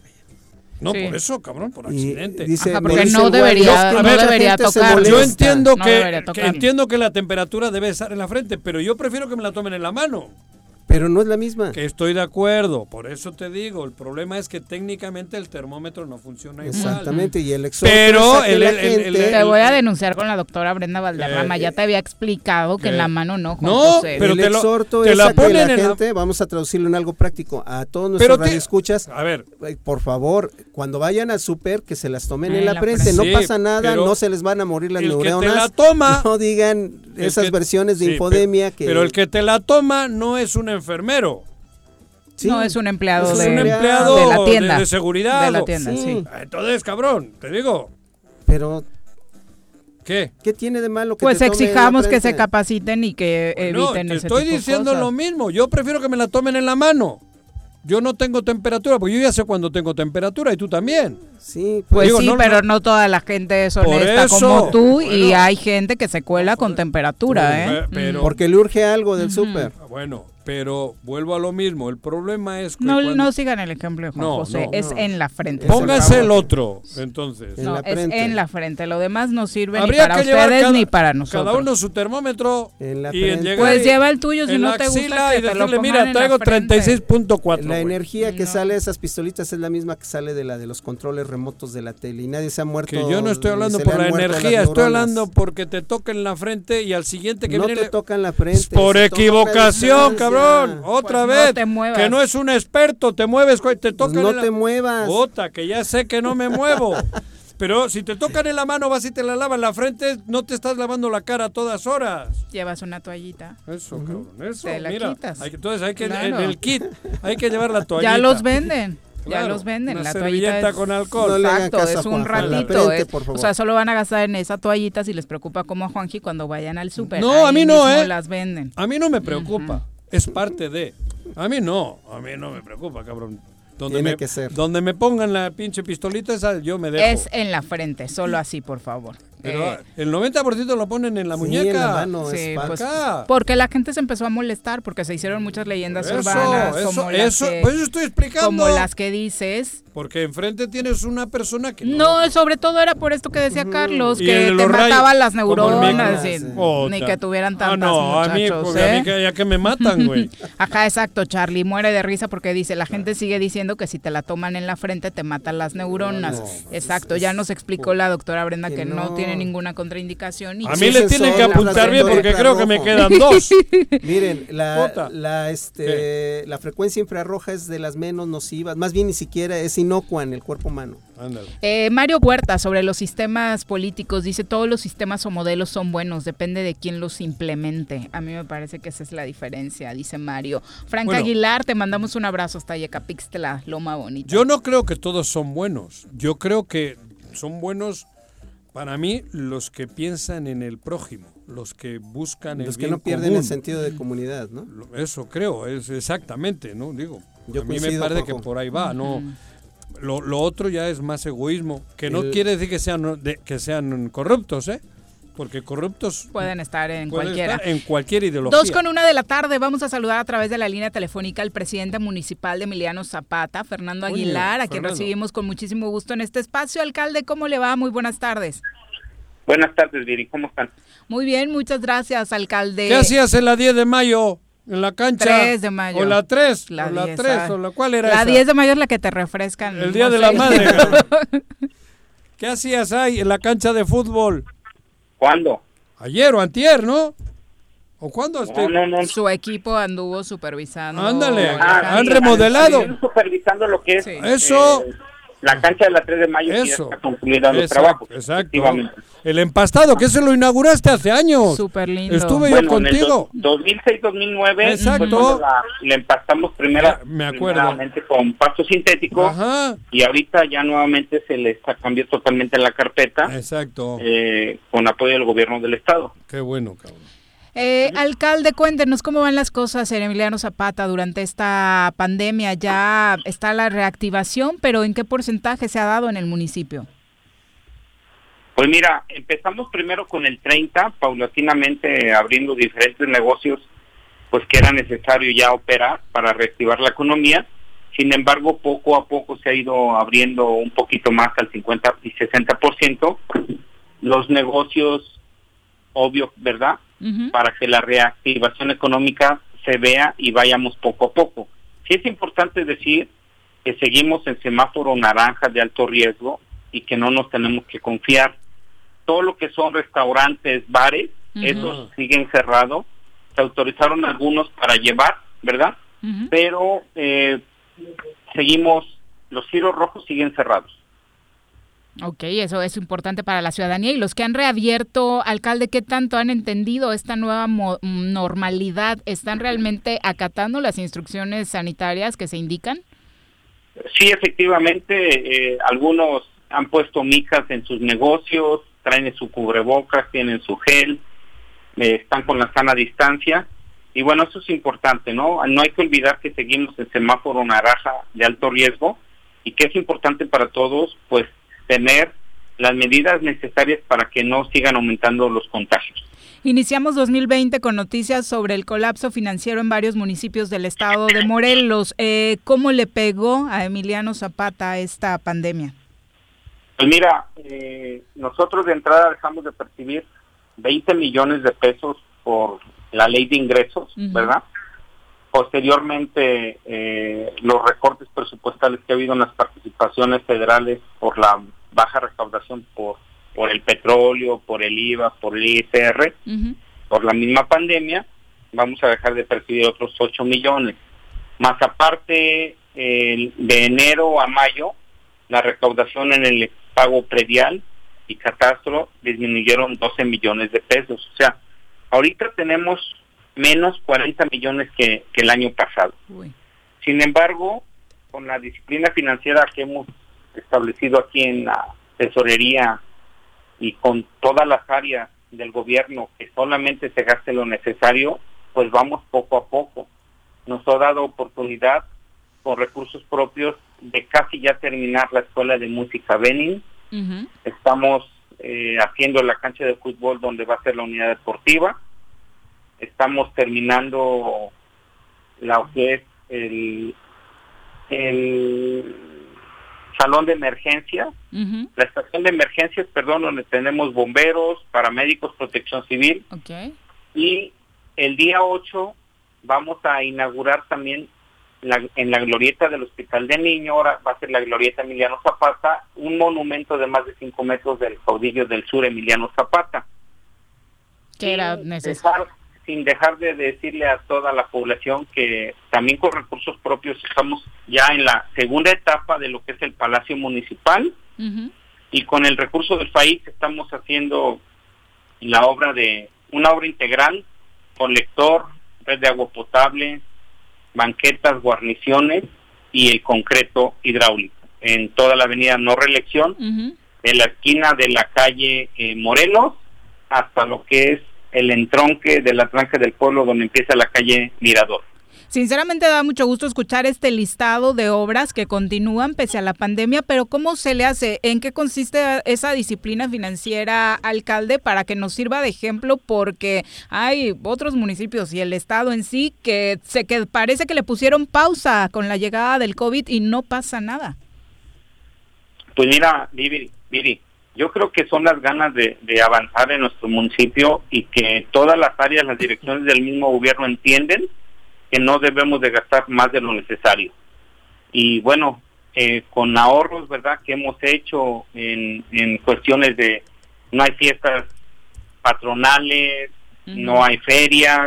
No,
Sí.
por eso, cabrón, por
Y
accidente.
dice,
Ajá,
me
porque
dice
no
el guardia,
debería,
"Es que
no
mucha
debería
gente se
tocar.
Yo
molesta".
entiendo
No
que,
debería
que
tocar.
entiendo que la temperatura debe estar en la frente, pero yo prefiero que me la tomen en la mano.
Pero no es la misma.
Que estoy de acuerdo, por eso te digo, el problema es que técnicamente el termómetro no funciona igual.
Exactamente, y el exhorto
Pero
es a que
el-
la
el- el-
gente-
el-
Te voy a denunciar con la doctora Brenda Valderrama.
Eh,
ya te había explicado que
¿qué?
en la mano no, Juan
No,
José.
pero
el
te lo-
exhorto
te
es
la
a que
ponen
la
en la-
gente, vamos a traducirlo en algo práctico, a todos nuestros
Pero te-
radioescuchas,
A ver,
eh, por favor, cuando vayan al súper, que se las tomen
Ah,
en
en
la
la
frente,
frente.
no
Sí,
pasa nada,
pero
no se les van a morir las
el que te
neuronas,
la toma-
no digan
el
esas
que-
versiones de
sí,
infodemia
pero,
que...
pero el que te la toma no es un enfermero.
Sí,
no, es un empleado,
es
de,
un empleado
de la tienda.
de, de seguridad.
De la
o-
tienda,
Sí.
sí.
Entonces, cabrón, te digo,
Pero,
¿qué?
¿qué tiene de malo que
Pues
te tomen en la
exijamos que se
frente?
capaciten y que
No,
eviten
te
ese
estoy
tipo de
diciendo
cosas.
lo mismo. Yo prefiero que me la tomen en la mano. Yo no tengo temperatura, porque yo ya sé cuando tengo temperatura y tú también.
Sí,
Pues
Digo,
sí,
no,
pero
no.
no toda la gente es
Por
honesta
eso,
como tú y
bueno.
hay gente que se cuela con temperatura, ¿eh?
Eh, pero-
porque le urge algo del
Ujú.
súper.
Bueno, pero vuelvo a lo mismo. El problema es que
No,
cuando-
no sigan el ejemplo de Juan
No,
José,
no,
es
no.
en la frente.
Póngase el
por favor.
otro, entonces.
En
No,
la
es
frente.
en la frente. Lo demás no sirve ni
Habría
para
que llevar
ustedes
cada,
ni para nosotros.
cada uno su termómetro
En la
y en
frente.
llegar
Pues
y-
lleva el tuyo si
en
no
la
te gusta
axila
que
y
te lo
decirle,
pongan
mira,
en la
traigo
frente".
treinta y seis punto cuatro.
La
güey.
energía que
No.
sale de esas pistolitas es la misma que sale de la de los controles remotos de la tele y nadie se ha muerto.
Que yo no estoy
ni
hablando
se le
por
han
la
muerto las
energía, estoy
neuronas.
hablando porque te toquen la frente y al siguiente que
no
viene
te
le-
tocan la frente.
por
se toma una
equivocación,
distancia.
cabrón. Otra
Pues no
vez.
te muevas.
Que no es un experto, te mueves, güey, te
Pues
tocan
no
en la-
te muevas.
Puta, que ya sé que no me muevo. Pero si te tocan en la mano, vas y te la lavas la frente, no te estás lavando la cara a todas horas.
Llevas una toallita.
Eso, cabrón, eso.
Te la
Mira,
quitas.
hay que- entonces hay que,
Claro.
en el kit, hay que llevar la toallita.
Ya los venden. Ya
Claro,
los venden.
una
La toallita
servilleta
es...
con alcohol.
No le hagan
Exacto,
caso a
es un
Juanjo, en la
ratito.
frente,
es-
por favor.
o sea, solo van a gastar en esa toallita si les preocupa como a Juanji cuando vayan al súper.
No,
Ahí
a mí no,
mismo
¿eh?
las venden.
A mí no me preocupa, es parte de. A mí no, a mí no me preocupa, cabrón. Donde
Tiene
me,
que ser.
Donde me pongan la pinche pistolita, esa yo me dejo.
Es en la frente, solo así, por favor.
Pero
Eh,
el noventa por ciento lo ponen en la
Sí,
muñeca.
en la mano,
sí,
es
pues,
acá.
porque la gente se empezó a molestar porque se hicieron muchas leyendas
Eso,
urbanas
eso,
como las
eso,
que,
pues eso estoy explicando.
como las que dices.
Porque enfrente tienes una persona que
No, sobre todo era por esto que decía Carlos,
Y
que
el-
te
los
mataban
rayos,
las
como el
neuronas,
micro.
y-
Sí.
Puta.
ni que tuvieran
Ah,
tantas
no, a mí,
muchachos,
porque a
¿eh?
mí que, ya que me matan, güey.
Ajá, exacto, Charlie muere de risa porque dice, la gente sigue diciendo que si te la toman en la frente te matan las neuronas.
No,
exacto, ya nos explicó la doctora Brenda que,
que
no.
no.
tiene ninguna contraindicación. Y
A
Sí,
mí le
es el
tienen
sol,
que
la
apuntar bien porque
protector
creo que me
infrarrojo.
quedan dos.
Miren, la,
Puta.
la, este, la frecuencia infrarroja es de las menos nocivas, más bien ni siquiera es inocua en el cuerpo humano.
Ándale.
Eh, Mario Huerta, sobre los sistemas políticos, dice, todos los sistemas o modelos son buenos, depende de quién los implemente. A mí me parece que esa es la diferencia, dice Mario. Frank
Bueno.
Aguilar, te mandamos un abrazo hasta Yecapixtla, Loma Bonita.
Yo no creo que todos son buenos. Yo creo que son buenos para mí los que piensan en el prójimo, los que buscan el
Los que
bien
no pierden
común.
el sentido de comunidad, ¿no?
Lo- Eso creo, es exactamente, ¿no? Digo,
Yo
a mí me
coincido,
parece
Juanjo.
que por ahí va, ¿no? lo, lo otro ya es más egoísmo, que no
El-
quiere decir que sean de- que sean corruptos, ¿eh? Porque corruptos
Pueden estar en
pueden
cualquiera.
estar en cualquier ideología.
Dos con una de la tarde, vamos a saludar a través de la línea telefónica al presidente municipal de Emiliano Zapata, Fernando
Oye,
Aguilar, a quien
Fernando.
recibimos con muchísimo gusto en este espacio. Alcalde, ¿cómo le va? Muy buenas tardes.
Buenas tardes, Viri, ¿cómo están?
Muy bien, muchas gracias, alcalde.
¿Qué hacías en la diez de mayo? ¿En la cancha?
tres de mayo.
¿O la tres?
La
¿O la
diez,
tres?
ah.
¿O la cuál era
La
esa?
diez de mayo es la que te refrescan.
El Día
no
de
sé.
la Madre. cabrón. ¿Qué hacías ahí en la cancha de fútbol?
¿Cuándo?
Ayer o antier, ¿no? ¿O cuándo?
No, no, no.
Su equipo anduvo supervisando.
Ándale,
Ah,
han
sí,
remodelado.
Están supervisando lo que es
Eso.
eh, la cancha de la tres de mayo, que ya
Eso.
está concluida los
Exacto,
trabajos.
exacto.
Efectivamente.
El empastado, que se lo inauguraste hace años.
Súper lindo.
Estuve
Bueno,
yo
en el
contigo.
do- dos mil seis dos mil nueve
Exacto.
fue cuando la, la empastamos primera,
Me acuerdo.
primeramente con pasto sintético.
Ajá.
Y ahorita ya nuevamente se le está cambiando totalmente la carpeta.
Exacto.
eh, con apoyo del gobierno del estado.
Qué bueno, cabrón.
Eh, alcalde, cuéntenos cómo van las cosas en Emiliano Zapata durante esta pandemia. Ya está la reactivación, pero ¿en qué porcentaje se ha dado en el municipio?
Pues mira, empezamos primero con el treinta, paulatinamente abriendo diferentes negocios, pues que era necesario ya operar para reactivar la economía. Sin embargo, poco a poco se ha ido abriendo un poquito más al cincuenta y sesenta por ciento. Los negocios, obvio, ¿verdad?
Uh-huh.
Para que la reactivación económica se vea y vayamos poco a poco. Sí es importante decir que seguimos en semáforo naranja de alto riesgo y que no nos tenemos que confiar. Todo lo que son restaurantes, bares,
Uh-huh.
esos siguen cerrados. Se autorizaron algunos para llevar, ¿verdad?
Uh-huh.
Pero eh, seguimos, los giros rojos siguen cerrados.
Ok, eso es importante para la ciudadanía. Y los que han reabierto, alcalde, ¿qué tanto han entendido esta nueva mo- normalidad? ¿Están realmente acatando las instrucciones sanitarias que se indican?
Sí, efectivamente, eh, algunos han puesto micas en sus negocios, traen su cubrebocas, tienen su gel, eh, están con la sana distancia. Y bueno, eso es importante, ¿no? No hay que olvidar que seguimos en semáforo naranja de alto riesgo y que es importante para todos, pues, tener las medidas necesarias para que no sigan aumentando los contagios.
Iniciamos dos mil veinte con noticias sobre el colapso financiero en varios municipios del estado de Morelos. Eh, ¿Cómo le pegó a Emiliano Zapata esta pandemia?
Pues mira, eh, nosotros de entrada dejamos de percibir veinte millones de pesos por la ley de ingresos,
Ujú.
¿verdad? Posteriormente, eh, los recortes presupuestales que ha habido en las participaciones federales por la baja recaudación por, por el petróleo, por el I V A, por el I S R,
Uh-huh.
por la misma pandemia, vamos a dejar de percibir otros ocho millones. Más aparte, eh, de enero a mayo, la recaudación en el pago predial y catastro disminuyeron doce millones de pesos. O sea, ahorita tenemos menos cuarenta millones que, que el año pasado.
Uy.
Sin embargo, con la disciplina financiera que hemos establecido aquí en la tesorería y con todas las áreas del gobierno que solamente se gaste lo necesario, pues vamos poco a poco. Nos ha dado oportunidad con recursos propios de casi ya terminar la escuela de música Benin.
Uh-huh.
Estamos eh, haciendo la cancha de fútbol donde va a ser la unidad deportiva. Estamos terminando lo que es el, el salón de emergencia,
Uh-huh.
la estación de emergencias, perdón, donde tenemos bomberos, paramédicos, protección civil.
Okay.
Y el día ocho vamos a inaugurar también la, en la glorieta del Hospital de Niño, ahora va a ser la glorieta Emiliano Zapata, un monumento de más de cinco metros del caudillo del sur Emiliano Zapata.
Que era
Sin
necesario.
dejar- sin dejar de decirle a toda la población que también con recursos propios estamos ya en la segunda etapa de lo que es el Palacio Municipal,
Uh-huh.
y con el recurso del país estamos haciendo la obra de una obra integral, colector, red de agua potable, banquetas, guarniciones y el concreto hidráulico en toda la avenida No Reelección,
Uh-huh.
de la esquina de la calle eh, Morelos hasta lo que es el entronque de la Tranca del Pueblo donde empieza la calle Mirador.
Sinceramente da mucho gusto escuchar este listado de obras que continúan pese a la pandemia, pero ¿cómo se le hace? ¿En qué consiste esa disciplina financiera, alcalde, para que nos sirva de ejemplo? Porque hay otros municipios y el estado en sí que, se, que parece que le pusieron pausa con la llegada del COVID y no pasa nada.
Pues mira, Viri, Viri, yo creo que son las ganas de, de avanzar en nuestro municipio y que todas las áreas, las direcciones del mismo gobierno entienden que no debemos de gastar más de lo necesario. Y bueno, eh, con ahorros, ¿verdad?, que hemos hecho en, en cuestiones de no hay fiestas patronales, uh-huh. no hay ferias,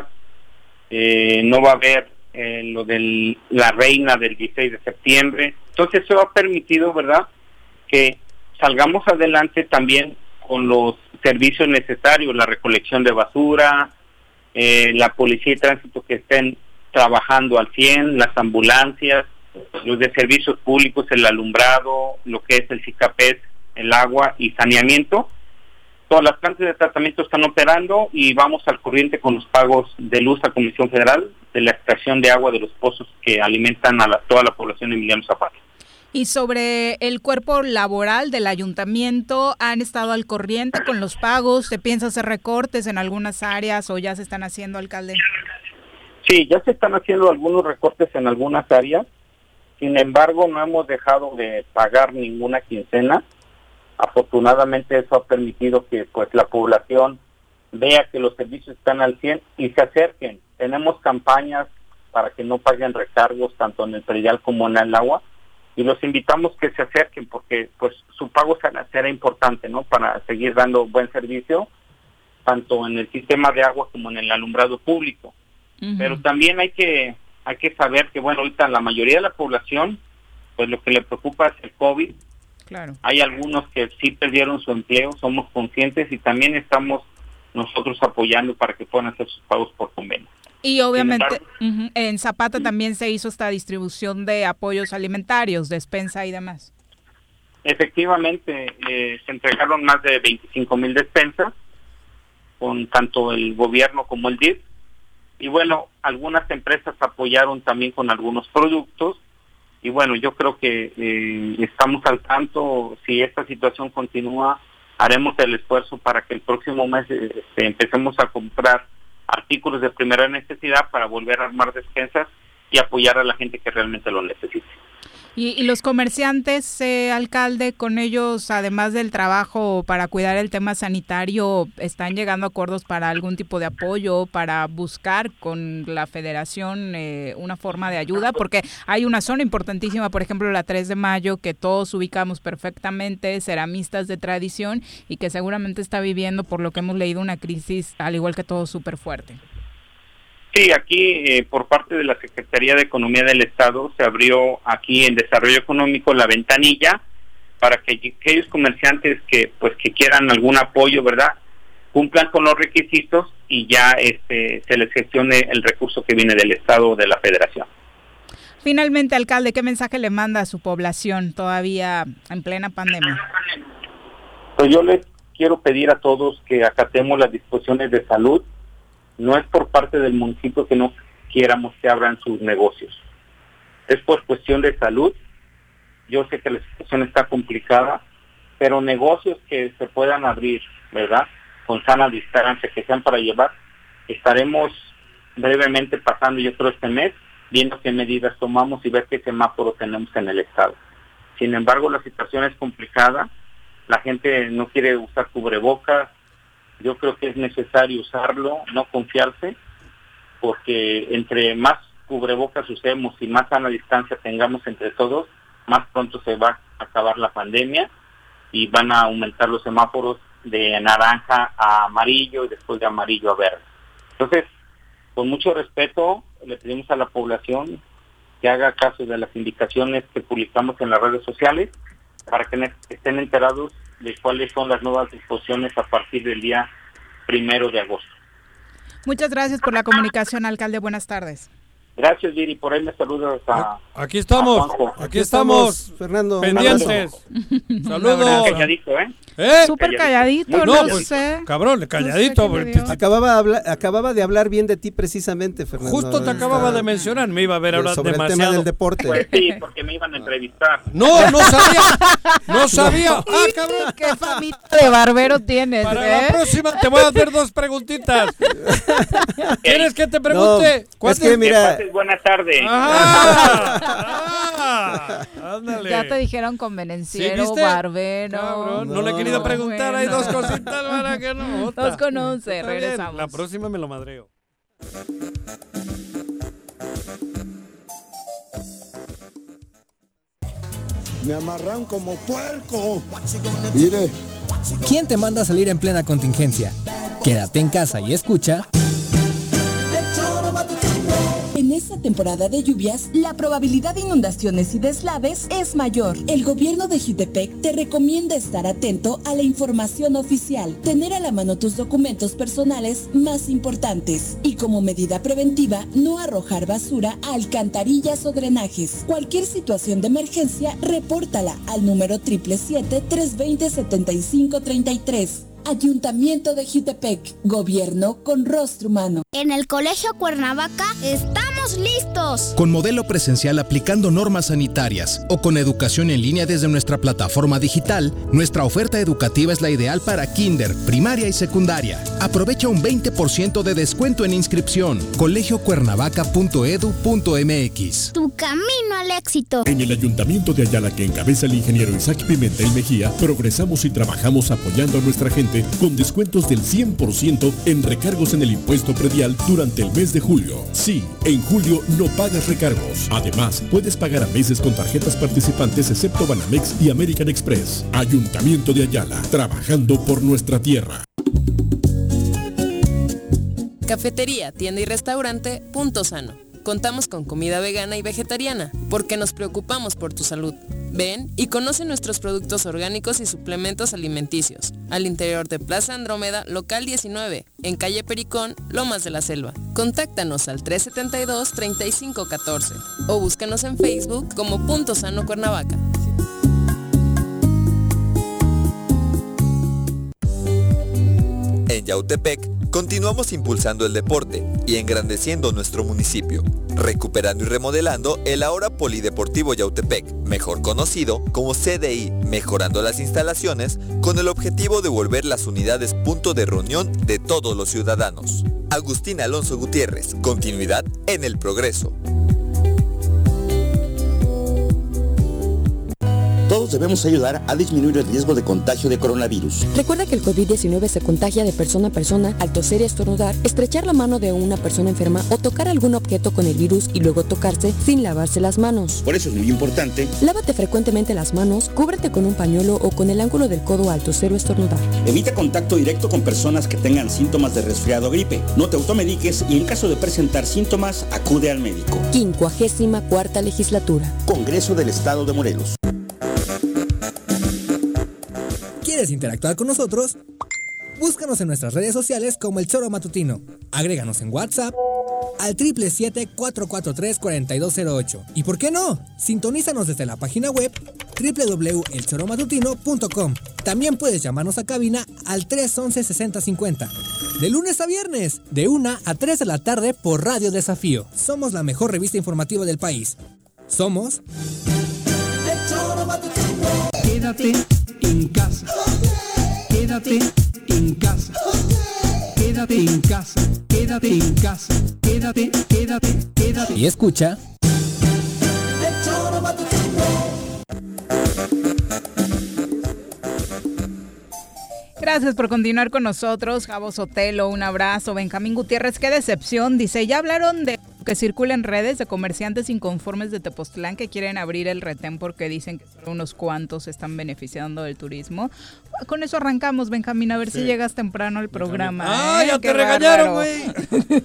eh, no va a haber eh, lo de la reina del dieciséis de septiembre. Entonces eso ha permitido, ¿verdad?, que salgamos adelante también con los servicios necesarios, la recolección de basura, eh, la policía de tránsito que estén trabajando al cien, las ambulancias, los de servicios públicos, el alumbrado, lo que es el CICAPES, el agua y saneamiento. Todas las plantas de tratamiento están operando y vamos al corriente con los pagos de luz a Comisión Federal de la extracción de agua de los pozos que alimentan a la, toda la población de Emiliano Zapata.
Y sobre el cuerpo laboral del ayuntamiento, ¿han estado al corriente con los pagos? ¿Se piensa hacer recortes en algunas áreas o ya se están haciendo, alcalde?
Sí, ya se están haciendo algunos recortes en algunas áreas. Sin embargo, no hemos dejado de pagar ninguna quincena. Afortunadamente eso ha permitido que pues la población vea que los servicios están al cien y se acerquen. Tenemos campañas para que no paguen recargos tanto en el predial como en el agua y los invitamos que se acerquen porque pues su pago será importante, ¿no?, para seguir dando buen servicio tanto en el sistema de agua como en el alumbrado público. Uh-huh. Pero también hay que hay que saber que bueno, ahorita la mayoría de la población pues lo que le preocupa es el COVID.
Claro.
Hay algunos que sí perdieron su empleo, somos conscientes y también estamos nosotros apoyando para que puedan hacer sus pagos por convenio.
Y obviamente uh-huh, en Zapata también se hizo esta distribución de apoyos alimentarios, despensa y demás.
Efectivamente, eh, se entregaron más de veinticinco mil despensas con tanto el gobierno como el D I F. Y bueno, algunas empresas apoyaron también con algunos productos. Y bueno, yo creo que eh, estamos al tanto. Si esta situación continúa, haremos el esfuerzo para que el próximo mes eh, empecemos a comprar artículos de primera necesidad para volver a armar despensas y apoyar a la gente que realmente lo necesite.
Y, y los comerciantes, eh, alcalde, con ellos, además del trabajo para cuidar el tema sanitario, ¿están llegando a acuerdos para algún tipo de apoyo, para buscar con la federación eh, una forma de ayuda? Porque hay una zona importantísima, por ejemplo, la tres de mayo, que todos ubicamos perfectamente, ceramistas de tradición, y que seguramente está viviendo, por lo que hemos leído, una crisis, al igual que todos, súper fuerte.
Sí, aquí eh, por parte de la Secretaría de Economía del Estado se abrió aquí en Desarrollo Económico la ventanilla para que aquellos comerciantes que pues que quieran algún apoyo, ¿verdad?, cumplan con los requisitos y ya este se les gestione el recurso que viene del Estado o de la Federación.
Finalmente, alcalde, ¿qué mensaje le manda a su población todavía en plena pandemia?
Pues yo les quiero pedir a todos que acatemos las disposiciones de salud. No es por parte del municipio que no quieramos que abran sus negocios. Es por cuestión de salud. Yo sé que la situación está complicada, pero negocios que se puedan abrir, ¿verdad?, con sana distancia, que sean para llevar, estaremos brevemente pasando, yo creo, este mes, viendo qué medidas tomamos y ver qué semáforo tenemos en el estado. Sin embargo, la situación es complicada. La gente no quiere usar cubrebocas. Yo creo que es necesario usarlo, no confiarse, porque entre más cubrebocas usemos y más sana distancia tengamos entre todos, más pronto se va a acabar la pandemia y van a aumentar los semáforos de naranja a amarillo y después de amarillo a verde. Entonces, con mucho respeto, le pedimos a la población que haga caso de las indicaciones que publicamos en las redes sociales para que estén enterados de cuáles son las nuevas disposiciones a partir del día primero de agosto.
Muchas gracias por la comunicación, alcalde. Buenas tardes.
Gracias, Viri, por ahí me saludas a...
Aquí estamos,
a Juanjo.
aquí estamos,
Fernando.
pendientes. Saludos.
Calladito, ¿eh?
¿Eh?
Súper calladito,
no,
no
pues,
sé.
cabrón, calladito.
No sé qué le dio.
Acababa, de hablar, acababa de hablar bien de ti precisamente, Fernando.
Justo te acababa de mencionar, me iba a ver ahora
sobre
demasiado.
el tema del deporte.
Pues sí, porque me iban a entrevistar.
No, no sabía, no sabía. Ah, cabrón.
¿Qué famita de barbero tienes,
Para
eh?
la próxima te voy a hacer dos preguntitas. ¿Quieres que te pregunte?
No, es que mira...
Buenas tardes.
Ah, ah, ándale.
Ya te dijeron convenenciero,
¿Sí, viste?
barbero.
Cabrón, no, no le he querido preguntar,
bueno.
hay dos cositas para que no. Otra.
Dos con once,
Está bien,
regresamos.
La próxima me lo madreo.
Me amarran como puerco. Mire.
¿Quién te manda a salir en plena contingencia? Quédate en casa y escucha.
En esta temporada de lluvias, la probabilidad de inundaciones y deslaves es mayor. El gobierno de Jutepec te recomienda estar atento a la información oficial, tener a la mano tus documentos personales más importantes y como medida preventiva, no arrojar basura a alcantarillas o drenajes. Cualquier situación de emergencia, repórtala al número siete siete siete, tres dos cero, siete cinco tres tres. Ayuntamiento de Jutepec, gobierno con rostro humano.
En el Colegio Cuernavaca estamos listos.
Con modelo presencial aplicando normas sanitarias o con educación en línea desde nuestra plataforma digital, nuestra oferta educativa es la ideal para kinder, primaria y secundaria. Aprovecha un veinte por ciento de descuento en inscripción. colegio cuernavaca punto edu punto m x.
Tu camino al éxito.
En el Ayuntamiento de Ayala, que encabeza el ingeniero Isaac Pimentel Mejía, progresamos y trabajamos apoyando a nuestra gente con descuentos del cien por ciento en recargos en el impuesto predial durante el mes de julio. Sí, en julio no pagas recargos. Además, puedes pagar a meses con tarjetas participantes excepto Banamex y American Express. Ayuntamiento de Ayala, trabajando por nuestra tierra.
Cafetería, tienda y restaurante Punto Sano. Contamos con comida vegana y vegetariana, porque nos preocupamos por tu salud. Ven y conoce nuestros productos orgánicos y suplementos alimenticios. Al interior de Plaza Andrómeda, local diecinueve, en calle Pericón, Lomas de la Selva. Contáctanos al tres siete dos, tres cinco uno cuatro o búscanos en Facebook como Punto Sano Cuernavaca.
En Yautepec, continuamos impulsando el deporte y engrandeciendo nuestro municipio, recuperando y remodelando el ahora Polideportivo Yautepec, mejor conocido como C D I, mejorando las instalaciones con el objetivo de volver las unidades punto de reunión de todos los ciudadanos. Agustín Alonso Gutiérrez, continuidad en el progreso.
Todos debemos ayudar a disminuir el riesgo de contagio de coronavirus.
Recuerda que el covid diecinueve se contagia de persona a persona al toser y estornudar, estrechar la mano de una persona enferma o tocar algún objeto con el virus y luego tocarse sin lavarse las manos.
Por eso es muy importante.
Lávate frecuentemente las manos, cúbrete con un pañuelo o con el ángulo del codo al toser o estornudar.
Evita contacto directo con personas que tengan síntomas de resfriado o gripe. No te automediques y en caso de presentar síntomas, acude al médico.
Quincuagésima cuarta legislatura.
Congreso del Estado de Morelos.
¿Quieres interactuar con nosotros? Búscanos en nuestras redes sociales como El Choro Matutino. Agréganos en WhatsApp al siete siete siete, cuatro cuatro tres, cuatro dos cero ocho. ¿Y por qué no? Sintonízanos desde la página web doble u doble u doble u punto el choro matutino punto com. También puedes llamarnos a cabina al tres once, sesenta cincuenta. De lunes a viernes, de una a tres de la tarde por Radio Desafío. Somos la mejor revista informativa del país. Somos...
El Choro Matutino. Quédate en casa. Quédate en casa. Quédate en casa. Quédate en casa. Quédate, quédate, quédate.
Y escucha.
El Choro Matutino.
Gracias por continuar con nosotros, Javo Sotelo, un abrazo. Benjamín Gutiérrez, qué decepción, dice, ya hablaron de que circula en redes de comerciantes inconformes de Tepoztlán que quieren abrir el retén porque dicen que solo unos cuantos están beneficiando del turismo. Con eso arrancamos, Benjamín, a ver sí. si llegas temprano al programa.
¡Ah,
¿eh?
ya
Qué
te regañaron,
bárbaro.
güey!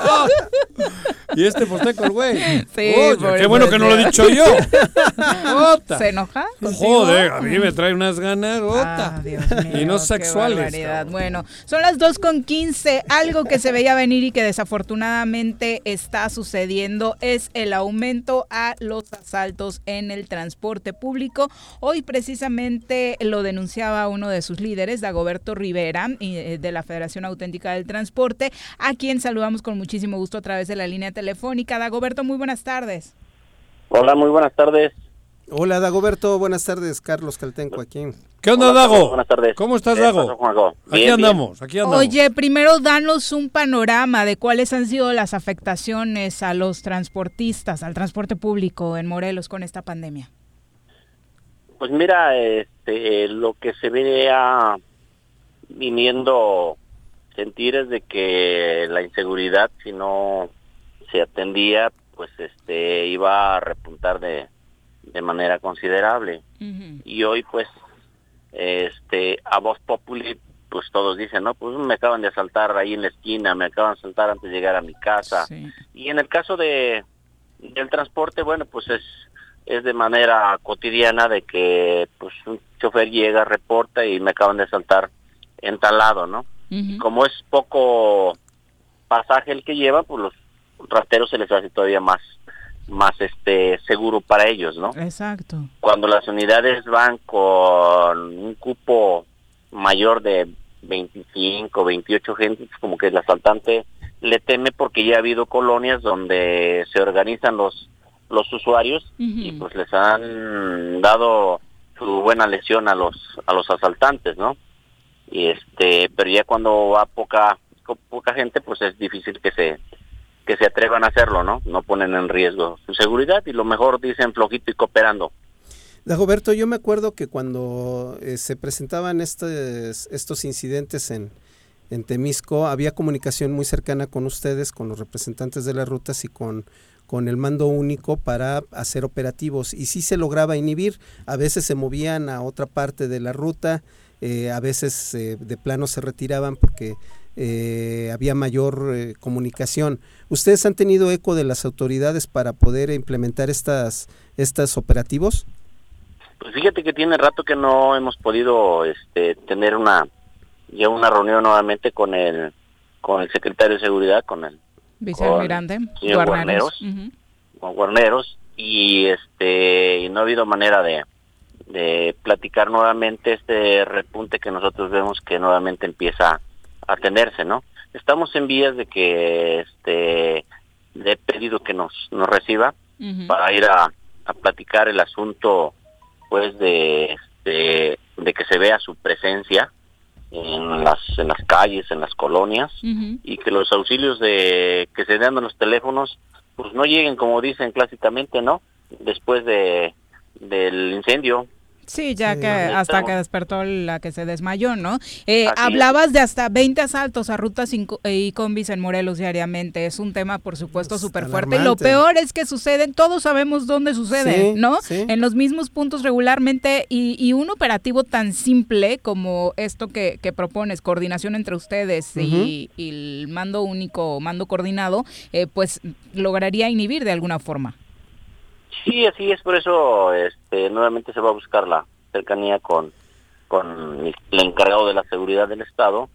Y este posteco, el güey.
Sí,
Oye, qué bueno que no lo he dicho yo. Ota.
¿Se enoja contigo?
Joder, a mí me trae unas ganas, ota.
Ah, Dios mío,
y no
qué
sexuales.
barbaridad. Bueno, son las dos con quince, algo que se veía venir y que desafortunadamente está está sucediendo es el aumento a los asaltos en el transporte público. Hoy precisamente lo denunciaba uno de sus líderes, Dagoberto Rivera, de la Federación Auténtica del Transporte, a quien saludamos con muchísimo gusto a través de la línea telefónica. Dagoberto, muy buenas tardes.
Hola, muy buenas tardes.
Hola, Dagoberto, buenas tardes. Carlos Caltenco aquí.
¿Qué onda,
Hola,
Dago?
Buenas tardes.
¿Cómo estás,
¿Qué
Dago?
pasó, Juanjo?
Aquí
Bien,
andamos, aquí andamos.
Oye, primero danos un panorama de cuáles han sido las afectaciones a los transportistas, al transporte público en Morelos con esta pandemia.
Pues mira, este, lo que se venía viniendo sentir es de que la inseguridad, si no se atendía, pues este iba a repuntar de, de manera considerable. Uh-huh. Y hoy pues este a voz populi pues todos dicen, no, pues me acaban de asaltar ahí en la esquina, me acaban de asaltar antes de llegar a mi casa. Sí. Y en el caso de del transporte, bueno, pues es es de manera cotidiana de que pues un chofer llega, reporta y me acaban de asaltar en tal lado, ¿no? Uh-huh. Como es poco pasaje el que lleva, pues los rateros se les hace todavía más más este seguro para ellos, ¿no?
Exacto.
Cuando las unidades van con un cupo mayor de veinticinco, veintiocho gentes, como que el asaltante le teme porque ya ha habido colonias donde se organizan los los usuarios uh-huh. y pues les han dado su buena lesión a los a los asaltantes, ¿no? Y este, pero ya cuando va poca poca gente, pues es difícil que se que se atrevan a hacerlo, ¿no? No ponen en riesgo su seguridad y lo mejor dicen flojito y cooperando.
Dagoberto, yo me acuerdo que cuando eh, se presentaban estos estos incidentes en en Temisco, había comunicación muy cercana con ustedes, con los representantes de las rutas y con con el mando único para hacer operativos, y sí se lograba inhibir. A veces se movían a otra parte de la ruta, eh, a veces eh, de plano se retiraban porque eh, había mayor eh, comunicación. ¿Ustedes han tenido eco de las autoridades para poder implementar estas estos operativos?
Pues fíjate que tiene rato que no hemos podido este, tener una ya una reunión nuevamente con el con el secretario de Seguridad, con el
vicealmirante
Guarneros, uh-huh. con Guarneros, y este y no ha habido manera de, de platicar nuevamente este repunte que nosotros vemos que nuevamente empieza a tenerse, ¿no? Estamos en vías de que este le he pedido que nos nos reciba uh-huh. para ir a, a platicar el asunto, pues de este de que se vea su presencia en las en las calles, en las colonias, uh-huh. y que los auxilios de que se dan en los teléfonos pues no lleguen, como dicen clásicamente, ¿no? Después de del incendio.
Sí, ya sí, que hasta que despertó la que se desmayó, ¿no? Eh, hablabas es. de hasta veinte asaltos a rutas y combis en Morelos diariamente. Es un tema, por supuesto, súper fuerte. Y lo peor es que suceden, todos sabemos dónde suceden, sí, ¿no? Sí. En los mismos puntos regularmente. Y, y un operativo tan simple como esto que, que propones, coordinación entre ustedes uh-huh. y, y el mando único, mando coordinado, eh, pues lograría inhibir de alguna forma.
Sí, así es, por eso este, nuevamente se va a buscar la cercanía con, con el encargado de la seguridad del Estado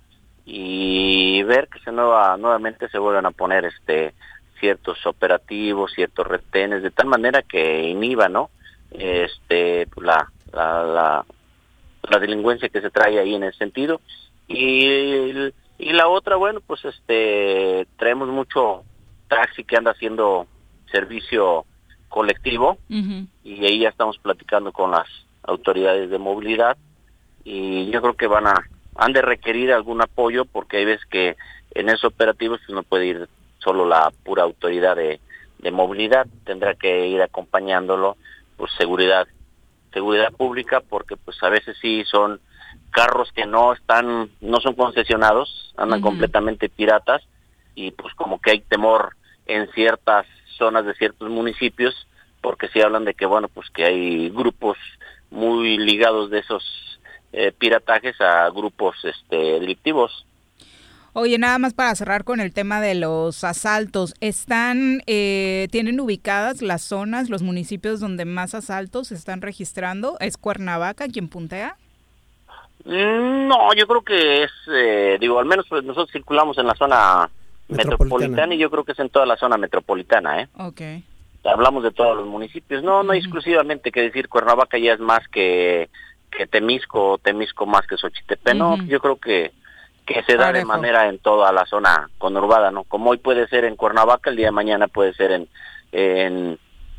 y ver que se nueva, nuevamente se vuelvan a poner este ciertos operativos, ciertos retenes, de tal manera que inhiba, ¿no? Este, la, la, la, la delincuencia que se trae ahí en ese sentido. Y, y la otra, bueno, pues este traemos mucho taxi que anda haciendo servicio colectivo uh-huh. y ahí ya estamos platicando con las autoridades de movilidad y yo creo que van a han de requerir algún apoyo porque hay veces que en esos operativos pues, no puede ir solo la pura autoridad de, de movilidad, tendrá que ir acompañándolo pues seguridad seguridad pública porque pues a veces sí son carros que no están no son concesionados, andan uh-huh. completamente piratas y pues como que hay temor en ciertas zonas de ciertos municipios, porque sí hablan de que, bueno, pues que hay grupos muy ligados de esos eh, piratajes a grupos este delictivos.
Oye, nada más para cerrar con el tema de los asaltos, ¿están, eh, tienen ubicadas las zonas, los municipios donde más asaltos se están registrando? ¿Es Cuernavaca quien puntea?
No, yo creo que es, eh, digo, al menos pues nosotros circulamos en la zona
Metropolitana.
metropolitana y yo creo que es en toda la zona metropolitana, ¿eh?
Okay.
Hablamos de todos los municipios. No, no hay exclusivamente que decir Cuernavaca ya es más que, que Temisco, Temisco más que Xochitepec. No,
Ujú.
yo creo que, que se da de
Parejo.
manera en toda la zona conurbada, ¿no? Como hoy puede ser en Cuernavaca, el día de mañana puede ser en en,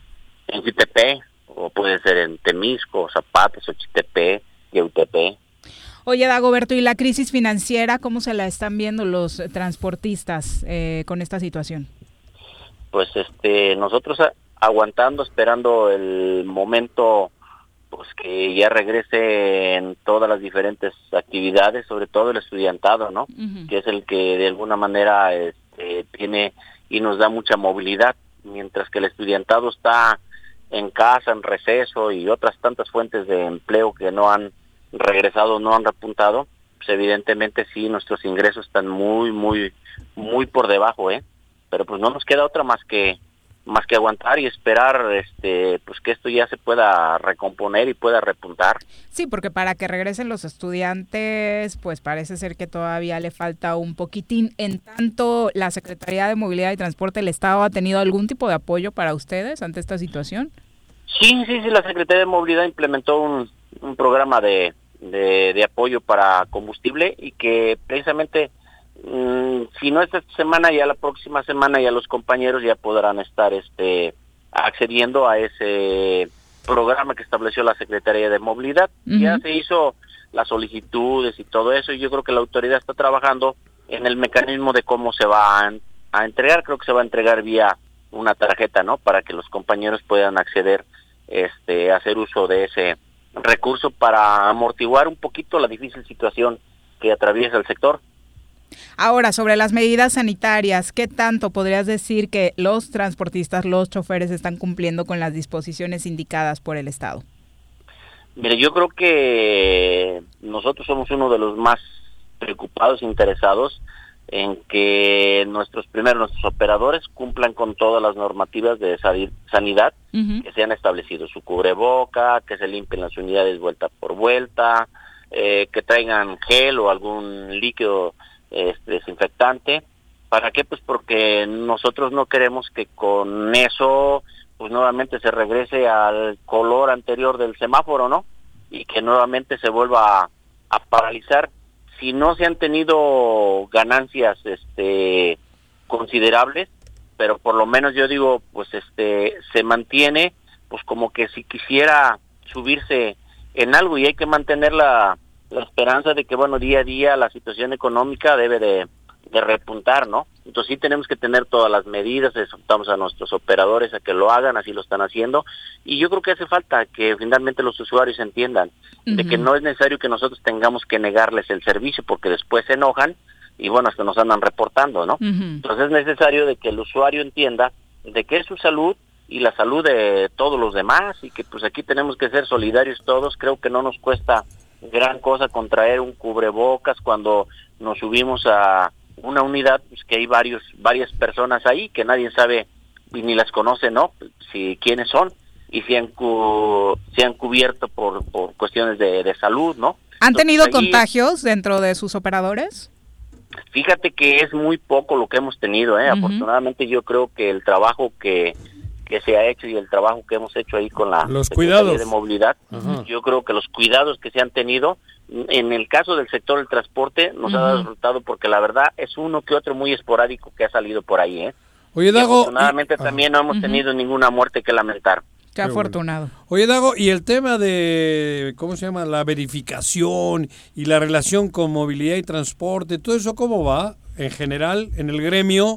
en Jutepec, o puede ser en Temisco, Zapata, Xochitepec, Yautepec.
Oye, Dagoberto, ¿y la crisis financiera cómo se la están viendo los transportistas eh, con esta situación?
Pues este nosotros a- aguantando, esperando el momento pues que ya regrese en todas las diferentes actividades, sobre todo el estudiantado, ¿no?
Ujú.
Que es el que de alguna manera este, tiene y nos da mucha movilidad, mientras que el estudiantado está en casa, en receso y otras tantas fuentes de empleo que no han regresado, no han repuntado, pues evidentemente sí, nuestros ingresos están muy, muy, muy por debajo, ¿eh? Pero pues no nos queda otra más que más que aguantar y esperar este pues que esto ya se pueda recomponer y pueda repuntar.
Sí, porque para que regresen los estudiantes, pues parece ser que todavía le falta un poquitín. En tanto, ¿la Secretaría de Movilidad y Transporte del Estado ha tenido algún tipo de apoyo para ustedes ante esta situación?
Sí, sí, sí, la Secretaría de Movilidad implementó un, un programa de, de, de apoyo para combustible y que precisamente, mmm, si no es esta semana, ya la próxima semana ya los compañeros ya podrán estar este accediendo a ese programa que estableció la Secretaría de Movilidad.
Ujú.
Ya se hizo las solicitudes y todo eso, y yo creo que la autoridad está trabajando en el mecanismo de cómo se va a, a entregar. Creo que se va a entregar vía una tarjeta, ¿no? Para que los compañeros puedan acceder, este, a hacer uso de ese recurso para amortiguar un poquito la difícil situación que atraviesa el sector.
Ahora, sobre las medidas sanitarias, ¿qué tanto podrías decir que los transportistas, los choferes están cumpliendo con las disposiciones indicadas por el Estado?
Mire, yo creo que nosotros somos uno de los más preocupados e interesados en que nuestros primeros, nuestros operadores cumplan con todas las normativas de sadi- sanidad
Uh-huh.
que se han establecido, su cubreboca, que se limpien las unidades vuelta por vuelta, eh, que traigan gel o algún líquido este, desinfectante. ¿Para qué? Pues porque nosotros no queremos que con eso pues nuevamente se regrese al color anterior del semáforo, ¿no? Y que nuevamente se vuelva a, a paralizar. Si no se han tenido ganancias este considerables, pero por lo menos yo digo, pues este se mantiene, pues como que si quisiera subirse en algo, y hay que mantener la, la esperanza de que, bueno, día a día la situación económica debe de, de repuntar, ¿no? Entonces sí tenemos que tener todas las medidas, exhortamos a nuestros operadores a que lo hagan, así lo están haciendo, y yo creo que hace falta que finalmente los usuarios entiendan de
Ujú.
que no es necesario que nosotros tengamos que negarles el servicio, porque después se enojan y bueno, hasta nos andan reportando, ¿no?
Ujú.
Entonces es necesario de que el usuario entienda de que es su salud y la salud de todos los demás, y que pues aquí tenemos que ser solidarios todos. Creo que no nos cuesta gran cosa contraer un cubrebocas cuando nos subimos a una unidad, pues que hay varios varias personas ahí que nadie sabe y ni las conoce, ¿no? Si quiénes son y si han cu- si han cubierto por por cuestiones de, de salud, ¿no?
¿Han
Entonces,
tenido
ahí-
contagios dentro de sus operadores?
Fíjate que es muy poco lo que hemos tenido, ¿eh?
Ujú.
Afortunadamente yo creo que el trabajo que, que se ha hecho y el trabajo que hemos hecho ahí con la
Los
Secretaría
cuidados.
de Movilidad,
Ajá.
yo creo que los cuidados que se han tenido, en el caso del sector del transporte, nos ha dado
Ujú.
resultado, porque la verdad es uno que otro muy esporádico que ha salido por ahí, ¿eh?
Oye,
Y
Dago,
afortunadamente
y- ah.
también no hemos
Ujú.
tenido ninguna muerte que lamentar.
Qué
Qué bueno.
afortunado.
Oye, Dago, y el tema de, ¿cómo se llama? La verificación y la relación con movilidad y transporte, ¿todo eso cómo va en general en el gremio?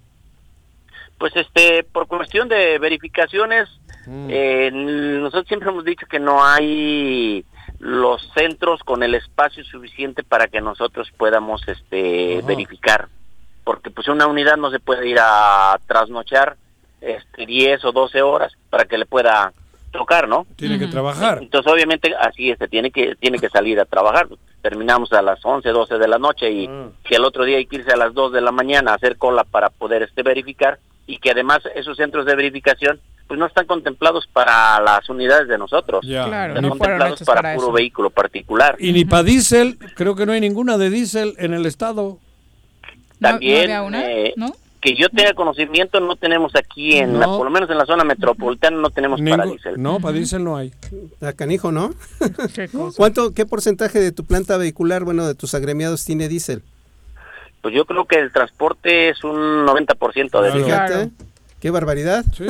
Pues este, por cuestión de verificaciones,
Mm.
eh, nosotros siempre hemos dicho que no hay los centros con el espacio suficiente para que nosotros podamos este
Ajá.
verificar, porque pues una unidad no se puede ir a trasnochar este diez o doce horas para que le pueda tocar, ¿no?
Tiene que
Ujú.
trabajar.
Entonces obviamente así es, se tiene que tiene que salir a trabajar. Terminamos a las once, doce de la noche, y
Ah.
si al otro día hay que irse a las dos de la mañana a hacer cola para poder este verificar, y que además esos centros de verificación pues no están contemplados para las unidades de nosotros.
Ya.
Claro,
Están
no fueron
contemplados
hechos
para,
para
puro
eso.
vehículo particular.
Y ni para diésel, creo que no hay ninguna de diésel en el estado.
también,
¿No había una?
eh,
¿No?
que yo tenga conocimiento, no tenemos aquí, en
No.
la, por lo menos en la zona metropolitana, no tenemos
Ningún-
para diésel.
No, para diésel no hay.
A canijo, ¿no?
¿Qué cosa?
¿Cuánto, qué porcentaje de tu planta vehicular, bueno, de tus agremiados tiene diésel?
Pues yo creo que el transporte es un noventa por ciento de
Fíjate,
Claro.
qué barbaridad.
Sí.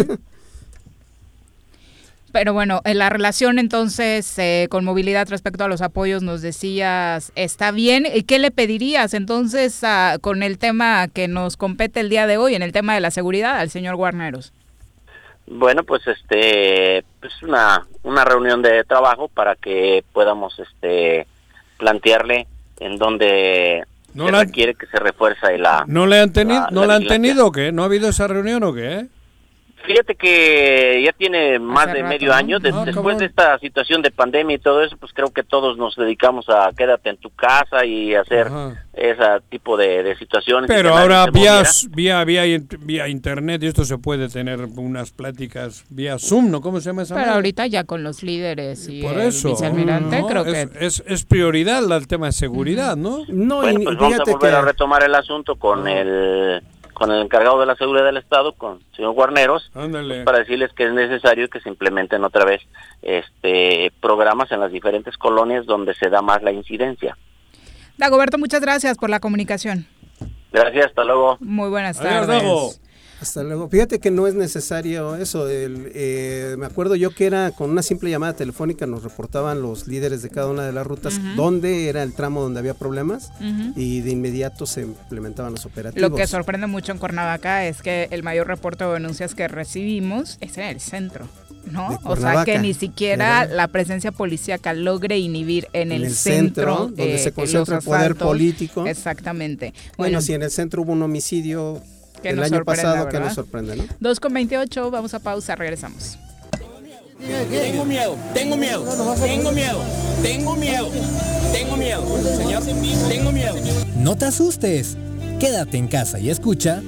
Pero bueno, en la relación entonces eh, con movilidad respecto a los apoyos nos decías, está bien. ¿Y qué le pedirías entonces a, con el tema que nos compete el día de hoy, en el tema de la seguridad, al señor Guarneros?
Bueno, pues este, pues una una reunión de trabajo para que podamos este plantearle en donde
No
se
la-
requiere que se refuerce la.
¿No le han tenido,
la-
no
la
la han
vigilancia.
tenido o qué? ¿No ha habido esa reunión o qué?
Fíjate que ya tiene más
Hace
de
rato,
medio
¿no?
año, de-
Ah,
después
cabrón.
de esta situación de pandemia y todo eso, pues creo que todos nos dedicamos a quédate en tu casa y hacer
Ajá.
ese tipo de, de situaciones. y
Pero
que nadie
ahora
se
vía,
moviera.
vía, vía, in- vía internet y esto se puede tener unas pláticas vía Zoom, ¿no? ¿Cómo se llama esa
Pero
madre?
ahorita ya con los líderes y
Por
el
eso.
vicealmirante,
¿no?
creo
es,
que...
es, es prioridad la- el tema de seguridad, ¿no?
No,
Bueno,
y
pues vamos a
fíjate
volver
que
a retomar el asunto con el con el encargado de la seguridad del Estado, con el señor Guarneros,
Ándale.
para decirles que es necesario que se implementen otra vez este programas en las diferentes colonias donde se da más la incidencia.
Dagoberto, muchas gracias por la comunicación.
Gracias, hasta luego.
Muy buenas
Adiós,
tardes.
Dago.
hasta luego. Fíjate que no es necesario eso. El, eh, me acuerdo yo que era con una simple llamada telefónica nos reportaban los líderes de cada una de las rutas
Ujú.
dónde era el tramo donde había problemas
Ujú.
y de inmediato se implementaban los operativos.
Lo que sorprende mucho en Cuernavaca es que el mayor reporte de denuncias que recibimos es en el centro, ¿no?
De
O sea,
Cuernavaca.
que ni siquiera
Era-
la presencia policíaca logre inhibir en,
En
el,
el
centro,
centro, donde
eh,
se concentra
los
el poder
asaltos.
político.
Exactamente.
Bueno,
Bueno,
si en el centro hubo un homicidio
que
el
nos
año
sorprenda,
pasado, que
¿verdad?
nos sorprende, ¿no?
dos con veintiocho, vamos a pausa, regresamos.
Tengo miedo, tengo miedo, tengo miedo, tengo miedo, tengo miedo, señor, tengo miedo.
No te asustes. Quédate en casa y escucha.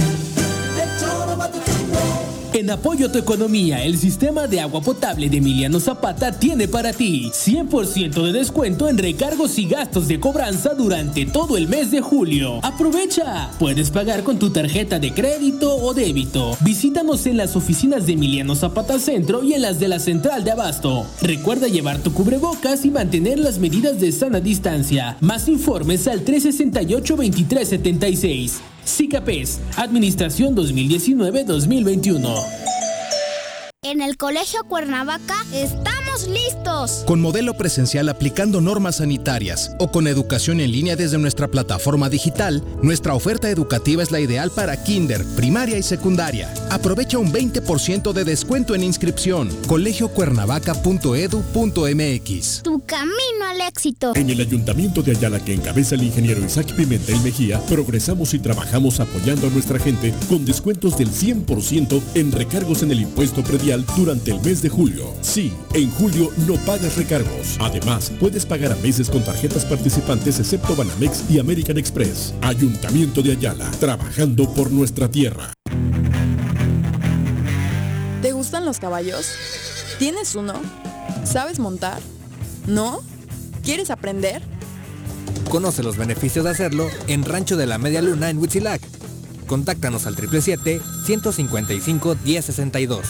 En apoyo a tu economía, el sistema de agua potable de Emiliano Zapata tiene para ti cien por ciento de descuento en recargos y gastos de cobranza durante todo el mes de julio. ¡Aprovecha! Puedes pagar con tu tarjeta de crédito o débito. Visítanos en las oficinas de Emiliano Zapata Centro y en las de la Central de Abasto. Recuerda llevar tu cubrebocas y mantener las medidas de sana distancia. Más informes al tres sesenta y ocho, veintitrés setenta y seis. SICAPES, Administración dos mil diecinueve dos mil veintiuno.
En el Colegio Cuernavaca estamos listos.
Con modelo presencial aplicando normas sanitarias o con educación en línea desde nuestra plataforma digital, nuestra oferta educativa es la ideal para kinder, primaria y secundaria. Aprovecha un veinte por ciento de descuento en inscripción. colegio cuernavaca punto edu punto mx.
Tu camino al éxito.
En el Ayuntamiento de Ayala, que encabeza el ingeniero Isaac Pimentel Mejía, progresamos y trabajamos apoyando a nuestra gente con descuentos del cien por ciento en recargos en el impuesto predial durante el mes de julio. Sí, en julio no pagas recargos. Además, puedes pagar a meses con tarjetas participantes excepto Banamex y American Express. Ayuntamiento de Ayala, trabajando por nuestra tierra.
¿Te gustan los caballos? ¿Tienes uno? ¿Sabes montar? ¿No? ¿Quieres aprender?
Conoce los beneficios de hacerlo en Rancho de la Media Luna en Huitzilac. Contáctanos al siete siete siete, ciento cincuenta y cinco, diez sesenta y dos.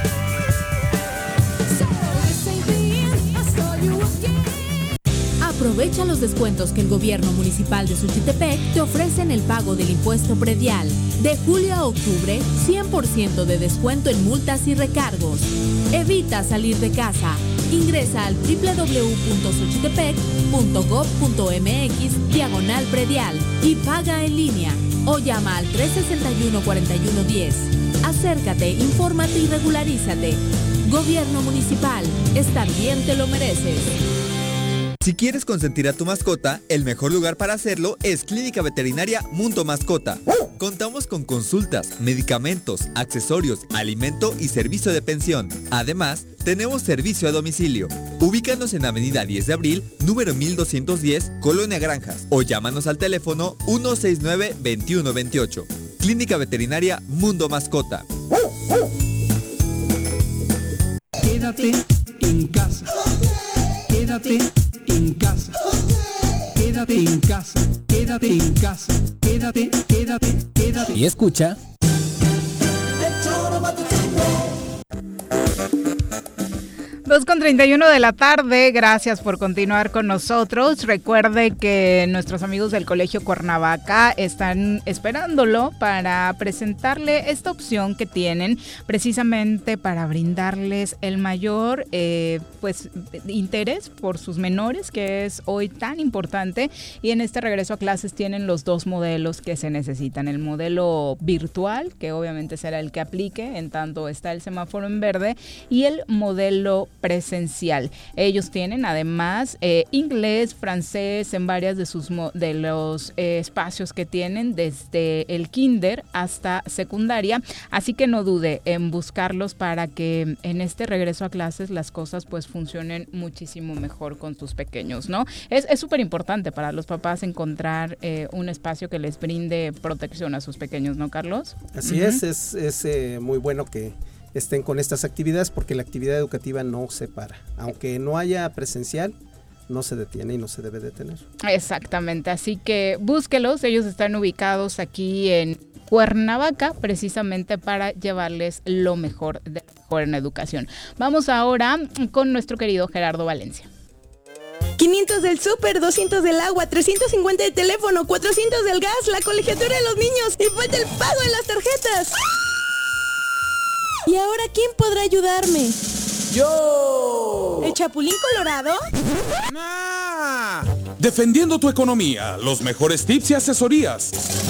Aprovecha los descuentos que el gobierno municipal de Xochitepec te ofrece en el pago del impuesto predial. De julio a octubre, cien por ciento de descuento en multas y recargos. Evita salir de casa. Ingresa al doble u doble u doble u punto xochitepec punto gob punto mx diagonal predial y paga en línea o llama al tres sesenta y uno, cuarenta y uno diez. Acércate, infórmate y regularízate. Gobierno municipal, estar bien te lo mereces.
Si quieres consentir a tu mascota, el mejor lugar para hacerlo es Clínica Veterinaria Mundo Mascota. Contamos con consultas, medicamentos, accesorios, alimento y servicio de pensión. Además, tenemos servicio a domicilio. Ubícanos en Avenida diez de abril, número mil doscientos diez, Colonia Granjas, o llámanos al teléfono uno seis nueve, veintiuno veintiocho. Clínica Veterinaria Mundo Mascota.
Quédate en casa. Quédate en casa. Quédate en casa. Quédate en casa. quédate, quédate, quédate.
Y escucha.
dos con treinta y uno de la tarde, gracias por continuar con nosotros. Recuerde que nuestros amigos del Colegio Cuernavaca están esperándolo para presentarle esta opción que tienen precisamente para brindarles el mayor eh, pues interés por sus menores, que es hoy tan importante. Y en este regreso a clases tienen los dos modelos que se necesitan. El modelo virtual, que obviamente será el que aplique en tanto está el semáforo en verde, y el modelo presencial. Ellos tienen además eh, inglés, francés en varias de sus de los eh, espacios que tienen desde el kinder hasta secundaria, así que no dude en buscarlos para que en este regreso a clases las cosas pues funcionen muchísimo mejor con sus pequeños, ¿no? Es es súper importante para los papás encontrar eh, un espacio que les brinde protección a sus pequeños, ¿no, Carlos?
Así uh-huh. es, es, es eh, muy bueno que estén con estas actividades porque la actividad educativa no se para. Aunque no haya presencial, no se detiene y no se debe detener.
Exactamente, así que búsquelos, ellos están ubicados aquí en Cuernavaca precisamente para llevarles lo mejor de mejor en educación. Vamos ahora con nuestro querido Gerardo Valencia.
quinientos del súper, doscientos del agua, trescientos cincuenta del teléfono, cuatrocientos del gas, la colegiatura de los niños y falta el pago de las tarjetas. ¿Y ahora quién podrá ayudarme?
¡Yo!
¿El Chapulín Colorado?
¡Ah! Defendiendo tu economía, los mejores tips y asesorías.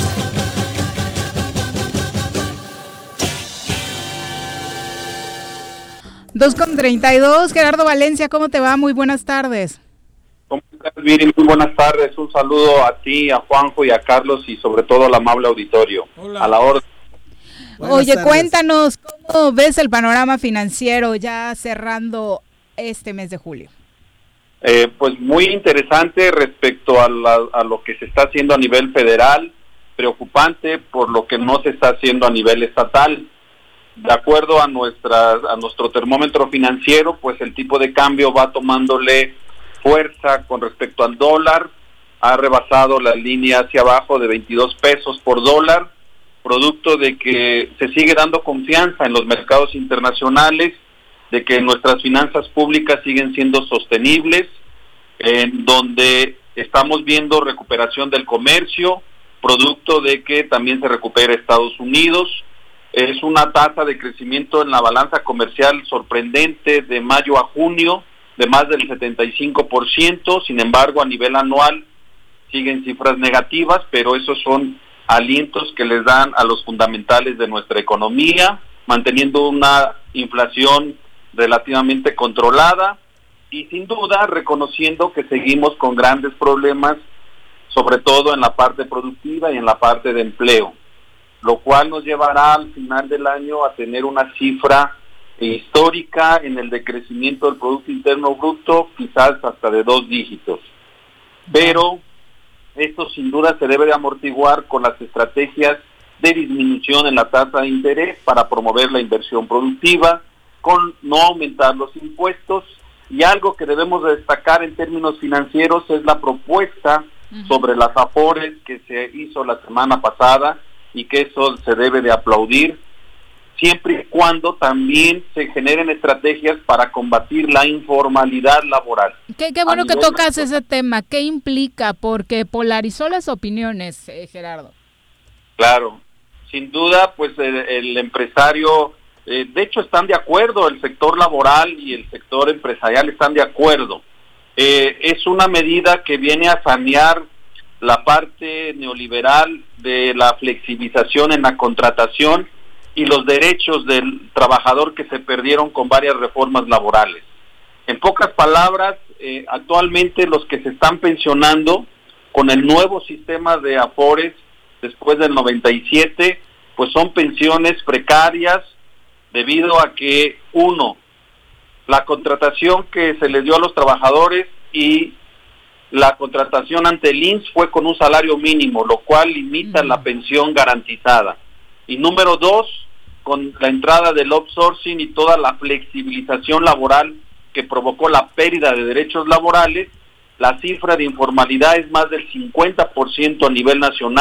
dos con treinta y dos, Gerardo Valencia, ¿cómo te va? Muy buenas tardes.
¿Cómo estás, Viri? Muy buenas tardes. Un saludo a ti, a Juanjo y a Carlos y sobre todo al amable auditorio. Hola. A la orden.
Buenas Oye, tardes. Cuéntanos, ¿cómo ves el panorama financiero ya cerrando este mes de julio?
Eh, pues muy interesante respecto a, la, a lo que se está haciendo a nivel federal, preocupante por lo que no se está haciendo a nivel estatal. De acuerdo a nuestra a nuestro termómetro financiero, pues el tipo de cambio va tomándole fuerza con respecto al dólar, ha rebasado la línea hacia abajo de veintidós pesos por dólar, producto de que se sigue dando confianza en los mercados internacionales, de que nuestras finanzas públicas siguen siendo sostenibles, en donde estamos viendo recuperación del comercio, producto de que también se recupera Estados Unidos. Es una tasa de crecimiento en la balanza comercial sorprendente de mayo a junio, de más del setenta y cinco por ciento, sin embargo a nivel anual siguen cifras negativas, pero esos son alientos que les dan a los fundamentales de nuestra economía, manteniendo una inflación relativamente controlada y sin duda reconociendo que seguimos con grandes problemas, sobre todo en la parte productiva y en la parte de empleo, lo cual nos llevará al final del año a tener una cifra histórica en el decrecimiento del Producto Interno Bruto, quizás hasta de dos dígitos. Pero esto sin duda se debe de amortiguar con las estrategias de disminución en la tasa de interés para promover la inversión productiva, con no aumentar los impuestos, y algo que debemos de destacar en términos financieros es la propuesta uh-huh. sobre las afores que se hizo la semana pasada, y que eso se debe de aplaudir, siempre y cuando también se generen estrategias para combatir la informalidad laboral.
Qué, qué bueno que tocas ese tema. ¿Qué implica? Porque polarizó las opiniones, eh, Gerardo.
Claro, sin duda, pues el, el empresario, eh, de hecho están de acuerdo, el sector laboral y el sector empresarial están de acuerdo. Eh, es una medida que viene a sanear la parte neoliberal de la flexibilización en la contratación y los derechos del trabajador que se perdieron con varias reformas laborales. En pocas palabras, eh, actualmente los que se están pensionando con el nuevo sistema de afores después del noventa y siete, pues son pensiones precarias debido a que, uno, la contratación que se le dio a los trabajadores y la contratación ante el I M S S fue con un salario mínimo, lo cual limita mm. la pensión garantizada. Y número dos, con la entrada del outsourcing y toda la flexibilización laboral que provocó la pérdida de derechos laborales, la cifra de informalidad es más del cincuenta por ciento a nivel nacional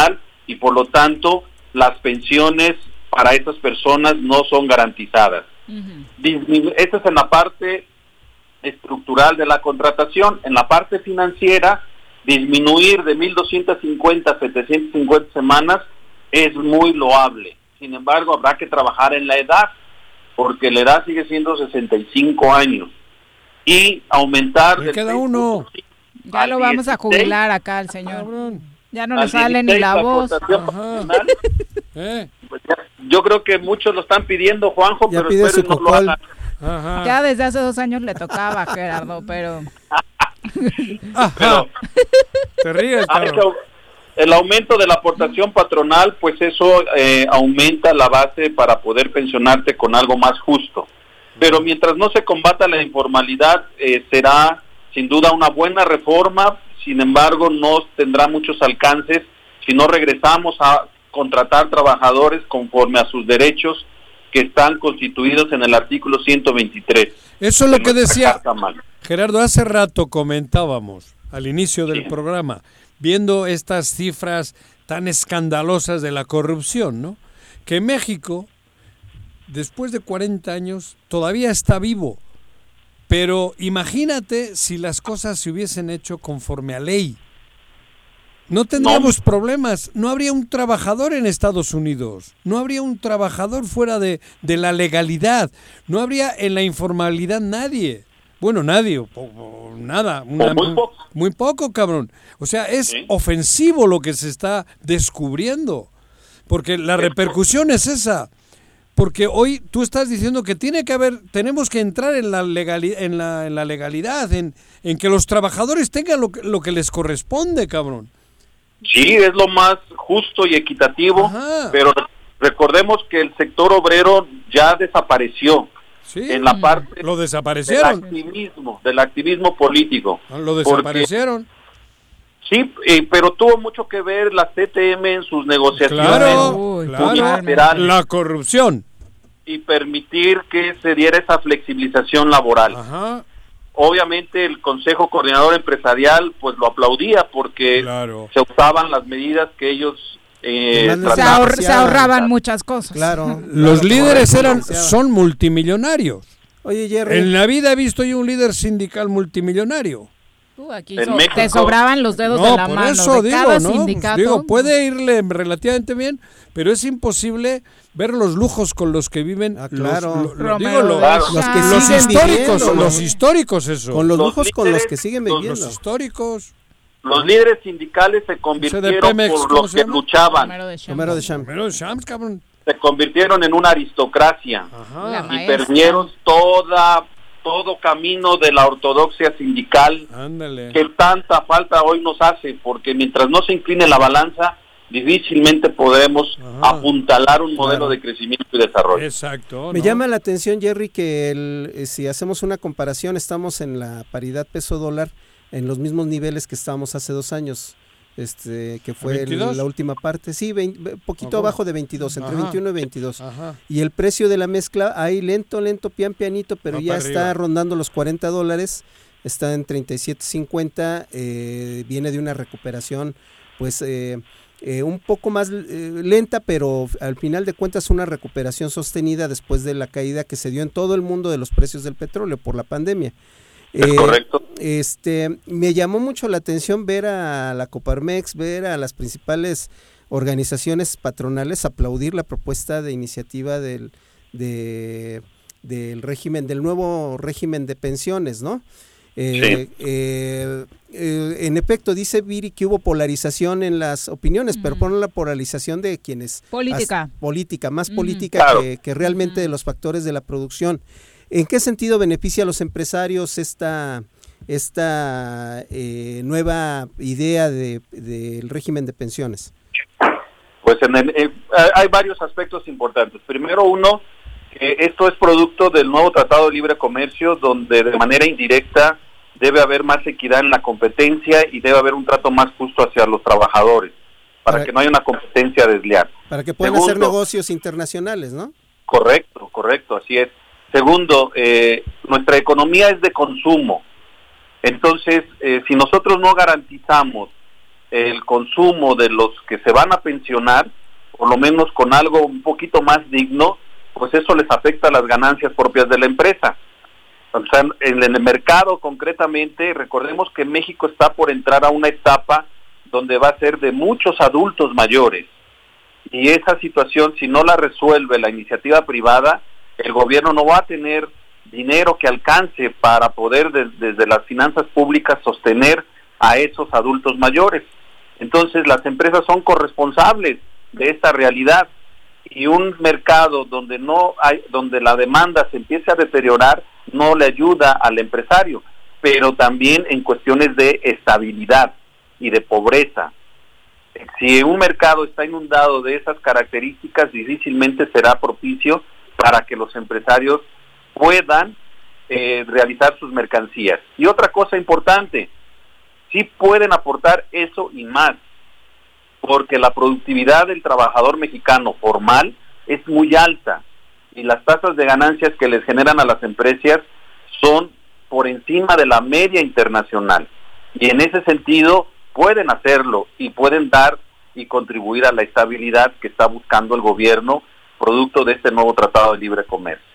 y por lo tanto las pensiones para esas personas no son garantizadas. Uh-huh. Disminu- Esta es en la parte estructural de la contratación. En la parte financiera, disminuir de mil doscientas cincuenta a setecientas cincuenta semanas es muy loable. Sin embargo, habrá que trabajar en la edad, porque la edad sigue siendo sesenta y cinco años. Y aumentar...
Me queda uno.
Ya lo vamos a jubilar acá al señor. Ya no le sale ni la voz.
¿Eh?
Pues ya, yo creo que muchos lo están pidiendo, Juanjo,
ya
pero
pide
espero
su
no lo hagan.
Ajá.
Ya desde hace dos años le tocaba, Gerardo, pero...
pero
te ríes,
cabrón. El aumento de la aportación patronal, pues eso eh, aumenta la base para poder pensionarte con algo más justo. Pero mientras no se combata la informalidad, eh, será sin duda una buena reforma. Sin embargo, no tendrá muchos alcances si no regresamos a contratar trabajadores conforme a sus derechos que están constituidos en el artículo ciento veintitrés.
Eso es lo que decía Gerardo, hace rato comentábamos al inicio del sí. programa, viendo estas cifras tan escandalosas de la corrupción, ¿no? Que México, después de cuarenta años, todavía está vivo. Pero imagínate si las cosas se hubiesen hecho conforme a ley. No tendríamos no. problemas, no habría un trabajador en Estados Unidos, no habría un trabajador fuera de, de la legalidad, no habría en la informalidad nadie. Bueno, nadie, o, o nada, una,
o muy poco.
Muy poco, cabrón. O sea, es ¿Sí? ofensivo lo que se está descubriendo, porque la repercusión es esa. Porque hoy tú estás diciendo que tiene que haber, tenemos que entrar en la legalidad, en la, en la legalidad, en, en que los trabajadores tengan lo que, lo que les corresponde, cabrón.
Sí, es lo más justo y equitativo, Ajá. pero recordemos que el sector obrero ya desapareció.
Sí,
en la parte
lo desaparecieron.
del activismo, del activismo político.
Lo desaparecieron.
Porque, sí, eh, pero tuvo mucho que ver la C T M en sus negociaciones.
Claro, Uy, claro. La corrupción.
Y permitir que se diera esa flexibilización laboral.
Ajá.
Obviamente el Consejo Coordinador Empresarial pues lo aplaudía porque
claro.
se usaban las medidas que ellos eh,
se, ahor- se ahorraban muchas cosas.
Claro.
Los
claro,
líderes eran son multimillonarios.
Oye, Jerry.
En la vida he visto yo un líder sindical multimillonario.
Uh, aquí so- te sobraban los dedos
no,
de la
por
mano
eso
de
digo,
cada
¿no?
sindicato.
Digo, puede irle relativamente bien, pero es imposible ver los lujos con los que viven
ah, claro.
los, lo, lo, digo, lo,
claro. los, que
los históricos,
viviendo,
los históricos eso.
Con los,
los
lujos
líderes,
con los que siguen viviendo.
Los históricos.
Los líderes sindicales se convirtieron
Pemex,
por los que
llama?
luchaban.
Homero de Champs.
Homero de Champs.
Homero de Champs, cabrón.
Se convirtieron en una aristocracia.
Ajá.
Y perdieron toda todo camino de la ortodoxia sindical.
Ándale.
Que tanta falta hoy nos hace, porque mientras no se incline la balanza, difícilmente podremos Ajá. apuntalar un modelo claro. de crecimiento y desarrollo.
Exacto.
Me
¿no?
llama la atención, Jerry, que el, si hacemos una comparación, estamos en la paridad peso-dólar en los mismos niveles que estábamos hace dos años, este que fue el, la última parte, sí, veinte, poquito Ajá. abajo de veintidós, entre Ajá. veintiuno y veintidós. Ajá. Y el precio de la mezcla ahí lento, lento, pian pianito, pero Va ya está arriba. rondando los cuarenta dólares, está en treinta y siete cincuenta, eh, viene de una recuperación, pues... Eh, Eh, un poco más eh, lenta, pero al final de cuentas una recuperación sostenida después de la caída que se dio en todo el mundo de los precios del petróleo por la pandemia.
Es eh, correcto.
Este, me llamó mucho la atención ver a la Coparmex, ver a las principales organizaciones patronales aplaudir la propuesta de iniciativa del, de, del régimen, del nuevo régimen de pensiones, ¿no? Eh, sí. eh, eh, en efecto dice Viri que hubo polarización en las opiniones, uh-huh. pero ponen la polarización de quienes
política,
as, política más uh-huh. política
claro.
que, que realmente uh-huh. de los factores de la producción. ¿En qué sentido beneficia a los empresarios esta esta eh, nueva idea de del régimen de pensiones?
Pues en el, eh, hay varios aspectos importantes. Primero, uno, que esto es producto del nuevo Tratado de Libre Comercio, donde de manera indirecta debe haber más equidad en la competencia y debe haber un trato más justo hacia los trabajadores, para, para que no haya una competencia desleal.
Para que puedan Segundo, hacer negocios internacionales, ¿no?
Correcto, correcto, así es. Segundo, eh, nuestra economía es de consumo. Entonces, eh, si nosotros no garantizamos
el consumo de los que se van a pensionar, por lo menos con algo un poquito más digno, pues eso les afecta a las ganancias propias de la empresa. O sea, en el mercado concretamente, recordemos que México está por entrar a una etapa donde va a ser de muchos adultos mayores, y esa situación, si no la resuelve la iniciativa privada, el gobierno no va a tener dinero que alcance para poder de, desde las finanzas públicas sostener a esos adultos mayores. Entonces las empresas son corresponsables de esta realidad, y un mercado donde no hay, donde la demanda se empiece a deteriorar, no le ayuda al empresario, pero también en cuestiones de estabilidad y de pobreza. Si un mercado está inundado de esas características, difícilmente será propicio para que los empresarios puedan eh, realizar sus mercancías. Y otra cosa importante, sí pueden aportar eso y más, porque la productividad del trabajador mexicano formal es muy alta, y las tasas de ganancias que les generan a las empresas son por encima de la media internacional, y en ese sentido pueden hacerlo y pueden dar y contribuir a la estabilidad que está buscando el gobierno producto de este nuevo Tratado de Libre Comercio.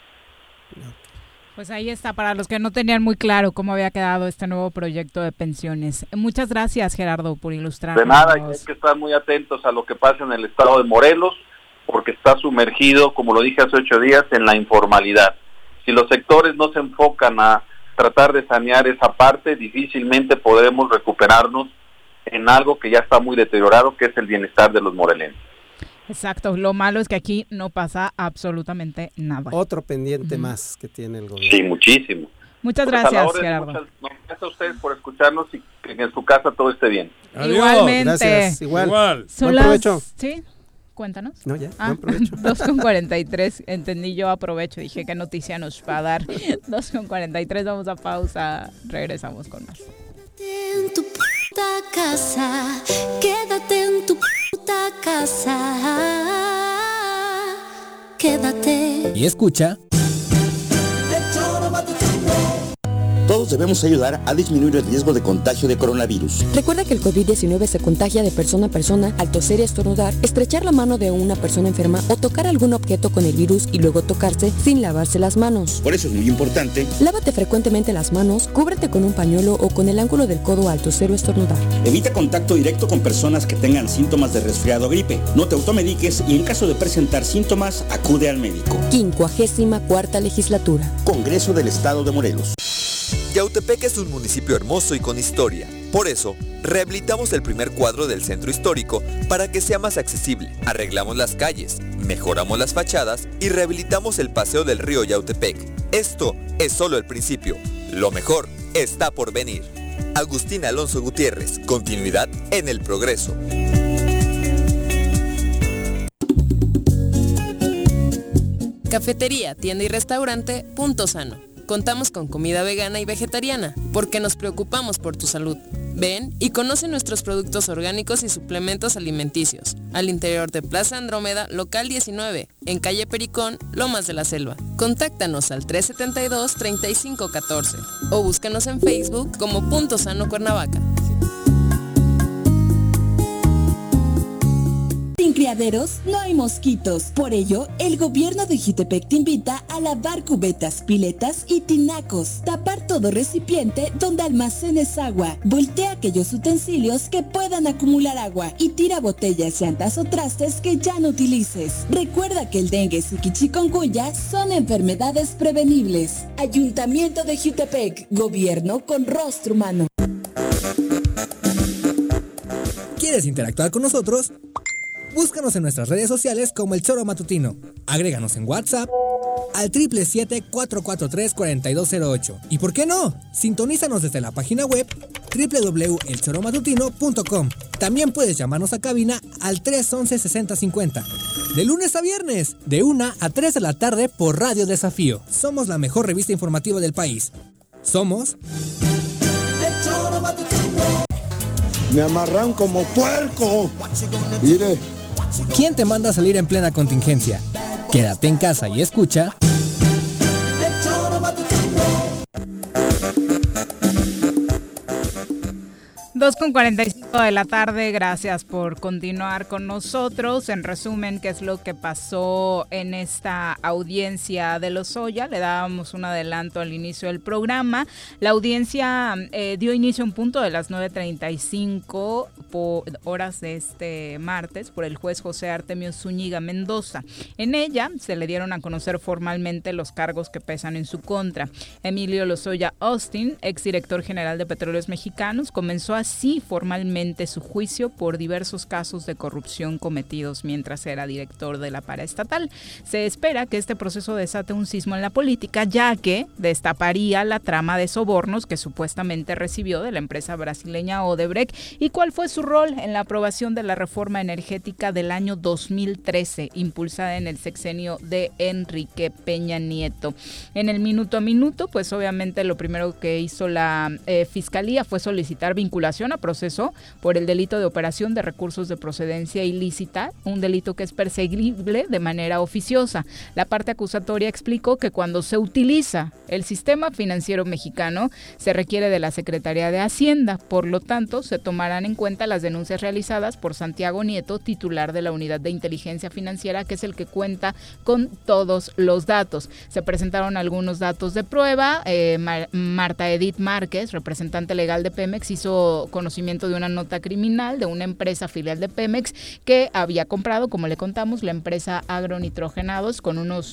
Pues ahí está, para los que no tenían muy claro cómo había quedado este nuevo proyecto de pensiones. Muchas gracias, Gerardo, por ilustrarnos.
De nada, hay que estar muy atentos a lo que pasa en el estado de Morelos, porque está sumergido, como lo dije hace ocho días, en la informalidad. Si los sectores no se enfocan a tratar de sanear esa parte, difícilmente podremos recuperarnos en algo que ya está muy deteriorado, que es el bienestar de los morelenses.
Exacto, lo malo es que aquí no pasa absolutamente nada.
Otro pendiente uh-huh. más que tiene el gobierno.
Sí, muchísimo.
Muchas
pues
gracias, Gerardo.
Muchas, no, gracias a ustedes por escucharnos y que en su casa todo esté bien.
Adiós. Igualmente.
Gracias, igual.
Igual.
Son
Buen provecho.
Las... ¿Sí? Cuéntanos.
No, ya,
ah,
buen provecho.
dos con cuarenta y tres, entendí yo, aprovecho, dije qué noticia nos va a dar. dos con cuarenta y tres, vamos a pausa, regresamos con más.
En tu puta casa, quédate en tu puta casa, quédate.
Y escucha.
Todos debemos ayudar a disminuir el riesgo de contagio de coronavirus.
Recuerda que el covid diecinueve se contagia de persona a persona al toser y estornudar, estrechar la mano de una persona enferma o tocar algún objeto con el virus y luego tocarse sin lavarse las manos.
Por eso es muy importante:
lávate frecuentemente las manos, cúbrete con un pañuelo o con el ángulo del codo al toser o estornudar.
Evita contacto directo con personas que tengan síntomas de resfriado o gripe. No te automediques y en caso de presentar síntomas, acude al médico.
quincuagésima cuarta legislatura.
Congreso del Estado de Morelos.
Yautepec es un municipio hermoso y con historia. Por eso, rehabilitamos el primer cuadro del centro histórico para que sea más accesible. Arreglamos las calles, mejoramos las fachadas y rehabilitamos el paseo del río Yautepec. Esto es solo el principio. Lo mejor está por venir. Agustín Alonso Gutiérrez, continuidad en el progreso.
Cafetería, tienda y restaurante Punto Sano. Contamos con comida vegana y vegetariana, porque nos preocupamos por tu salud. Ven y conoce nuestros productos orgánicos y suplementos alimenticios, al interior de Plaza Andrómeda, local diecinueve, en calle Pericón, Lomas de la Selva. Contáctanos al tres setenta y dos, treinta y cinco catorce o búscanos en Facebook como Punto Sano Cuernavaca.
Sin criaderos no hay mosquitos. Por ello, el gobierno de Jitepec te invita a lavar cubetas, piletas y tinacos. Tapar todo recipiente donde almacenes agua. Voltea aquellos utensilios que puedan acumular agua y tira botellas, llantas o trastes que ya no utilices. Recuerda que el dengue y chikungunya son enfermedades prevenibles. Ayuntamiento de Jitepec, gobierno con rostro humano.
¿Quieres interactuar con nosotros? Búscanos en nuestras redes sociales como El Choro Matutino. Agréganos en WhatsApp al siete siete siete, cuatro cuatro tres, cuatro dos cero ocho. ¿Y por qué no? Sintonízanos desde la página web doble u doble u doble u punto el choro matutino punto com. También puedes llamarnos a cabina al tres once, sesenta cincuenta. De lunes a viernes, de una a tres de la tarde por Radio Desafío. Somos la mejor revista informativa del país. Somos...
El Choro Matutino. Me amarran como puerco. Mire.
¿Quién te manda a salir en plena contingencia? Quédate en casa y escucha.
dos con cuarenta y cinco. De la tarde, gracias por continuar con nosotros. En resumen, ¿qué es lo que pasó en esta audiencia de Lozoya? Le dábamos un adelanto al inicio del programa. La audiencia eh, dio inicio en punto de las nueve treinta y cinco por horas de este martes por el juez José Artemio Zúñiga Mendoza. En ella se le dieron a conocer formalmente los cargos que pesan en su contra. Emilio Lozoya Austin, exdirector general de Petróleos Mexicanos, comenzó así formalmente su juicio por diversos casos de corrupción cometidos mientras era director de la paraestatal. Se espera que este proceso desate un sismo en la política, ya que destaparía la trama de sobornos que supuestamente recibió de la empresa brasileña Odebrecht y cuál fue su rol en la aprobación de la reforma energética del año dos mil trece, impulsada en el sexenio de Enrique Peña Nieto. En el minuto a minuto, pues obviamente lo primero que hizo la eh, Fiscalía fue solicitar vinculación a proceso por el delito de operación de recursos de procedencia ilícita, un delito que es perseguible de manera oficiosa. La parte acusatoria explicó que cuando se utiliza el sistema financiero mexicano, se requiere de la Secretaría de Hacienda, por lo tanto, se tomarán en cuenta las denuncias realizadas por Santiago Nieto, titular de la Unidad de Inteligencia Financiera, que es el que cuenta con todos los datos. Se presentaron algunos datos de prueba. Eh, Mar- Marta Edith Márquez, representante legal de Pemex, hizo conocimiento de una nota criminal de una empresa filial de Pemex que había comprado, como le contamos, la empresa Agronitrogenados con unos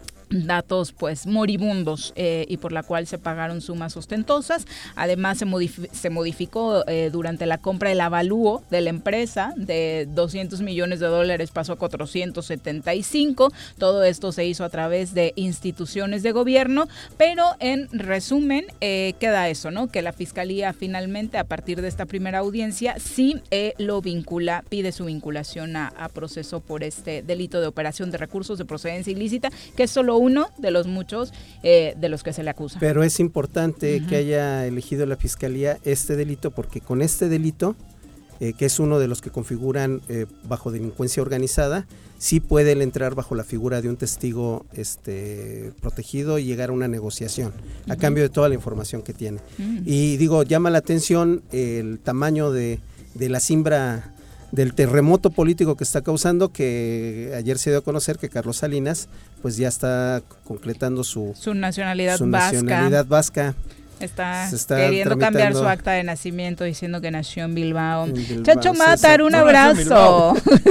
datos pues moribundos eh, y por la cual se pagaron sumas ostentosas. Además se, modif- se modificó eh, durante la compra el avalúo de la empresa de doscientos millones de dólares, pasó a cuatrocientos setenta y cinco. Todo esto se hizo a través de instituciones de gobierno, pero en resumen eh, queda eso, ¿no? Que la Fiscalía finalmente a partir de esta primera audiencia sí eh, lo vincula, pide su vinculación a, a proceso por este delito de operación de recursos de procedencia ilícita, que es solo uno de los muchos eh, de los que se le acusa.
Pero es importante
Uh-huh.
que haya elegido la Fiscalía este delito, porque con este delito, eh, que es uno de los que configuran eh, bajo delincuencia organizada, sí puede él entrar bajo la figura de un testigo este, protegido y llegar a una negociación uh-huh. a cambio de toda la información que tiene. Uh-huh. Y digo, llama la atención el tamaño de, de la siembra del terremoto político que está causando, que ayer se dio a conocer que Carlos Salinas pues ya está concretando su,
su nacionalidad
su
vasca.
nacionalidad vasca.
Está,
está
queriendo cambiar su
tramitando
acta de nacimiento diciendo que nació en Bilbao.
en Bilbao.
Chacho Matar, un
No,
abrazo.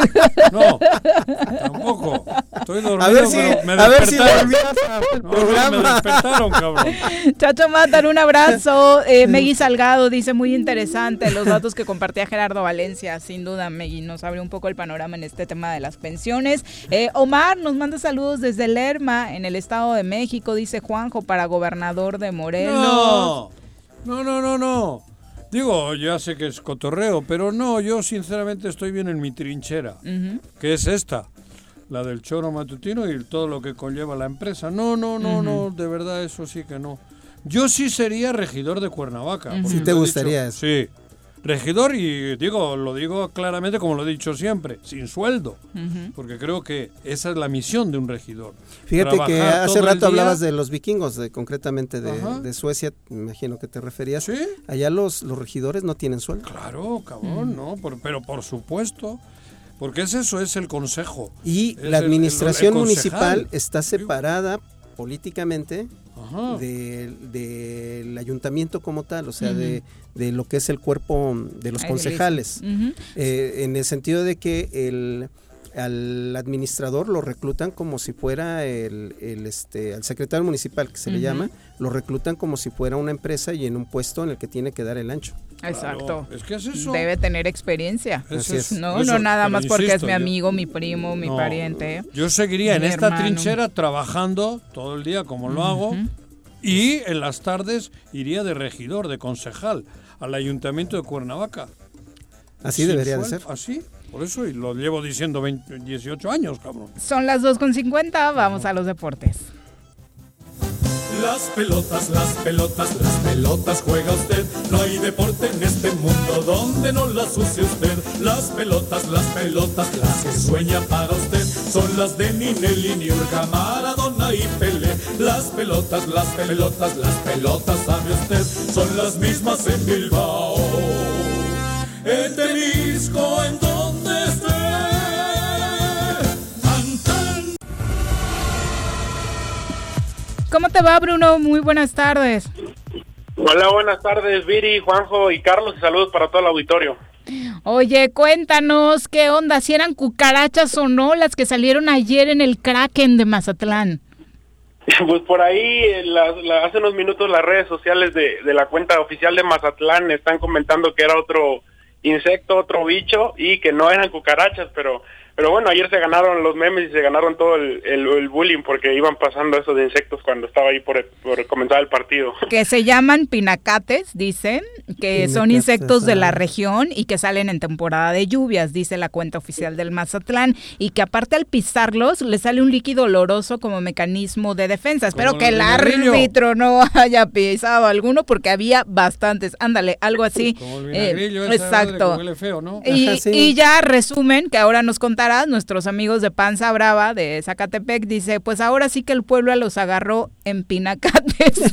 No, tampoco. Estoy dormido,
A ver si,
pero me
a ver si
despertaron.
volvías al
No,
programa.
no, me despertaron, cabrón.
Chacho Matar, un abrazo. Eh, Megui Salgado dice muy interesante los datos que compartía Gerardo Valencia. Sin duda, Megui nos abre un poco el panorama en este tema de las pensiones. Eh, Omar nos manda saludos desde Lerma, en el Estado de México. Dice Juanjo, para gobernador de Morelos.
No, no, no, no, no. Digo, ya sé que es cotorreo, pero no, yo sinceramente estoy bien en mi trinchera, uh-huh. que es esta, la del choro matutino y todo lo que conlleva la empresa. No, no, no, uh-huh. no, de verdad eso sí que no. Yo sí sería regidor de Cuernavaca.
Uh-huh. ¿Sí te gustaría
dicho,
eso?
Sí. Regidor, y digo, lo digo claramente como lo he dicho siempre, sin sueldo, uh-huh. porque creo que esa es la misión de un regidor.
Fíjate
Trabajar
que hace rato
día.
hablabas de los vikingos, de, concretamente de, de Suecia, me imagino que te referías.
¿Sí?
Allá los, los regidores no tienen sueldo.
Claro, cabrón, uh-huh. no, por, pero por supuesto, porque es eso, es el consejo.
Y
es
la administración
el, el, el
municipal está separada políticamente de, de, del ayuntamiento como tal, o sea, uh-huh. de, de lo que es el cuerpo de los concejales, uh-huh. eh, en el sentido de que el al administrador lo reclutan como si fuera el, el este al secretario municipal, que se uh-huh. le llama, lo reclutan como si fuera una empresa y en un puesto en el que tiene que dar el ancho.
Exacto.
Claro, es que es eso.
Debe tener experiencia.
Así es.
No,
eso,
no nada más
insisto,
porque es mi
yo,
amigo, mi primo, mi
no,
pariente.
Yo seguiría en
mi
esta
hermano.
trinchera trabajando todo el día como lo uh-huh. hago, y en las tardes iría de regidor, de concejal, al ayuntamiento de Cuernavaca.
Así
Sin
debería
sueldo,
de ser.
Así, por eso, y lo llevo diciendo veinte, dieciocho años, cabrón.
Son las dos con cincuenta, vamos uh-huh. a los deportes.
Las pelotas, las pelotas, las pelotas juega usted. No hay deporte en este mundo donde no las use usted. Las pelotas, las pelotas, las que sueña para usted son las de Ninelli, Niurka, Maradona y Pelé. Las pelotas, las pelotas, las pelotas, sabe usted, son las mismas en Bilbao. en Temisco, en donde esté. Tan, tan.
¿Cómo te va, Bruno? Muy buenas tardes.
Hola, buenas tardes, Viri, Juanjo y Carlos, y saludos para todo el auditorio.
Oye, cuéntanos, ¿qué onda? ¿Si eran cucarachas o no las que salieron ayer en el Kraken de Mazatlán?
Pues por ahí, la, la, hace unos minutos las redes sociales de, de la cuenta oficial de Mazatlán están comentando que era otro insecto, otro bicho, y que no eran cucarachas, pero pero bueno, ayer se ganaron los memes y se ganaron todo el, el, el bullying porque iban pasando eso de insectos cuando estaba ahí por, por comenzar el partido.
Que se llaman pinacates, dicen, que Pinacates, son insectos de la región y que salen en temporada de lluvias, dice la cuenta oficial del Mazatlán, y que aparte al pisarlos les sale un líquido oloroso como mecanismo de defensa. Espero que el árbitro no haya pisado alguno porque había bastantes. Ándale, algo así. Como el vinagrillo, eh, exacto.
Huele feo, ¿no?
Y,
Ajá, sí.
y ya resumen, que ahora nos contarán nuestros amigos de Panza Brava de Zacatepec, dice, pues ahora sí que el pueblo los agarró en pinacates.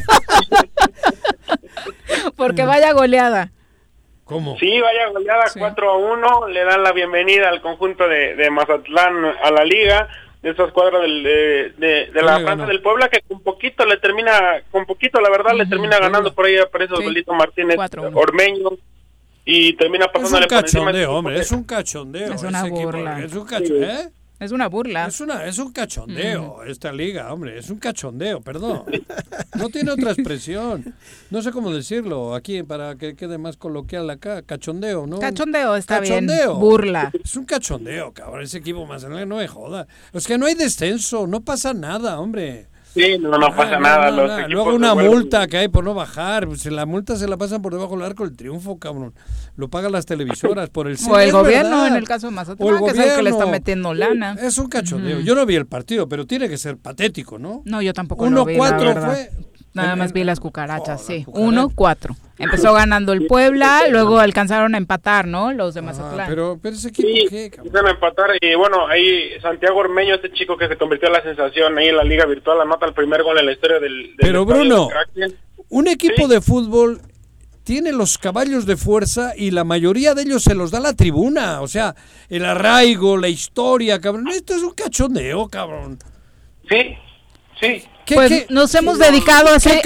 Porque vaya goleada.
¿Cómo?
Sí, vaya goleada, sí. cuatro a uno, le dan la bienvenida al conjunto de, de Mazatlán a la liga, de esa escuadra del, de, de, de la Panza del Puebla, que con poquito le termina, con poquito la verdad, uh-huh, le termina ganando sí. por ahí aparece sí. Osvaldo Martínez Ormeño. Y termina pasándole
por encima. Es un cachondeo, hombre, es un cachondeo.
Es una burla.
Equipo, es un cachondeo, ¿eh?
Es una burla.
Es una, es un cachondeo mm. esta liga, hombre, es un cachondeo, perdón. No tiene otra expresión. No sé cómo decirlo aquí para que quede más coloquial acá, cachondeo, ¿no?
Cachondeo, está
cachondeo.
bien. Burla.
Es un cachondeo, cabrón, ese equipo más no me joda. Es que no hay descenso, no pasa nada, hombre.
Sí, no, no pasa ah, nada.
No, no,
los
no. Luego una multa que hay por no bajar. Pues la multa se la pasan por debajo del arco del triunfo, cabrón. Lo pagan las televisoras por el
O el es gobierno, verdad. En el caso de Mazatlán, que gobierno. Es el que le está metiendo lana.
Es un cachondeo. Uh-huh. Yo no vi el partido, pero tiene que ser patético, ¿no?
No, yo tampoco
Uno,
lo vi,
cuatro fue...
Nada más vi las cucarachas, oh, sí. Uno, cuatro. Empezó ganando el Puebla, luego alcanzaron a empatar, ¿no? Los de Mazatlán.
Ah, pero, pero ese equipo,
sí,
¿qué?
Empezaron a empatar y bueno, ahí Santiago Ormeño, este chico que se convirtió en la sensación ahí en la liga virtual, anota el primer gol en la historia del... del
pero Bruno, un equipo
sí.
de fútbol tiene los caballos de fuerza y la mayoría de ellos se los da la tribuna. O sea, el arraigo, la historia, cabrón. Esto es un cachondeo, cabrón.
Sí, sí.
¿Qué, pues qué? Nos hemos sí, dedicado no, a hacer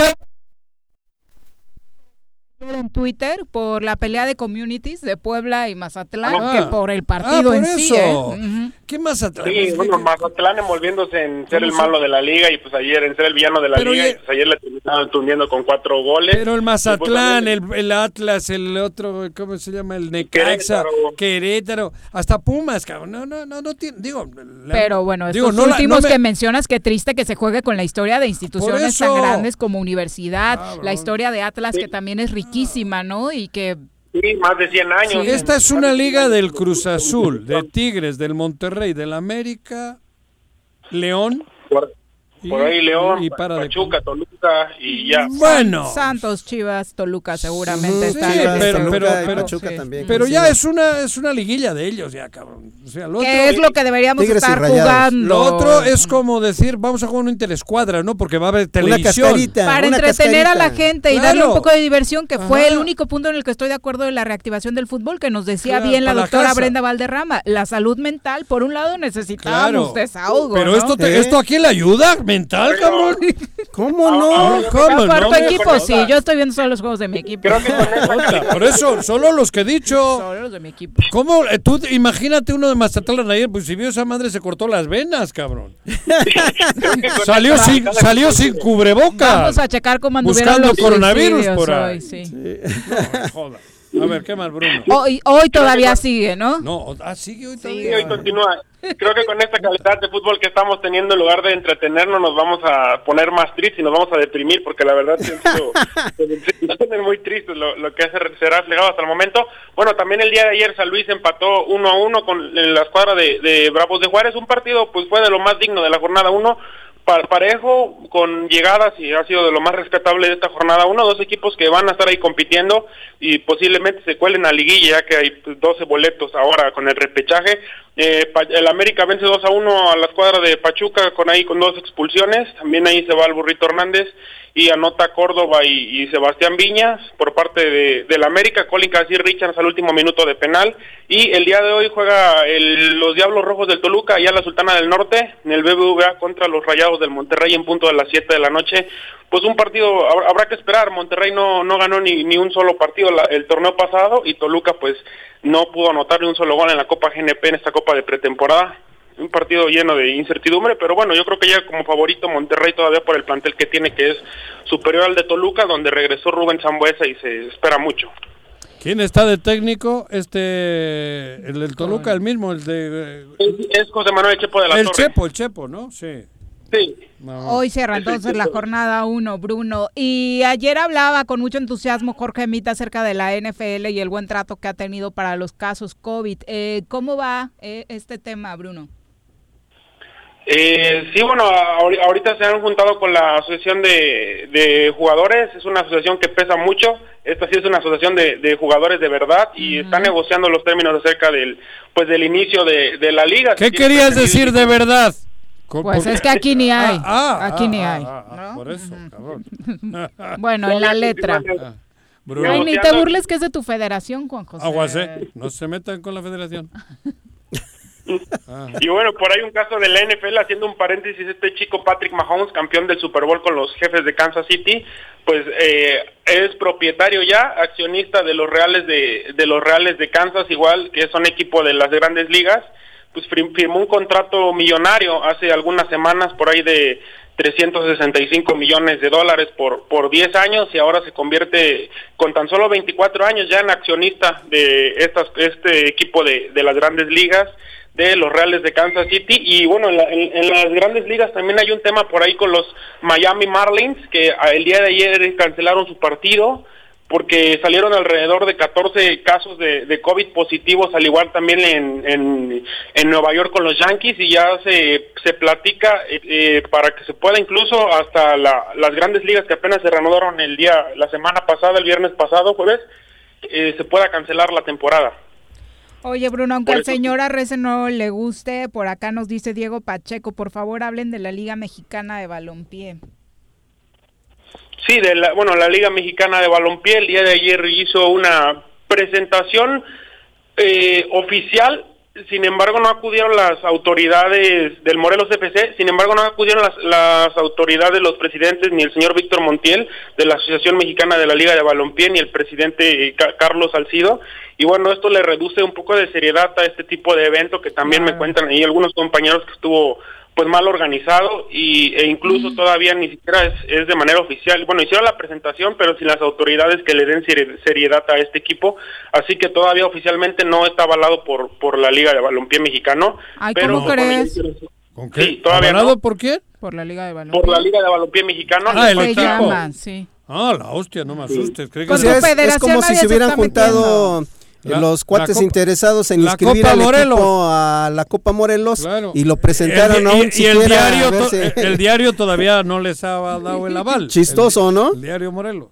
en Twitter por la pelea de communities de Puebla y Mazatlán, ah, que por el partido
ah, por
en
eso.
sí. ¿eh? Uh-huh.
¿Qué Mazatlán?
Sí, bueno, Mazatlán envolviéndose en ser el malo de la liga y pues ayer en ser el villano de la pero liga, y pues ayer le terminaron tundiendo con cuatro goles.
Pero el Mazatlán, el, el Atlas, el otro, ¿cómo se llama? El Necaxa, Querétaro, Querétaro hasta Pumas, cabrón. No, no, no, no tiene, digo. La,
pero bueno,
digo,
estos
no
últimos
la, no me...
que mencionas, qué triste que se juegue con la historia de instituciones tan grandes como Universidad, cabrón. La historia de Atlas, sí. que también es riquísima, ¿no? Y que...
Sí, más de cien años.
Sí, esta es una liga del Cruz Azul, de Tigres, del Monterrey, del América, León.
Por, por ahí León,
y para
Pachuca, de... Toluca y ya.
Bueno.
Santos, Chivas, Toluca seguramente
sí,
están.
Sí, pero,
Toluca
pero, pero,
Pachuca
sí.
también.
Pero ya es una es una liguilla de ellos ya, cabrón. O sea, lo
¿qué
otro,
es lo que deberíamos
Tigres
estar jugando?
Lo otro es como decir, vamos a jugar una interescuadra, ¿no? Porque va a haber televisión.
Una
para
una
entretener
cascarita.
a la gente y
claro.
darle un poco de diversión, que
Ajá.
fue el único punto en el que estoy de acuerdo de la reactivación del fútbol, que nos decía
claro,
bien la doctora
la
Brenda Valderrama. La salud mental, por un lado, necesitábamos
claro.
desahogo,
Pero
¿no?
esto, te,
¿Eh?
¿esto a quién le ayuda? ¿Mental,
pero,
cabrón?
¿Cómo no?
¿Cómo
por
no?
tu equipo, sí. Yo estoy viendo solo los juegos de mi equipo.
Creo que con esa
Por eso, solo los que he dicho.
Solo los de mi equipo.
¿Cómo? Eh, Tú imagínate uno de Mazatlán ayer, pues si vio esa madre se cortó las venas, cabrón. salió sin salió sin cubrebocas.
Vamos a checar cómo anduvieron
buscando
los
coronavirus por ahí.
Hoy, sí.
Sí. No, joda. A ver, ¿qué más, Bruno?
Hoy, hoy todavía sigue, ¿no?
No, ah, sigue hoy todavía.
Sí, hoy continúa. Creo que con esta calidad de fútbol que estamos teniendo, en lugar de entretenernos, nos vamos a poner más tristes y nos vamos a deprimir, porque la verdad nos ponen muy tristes lo, lo que hace, será reflejado hasta el momento. Bueno, también el día de ayer San Luis empató uno a uno con la escuadra de, de Bravos de Juárez. Un partido pues fue de lo más digno de la jornada uno. Parejo, con llegadas, y ha sido de lo más rescatable de esta jornada uno, dos equipos que van a estar ahí compitiendo y posiblemente se cuelen a liguilla, ya que hay doce boletos ahora con el repechaje. Eh, el América vence dos a uno a la escuadra de Pachuca, con ahí con dos expulsiones, también ahí se va el Burrito Hernández, y anota Córdoba y, y Sebastián Viñas. Por parte de, del América, Colin Casir Richards al último minuto de penal, y el día de hoy juega el, los Diablos Rojos del Toluca, allá en la Sultana del Norte, en el B B V A contra los Rayados del Monterrey en punto de las siete de la noche. Pues un partido, habrá que esperar. Monterrey no, no ganó ni, ni un solo partido la, el torneo pasado, y Toluca pues no pudo anotar ni un solo gol en la Copa G N P, en esta Copa de pretemporada. Un partido lleno de incertidumbre, pero bueno, yo creo que ya como favorito Monterrey todavía por el plantel que tiene, que es superior al de Toluca, donde regresó Rubén Sambueza y se espera mucho.
¿Quién está de técnico? Este, el del Toluca, el mismo, el de...
Es, es José Manuel Chepo de la
el
Torre.
El Chepo, el Chepo, ¿no? Sí.
Sí.
No.
Hoy cierra entonces la jornada uno, Bruno. Y ayer hablaba con mucho entusiasmo Jorge Mita acerca de la N F L y el buen trato que ha tenido para los casos COVID. Eh, ¿Cómo va eh, este tema, Bruno?
Eh, sí, bueno, ahorita se han juntado con la asociación de, de jugadores. Es una asociación que pesa mucho. Esta sí es una asociación de, de jugadores de verdad, y uh-huh. están negociando los términos acerca del, pues, del inicio de, de la liga.
¿Qué querías decir de verdad?
Pues es que aquí ni hay,
ah, ah,
aquí
ah,
ni hay.
Ah, ah, ¿no? Por eso, cabrón.
Bueno, en la letra. Ah, Ay, ni te burles que es de tu federación, Juan José.
Aguacé, no se metan con la federación.
Ah. Y bueno, por ahí un caso de la N F L, haciendo un paréntesis, este chico Patrick Mahomes, campeón del Super Bowl con los Jefes de Kansas City, pues eh, es propietario ya, accionista de los Reales de, de los Reales de Kansas, igual que son equipo de las Grandes Ligas. Pues firmó un contrato millonario hace algunas semanas, por ahí de trescientos sesenta y cinco millones de dólares por por diez años, y ahora se convierte con tan solo veinticuatro años ya en accionista de estas este equipo de, de las Grandes Ligas, de los Reales de Kansas City. Y bueno, en, la, en, en las Grandes Ligas también hay un tema por ahí con los Miami Marlins, que el día de ayer cancelaron su partido porque salieron alrededor de catorce casos de, de COVID positivos, al igual también en, en, en Nueva York con los Yankees, y ya se, se platica eh, para que se pueda incluso hasta la, las Grandes Ligas que apenas se reanudaron el día, la semana pasada, el viernes pasado, jueves, eh, se pueda cancelar la temporada.
Oye, Bruno, aunque al señor Arrece no le guste, por acá nos dice Diego Pacheco, por favor hablen de la Liga Mexicana de Balompié.
Sí, de la, bueno, la Liga Mexicana de Balompié el día de ayer hizo una presentación eh, oficial. Sin embargo, no acudieron las autoridades del Morelos F C, sin embargo, no acudieron las, las autoridades, los presidentes, ni el señor Víctor Montiel, de la Asociación Mexicana de la Liga de Balompié, ni el presidente eh, Carlos Salcido. Y bueno, esto le reduce un poco de seriedad a este tipo de evento, que también ah. me cuentan ahí algunos compañeros que estuvo pues mal organizado, y e incluso mm. todavía ni siquiera es, es de manera oficial. Bueno, hicieron la presentación, pero sin las autoridades que le den seriedad a este equipo, así que todavía oficialmente no está avalado por por la Liga de Balompié Mexicano.
Ay,
pero
¿cómo crees?
¿Con qué?
Sí, todavía
¿Avalado
no.
por quién?
Por la Liga de Balompié.
Por la Liga de Balompié Mexicano.
Ah, el
se
equipo.
llama, sí.
Ah, la hostia, no me asustes. ¿Crees que
Con
se...
tu
es,
federación
es como si se hubieran juntado...
La,
los cuates
Copa,
interesados en inscribir
Copa
al
Morelos.
equipo a la Copa Morelos, claro. Y lo presentaron
el,
aún
y,
siquiera
y el diario,
verse...
to, el diario todavía no les ha dado el aval.
Chistoso,
el,
¿no?
El diario Morelos.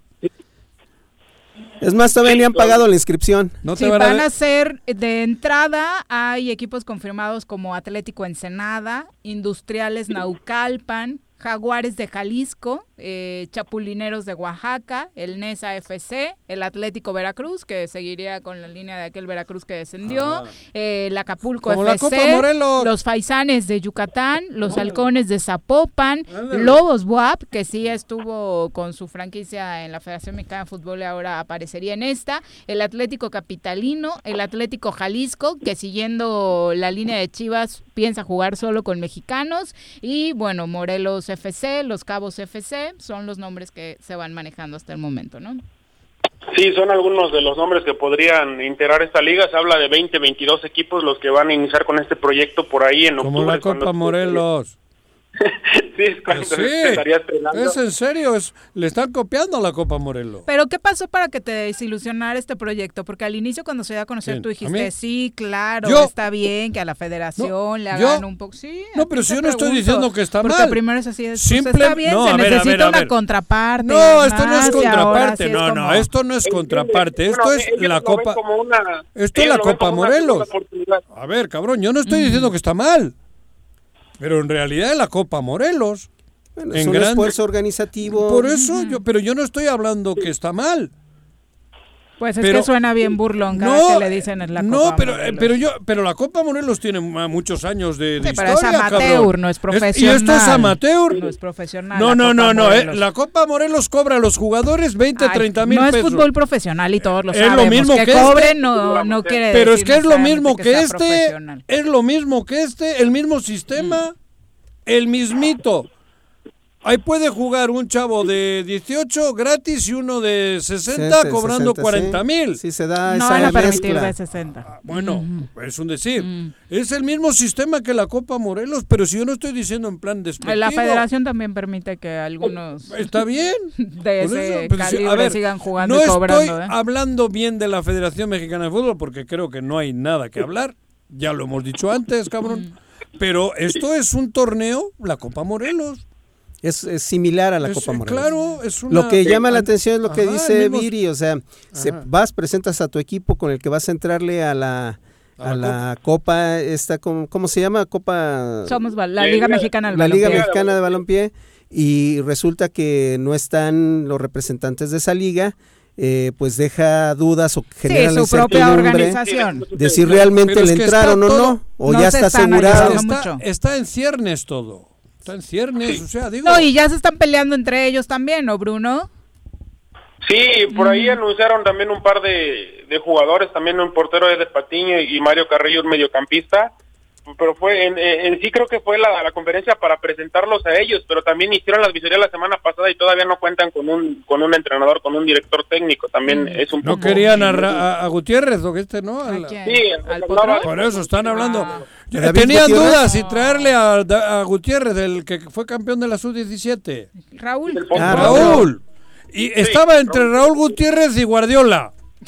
Es más, todavía ni han pagado la inscripción.
¿No te sí, van a, van a ser de entrada, hay equipos confirmados como Atlético Ensenada, Industriales Naucalpan, Jaguares de Jalisco, eh, Chapulineros de Oaxaca, el Nesa F C, el Atlético Veracruz, que seguiría con la línea de aquel Veracruz que descendió, ah. eh, el Acapulco Como F C, los Faisanes de Yucatán, los oh. Halcones de Zapopan, Ándale. Lobos B U A P, que sí estuvo con su franquicia en la Federación Mexicana de Fútbol y ahora aparecería en esta, el Atlético Capitalino, el Atlético Jalisco, que siguiendo la línea de Chivas piensa jugar solo con mexicanos, y bueno, Morelos F C, Los Cabos F C, son los nombres que se van manejando hasta el momento, ¿no?
Sí, son algunos de los nombres que podrían integrar esta liga. Se habla de veinte, veintidós equipos los que van a iniciar con este proyecto por ahí en octubre.
Como la Copa Morelos.
Sí, es cuando
sí,
se estaría estrenando.
Es en serio, es, le están copiando a la Copa Morelos.
Pero ¿qué pasó para que te desilusionara este proyecto? Porque al inicio cuando se dio a conocer, ¿Quién? Tú dijiste, sí, claro, yo, está bien que a la federación no, le hagan yo, un poco... Sí,
no, pero si yo no estoy diciendo que está
porque
mal.
Porque primero es así, es,
Simple,
pues está bien,
no,
se
a ver,
necesita
a ver, a
una
ver.
contraparte.
No, esto no es contraparte,
sí
no,
es como...
no, esto no es contraparte, esto
bueno,
es la Copa...
Una,
esto es la Copa Morelos. A ver, cabrón, yo no estoy diciendo que está mal. Pero en realidad es la Copa Morelos.
Bueno,
en
es un
grande.
esfuerzo organizativo.
Por eso, yo, pero yo no estoy hablando que está mal.
Pues es
pero,
que suena bien burlón cada
no,
que le dicen es la Copa
No, pero,
Morelos.
pero yo, pero la Copa Morelos tiene muchos años de, de
sí, pero
historia,
es amateur,
cabrón.
no es profesional.
Es, y esto es amateur.
No es profesional.
No, no, no, no. Eh, la Copa Morelos cobra a los jugadores veinte, treinta mil
no
pesos.
No es fútbol profesional y todos lo
es
sabemos.
lo mismo
que,
que
cobren
este,
no, no quiere
pero
decir
es que es lo mismo
que,
que, que este,
mm.
es lo mismo que este, el mismo sistema, mm. el mismito. Ahí puede jugar un chavo de dieciocho gratis y uno de sesenta sí, cobrando sesenta, cuarenta mil.
Sí, sí, se da
no
esa
van a
mezcla.
permitir de sesenta.
Ah, bueno, mm. es un decir. Mm. Es el mismo sistema que la Copa Morelos, pero si yo no estoy diciendo en plan despectivo.
La federación también permite que algunos
está bien
de ese
eso,
calibre
a ver,
sigan jugando
no
y cobrando.
No estoy
¿eh?
hablando bien de la Federación Mexicana de Fútbol porque creo que no hay nada que hablar. Ya lo hemos dicho antes, cabrón. Mm. Pero esto es un torneo, la Copa Morelos.
Es, es similar a la
es,
Copa Morelos.
Claro, es una...
Lo que llama la atención es lo que
Ajá,
dice
mismo...
Viri, o sea, se, vas, presentas a tu equipo con el que vas a entrarle a la, a, a la, la Copa, esta, ¿cómo, ¿cómo se llama? Copa...
Somos la Liga Mexicana del
La
Balompié.
Liga Mexicana de Balompié, y resulta que no están los representantes de esa liga, eh, pues deja dudas o genera
sí,
la
su propia organización.
de si realmente le entraron o no, o
no
ya está asegurado.
Está, está en ciernes todo. Está en ciernes, o sea, digo...
No, y ya se están peleando entre ellos también, ¿no, Bruno?
Sí, por ahí mm. anunciaron también un par de, de jugadores, también un portero de Patiño y Mario Carrillo, un mediocampista, pero fue en, en sí creo que fue la, la conferencia para presentarlos a ellos, pero también hicieron las visorías la semana pasada y todavía no cuentan con un con un entrenador, con un director técnico, también es un
¿No
poco...
querían a, a, a Gutierrez o que este no?
¿A
la...
Sí,
¿Al
no,
por eso están hablando... Ah.
Gutiérrez?
Tenían dudas si traerle a, a Gutiérrez, el que fue campeón de la sub diecisiete.
Raúl.
Ah, Raúl. Y sí, estaba entre Raúl. Raúl Gutiérrez y Guardiola.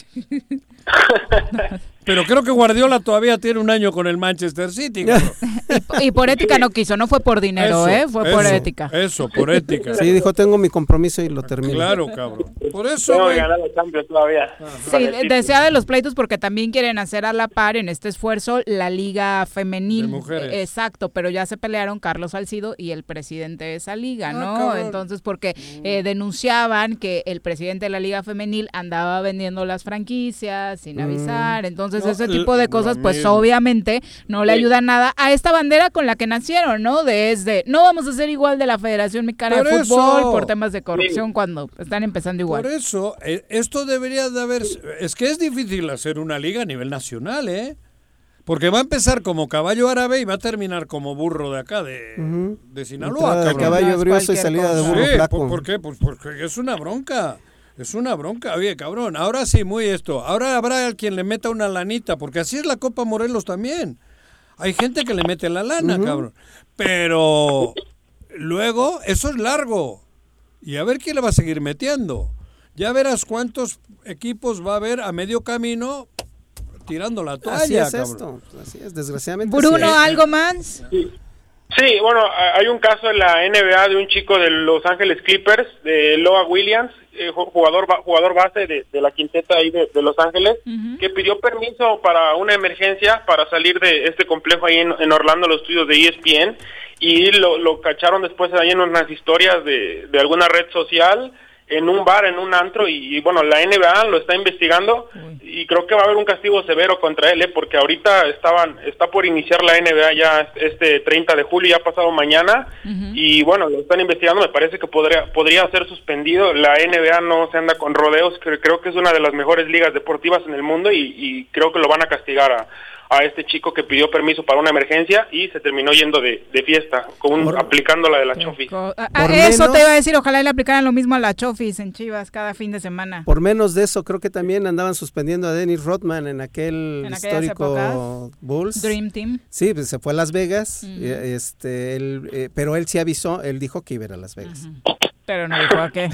Pero creo que Guardiola todavía tiene un año con el Manchester City.
y, y por ética no quiso, no fue por dinero, eso, ¿eh? Fue
eso,
por ética.
Eso, por ética.
Sí, dijo, tengo mi compromiso y lo termino.
Claro, cabrón. Por eso...
Tengo que ganar la Champions todavía.
Sí, desea de los pleitos porque también quieren hacer a la par en este esfuerzo la liga femenil.
De mujeres.
Exacto, pero ya se pelearon Carlos Salcido y el presidente de esa liga, ¿no?
Ah,
Entonces, porque eh, denunciaban que el presidente de la liga femenil andaba vendiendo las franquicias sin avisar, mm. entonces no, ese tipo de cosas pues mismo. Obviamente no le ayuda nada a esta bandera con la que nacieron, ¿no? Desde no vamos a ser igual de la Federación Mexicana de Fútbol por temas de corrupción sí. cuando están empezando igual.
Por eso, eh, esto debería de haber, es que es difícil hacer una liga a nivel nacional, ¿eh? Porque va a empezar como caballo árabe y va a terminar como burro de acá, de, uh-huh. de Sinaloa.
De caballo brioso y salida de burro
sí,
flaco.
¿por, ¿Por qué? Pues porque es una bronca. Es una bronca, oye, cabrón. Ahora sí, muy esto. Ahora habrá quien le meta una lanita, porque así es la Copa Morelos también. Hay gente que le mete la lana, uh-huh. cabrón. Pero luego, eso es largo. Y a ver quién le va a seguir metiendo. Ya verás cuántos equipos va a haber a medio camino tirando la toalla,
así es
cabrón.
Esto. Así es, desgraciadamente.
Bruno,
sí.
¿algo más?
Sí. Sí, bueno, hay un caso en la N B A de un chico de Los Ángeles Clippers, de Loa Williams, eh, jugador jugador base de, de la quinteta ahí de, de Los Ángeles, uh-huh. que pidió permiso para una emergencia para salir de este complejo ahí en, en Orlando, los estudios de E S P N, y lo, lo cacharon después ahí en unas historias de, de alguna red social, en un bar, en un antro, y, y bueno, la N B A lo está investigando y creo que va a haber un castigo severo contra él, ¿eh? Porque ahorita estaban está por iniciar la N B A ya este treinta de julio, ya pasado mañana, uh-huh. y bueno, lo están investigando, me parece que podría podría ser suspendido. La N B A no se anda con rodeos, creo, creo que es una de las mejores ligas deportivas en el mundo y, y creo que lo van a castigar a a este chico que pidió permiso para una emergencia y se terminó yendo de, de fiesta, con un, por, aplicando la de la Chofis.
A, a eso menos, te iba a decir, ojalá le aplicaran lo mismo a la Chofis en Chivas cada fin de semana.
Por menos de eso, creo que también andaban suspendiendo a Dennis Rodman en aquel en histórico épocas, Bulls.
Dream Team.
Sí, pues se fue a Las Vegas, uh-huh. este, él, eh, pero él sí avisó, él dijo que iba a ir a Las Vegas. Uh-huh.
Pero no dijo a qué.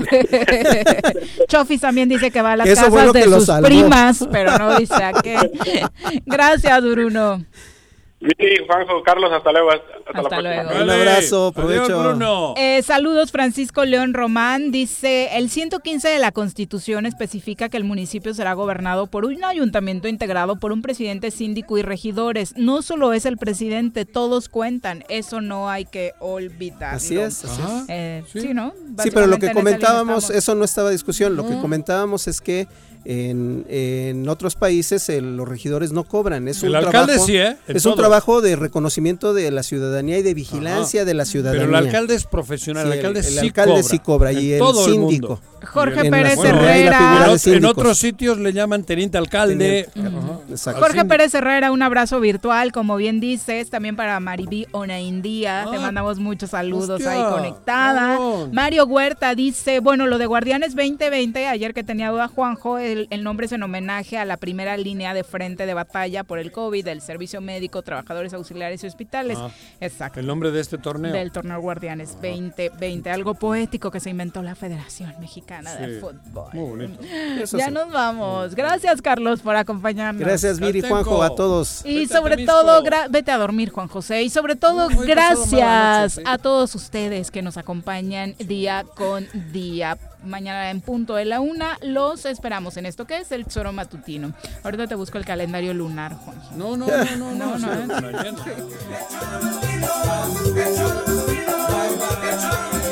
Chofis también dice que va a las
Eso
casas de sus
salvó.
primas, pero no dice a qué. Gracias, Bruno.
Sí, Juanjo, Carlos, hasta luego. Hasta, hasta,
Hasta
la
luego.
próxima.
Un abrazo, provecho.
Adiós, Bruno.
Eh, saludos, Francisco León Román. Dice, el ciento quince de la Constitución especifica que el municipio será gobernado por un ayuntamiento integrado por un presidente, síndico y regidores. No solo es el presidente, todos cuentan. Eso no hay que olvidarlo.
Así es, así es.
Eh, sí. sí, ¿no?
Sí, pero lo
Básicamente
que
en esa línea
comentábamos,
estamos.
eso no estaba en discusión, lo que
Mm.
comentábamos es que en, en otros países el- los regidores no cobran, es
El
un
alcalde
trabajo,
sí, ¿eh? En
es un
todos.
trabajo de reconocimiento de la ciudadanía y de vigilancia
Ajá.
de la ciudadanía.
Pero el alcalde es profesional,
Sí,
el alcalde
el,
sí
el alcalde
cobra.
sí cobra y
En
el
todo el
síndico.
mundo.
Jorge
En la-
Pérez
bueno,
Herrera.
hay la figura
En,
de
ot- en
síndicos.
otros sitios le llaman teniente alcalde.
Teniente. Exacto.
Jorge Pérez Herrera, un abrazo virtual, como bien dices, también para Maribí Onaindía, te
Ah,
mandamos muchos saludos
hostia,
ahí conectada.
cabrón.
Mario Huerta dice, bueno, lo de Guardianes veinte veinte, ayer que tenía duda Juanjo, el, el nombre es en homenaje a la primera línea de frente de batalla por el COVID, del servicio médico, trabajadores auxiliares y hospitales.
Ah,
Exacto.
El nombre de este torneo.
Del torneo Guardianes veinte veinte, algo poético que se inventó la Federación Mexicana de
Sí,
Fútbol.
muy bonito.
Eso
Ya
sí.
nos vamos. Gracias, Carlos, por acompañarnos.
Gracias, Viri, Juanjo, a todos.
Y
Vete a
sobre
Temisco.
todo, gra- vete a dormir, Juan José. Y sobre todo,
No, hoy pasado mala
gracias
noche, sí.
a todos ustedes que nos acompañan día con día. Mañana en punto de la una los esperamos en esto que es el Choro Matutino. Ahorita te busco el calendario lunar, Juan.
No, no, no, no,
No,
no.
no,
sí,
¿eh?
está lleno.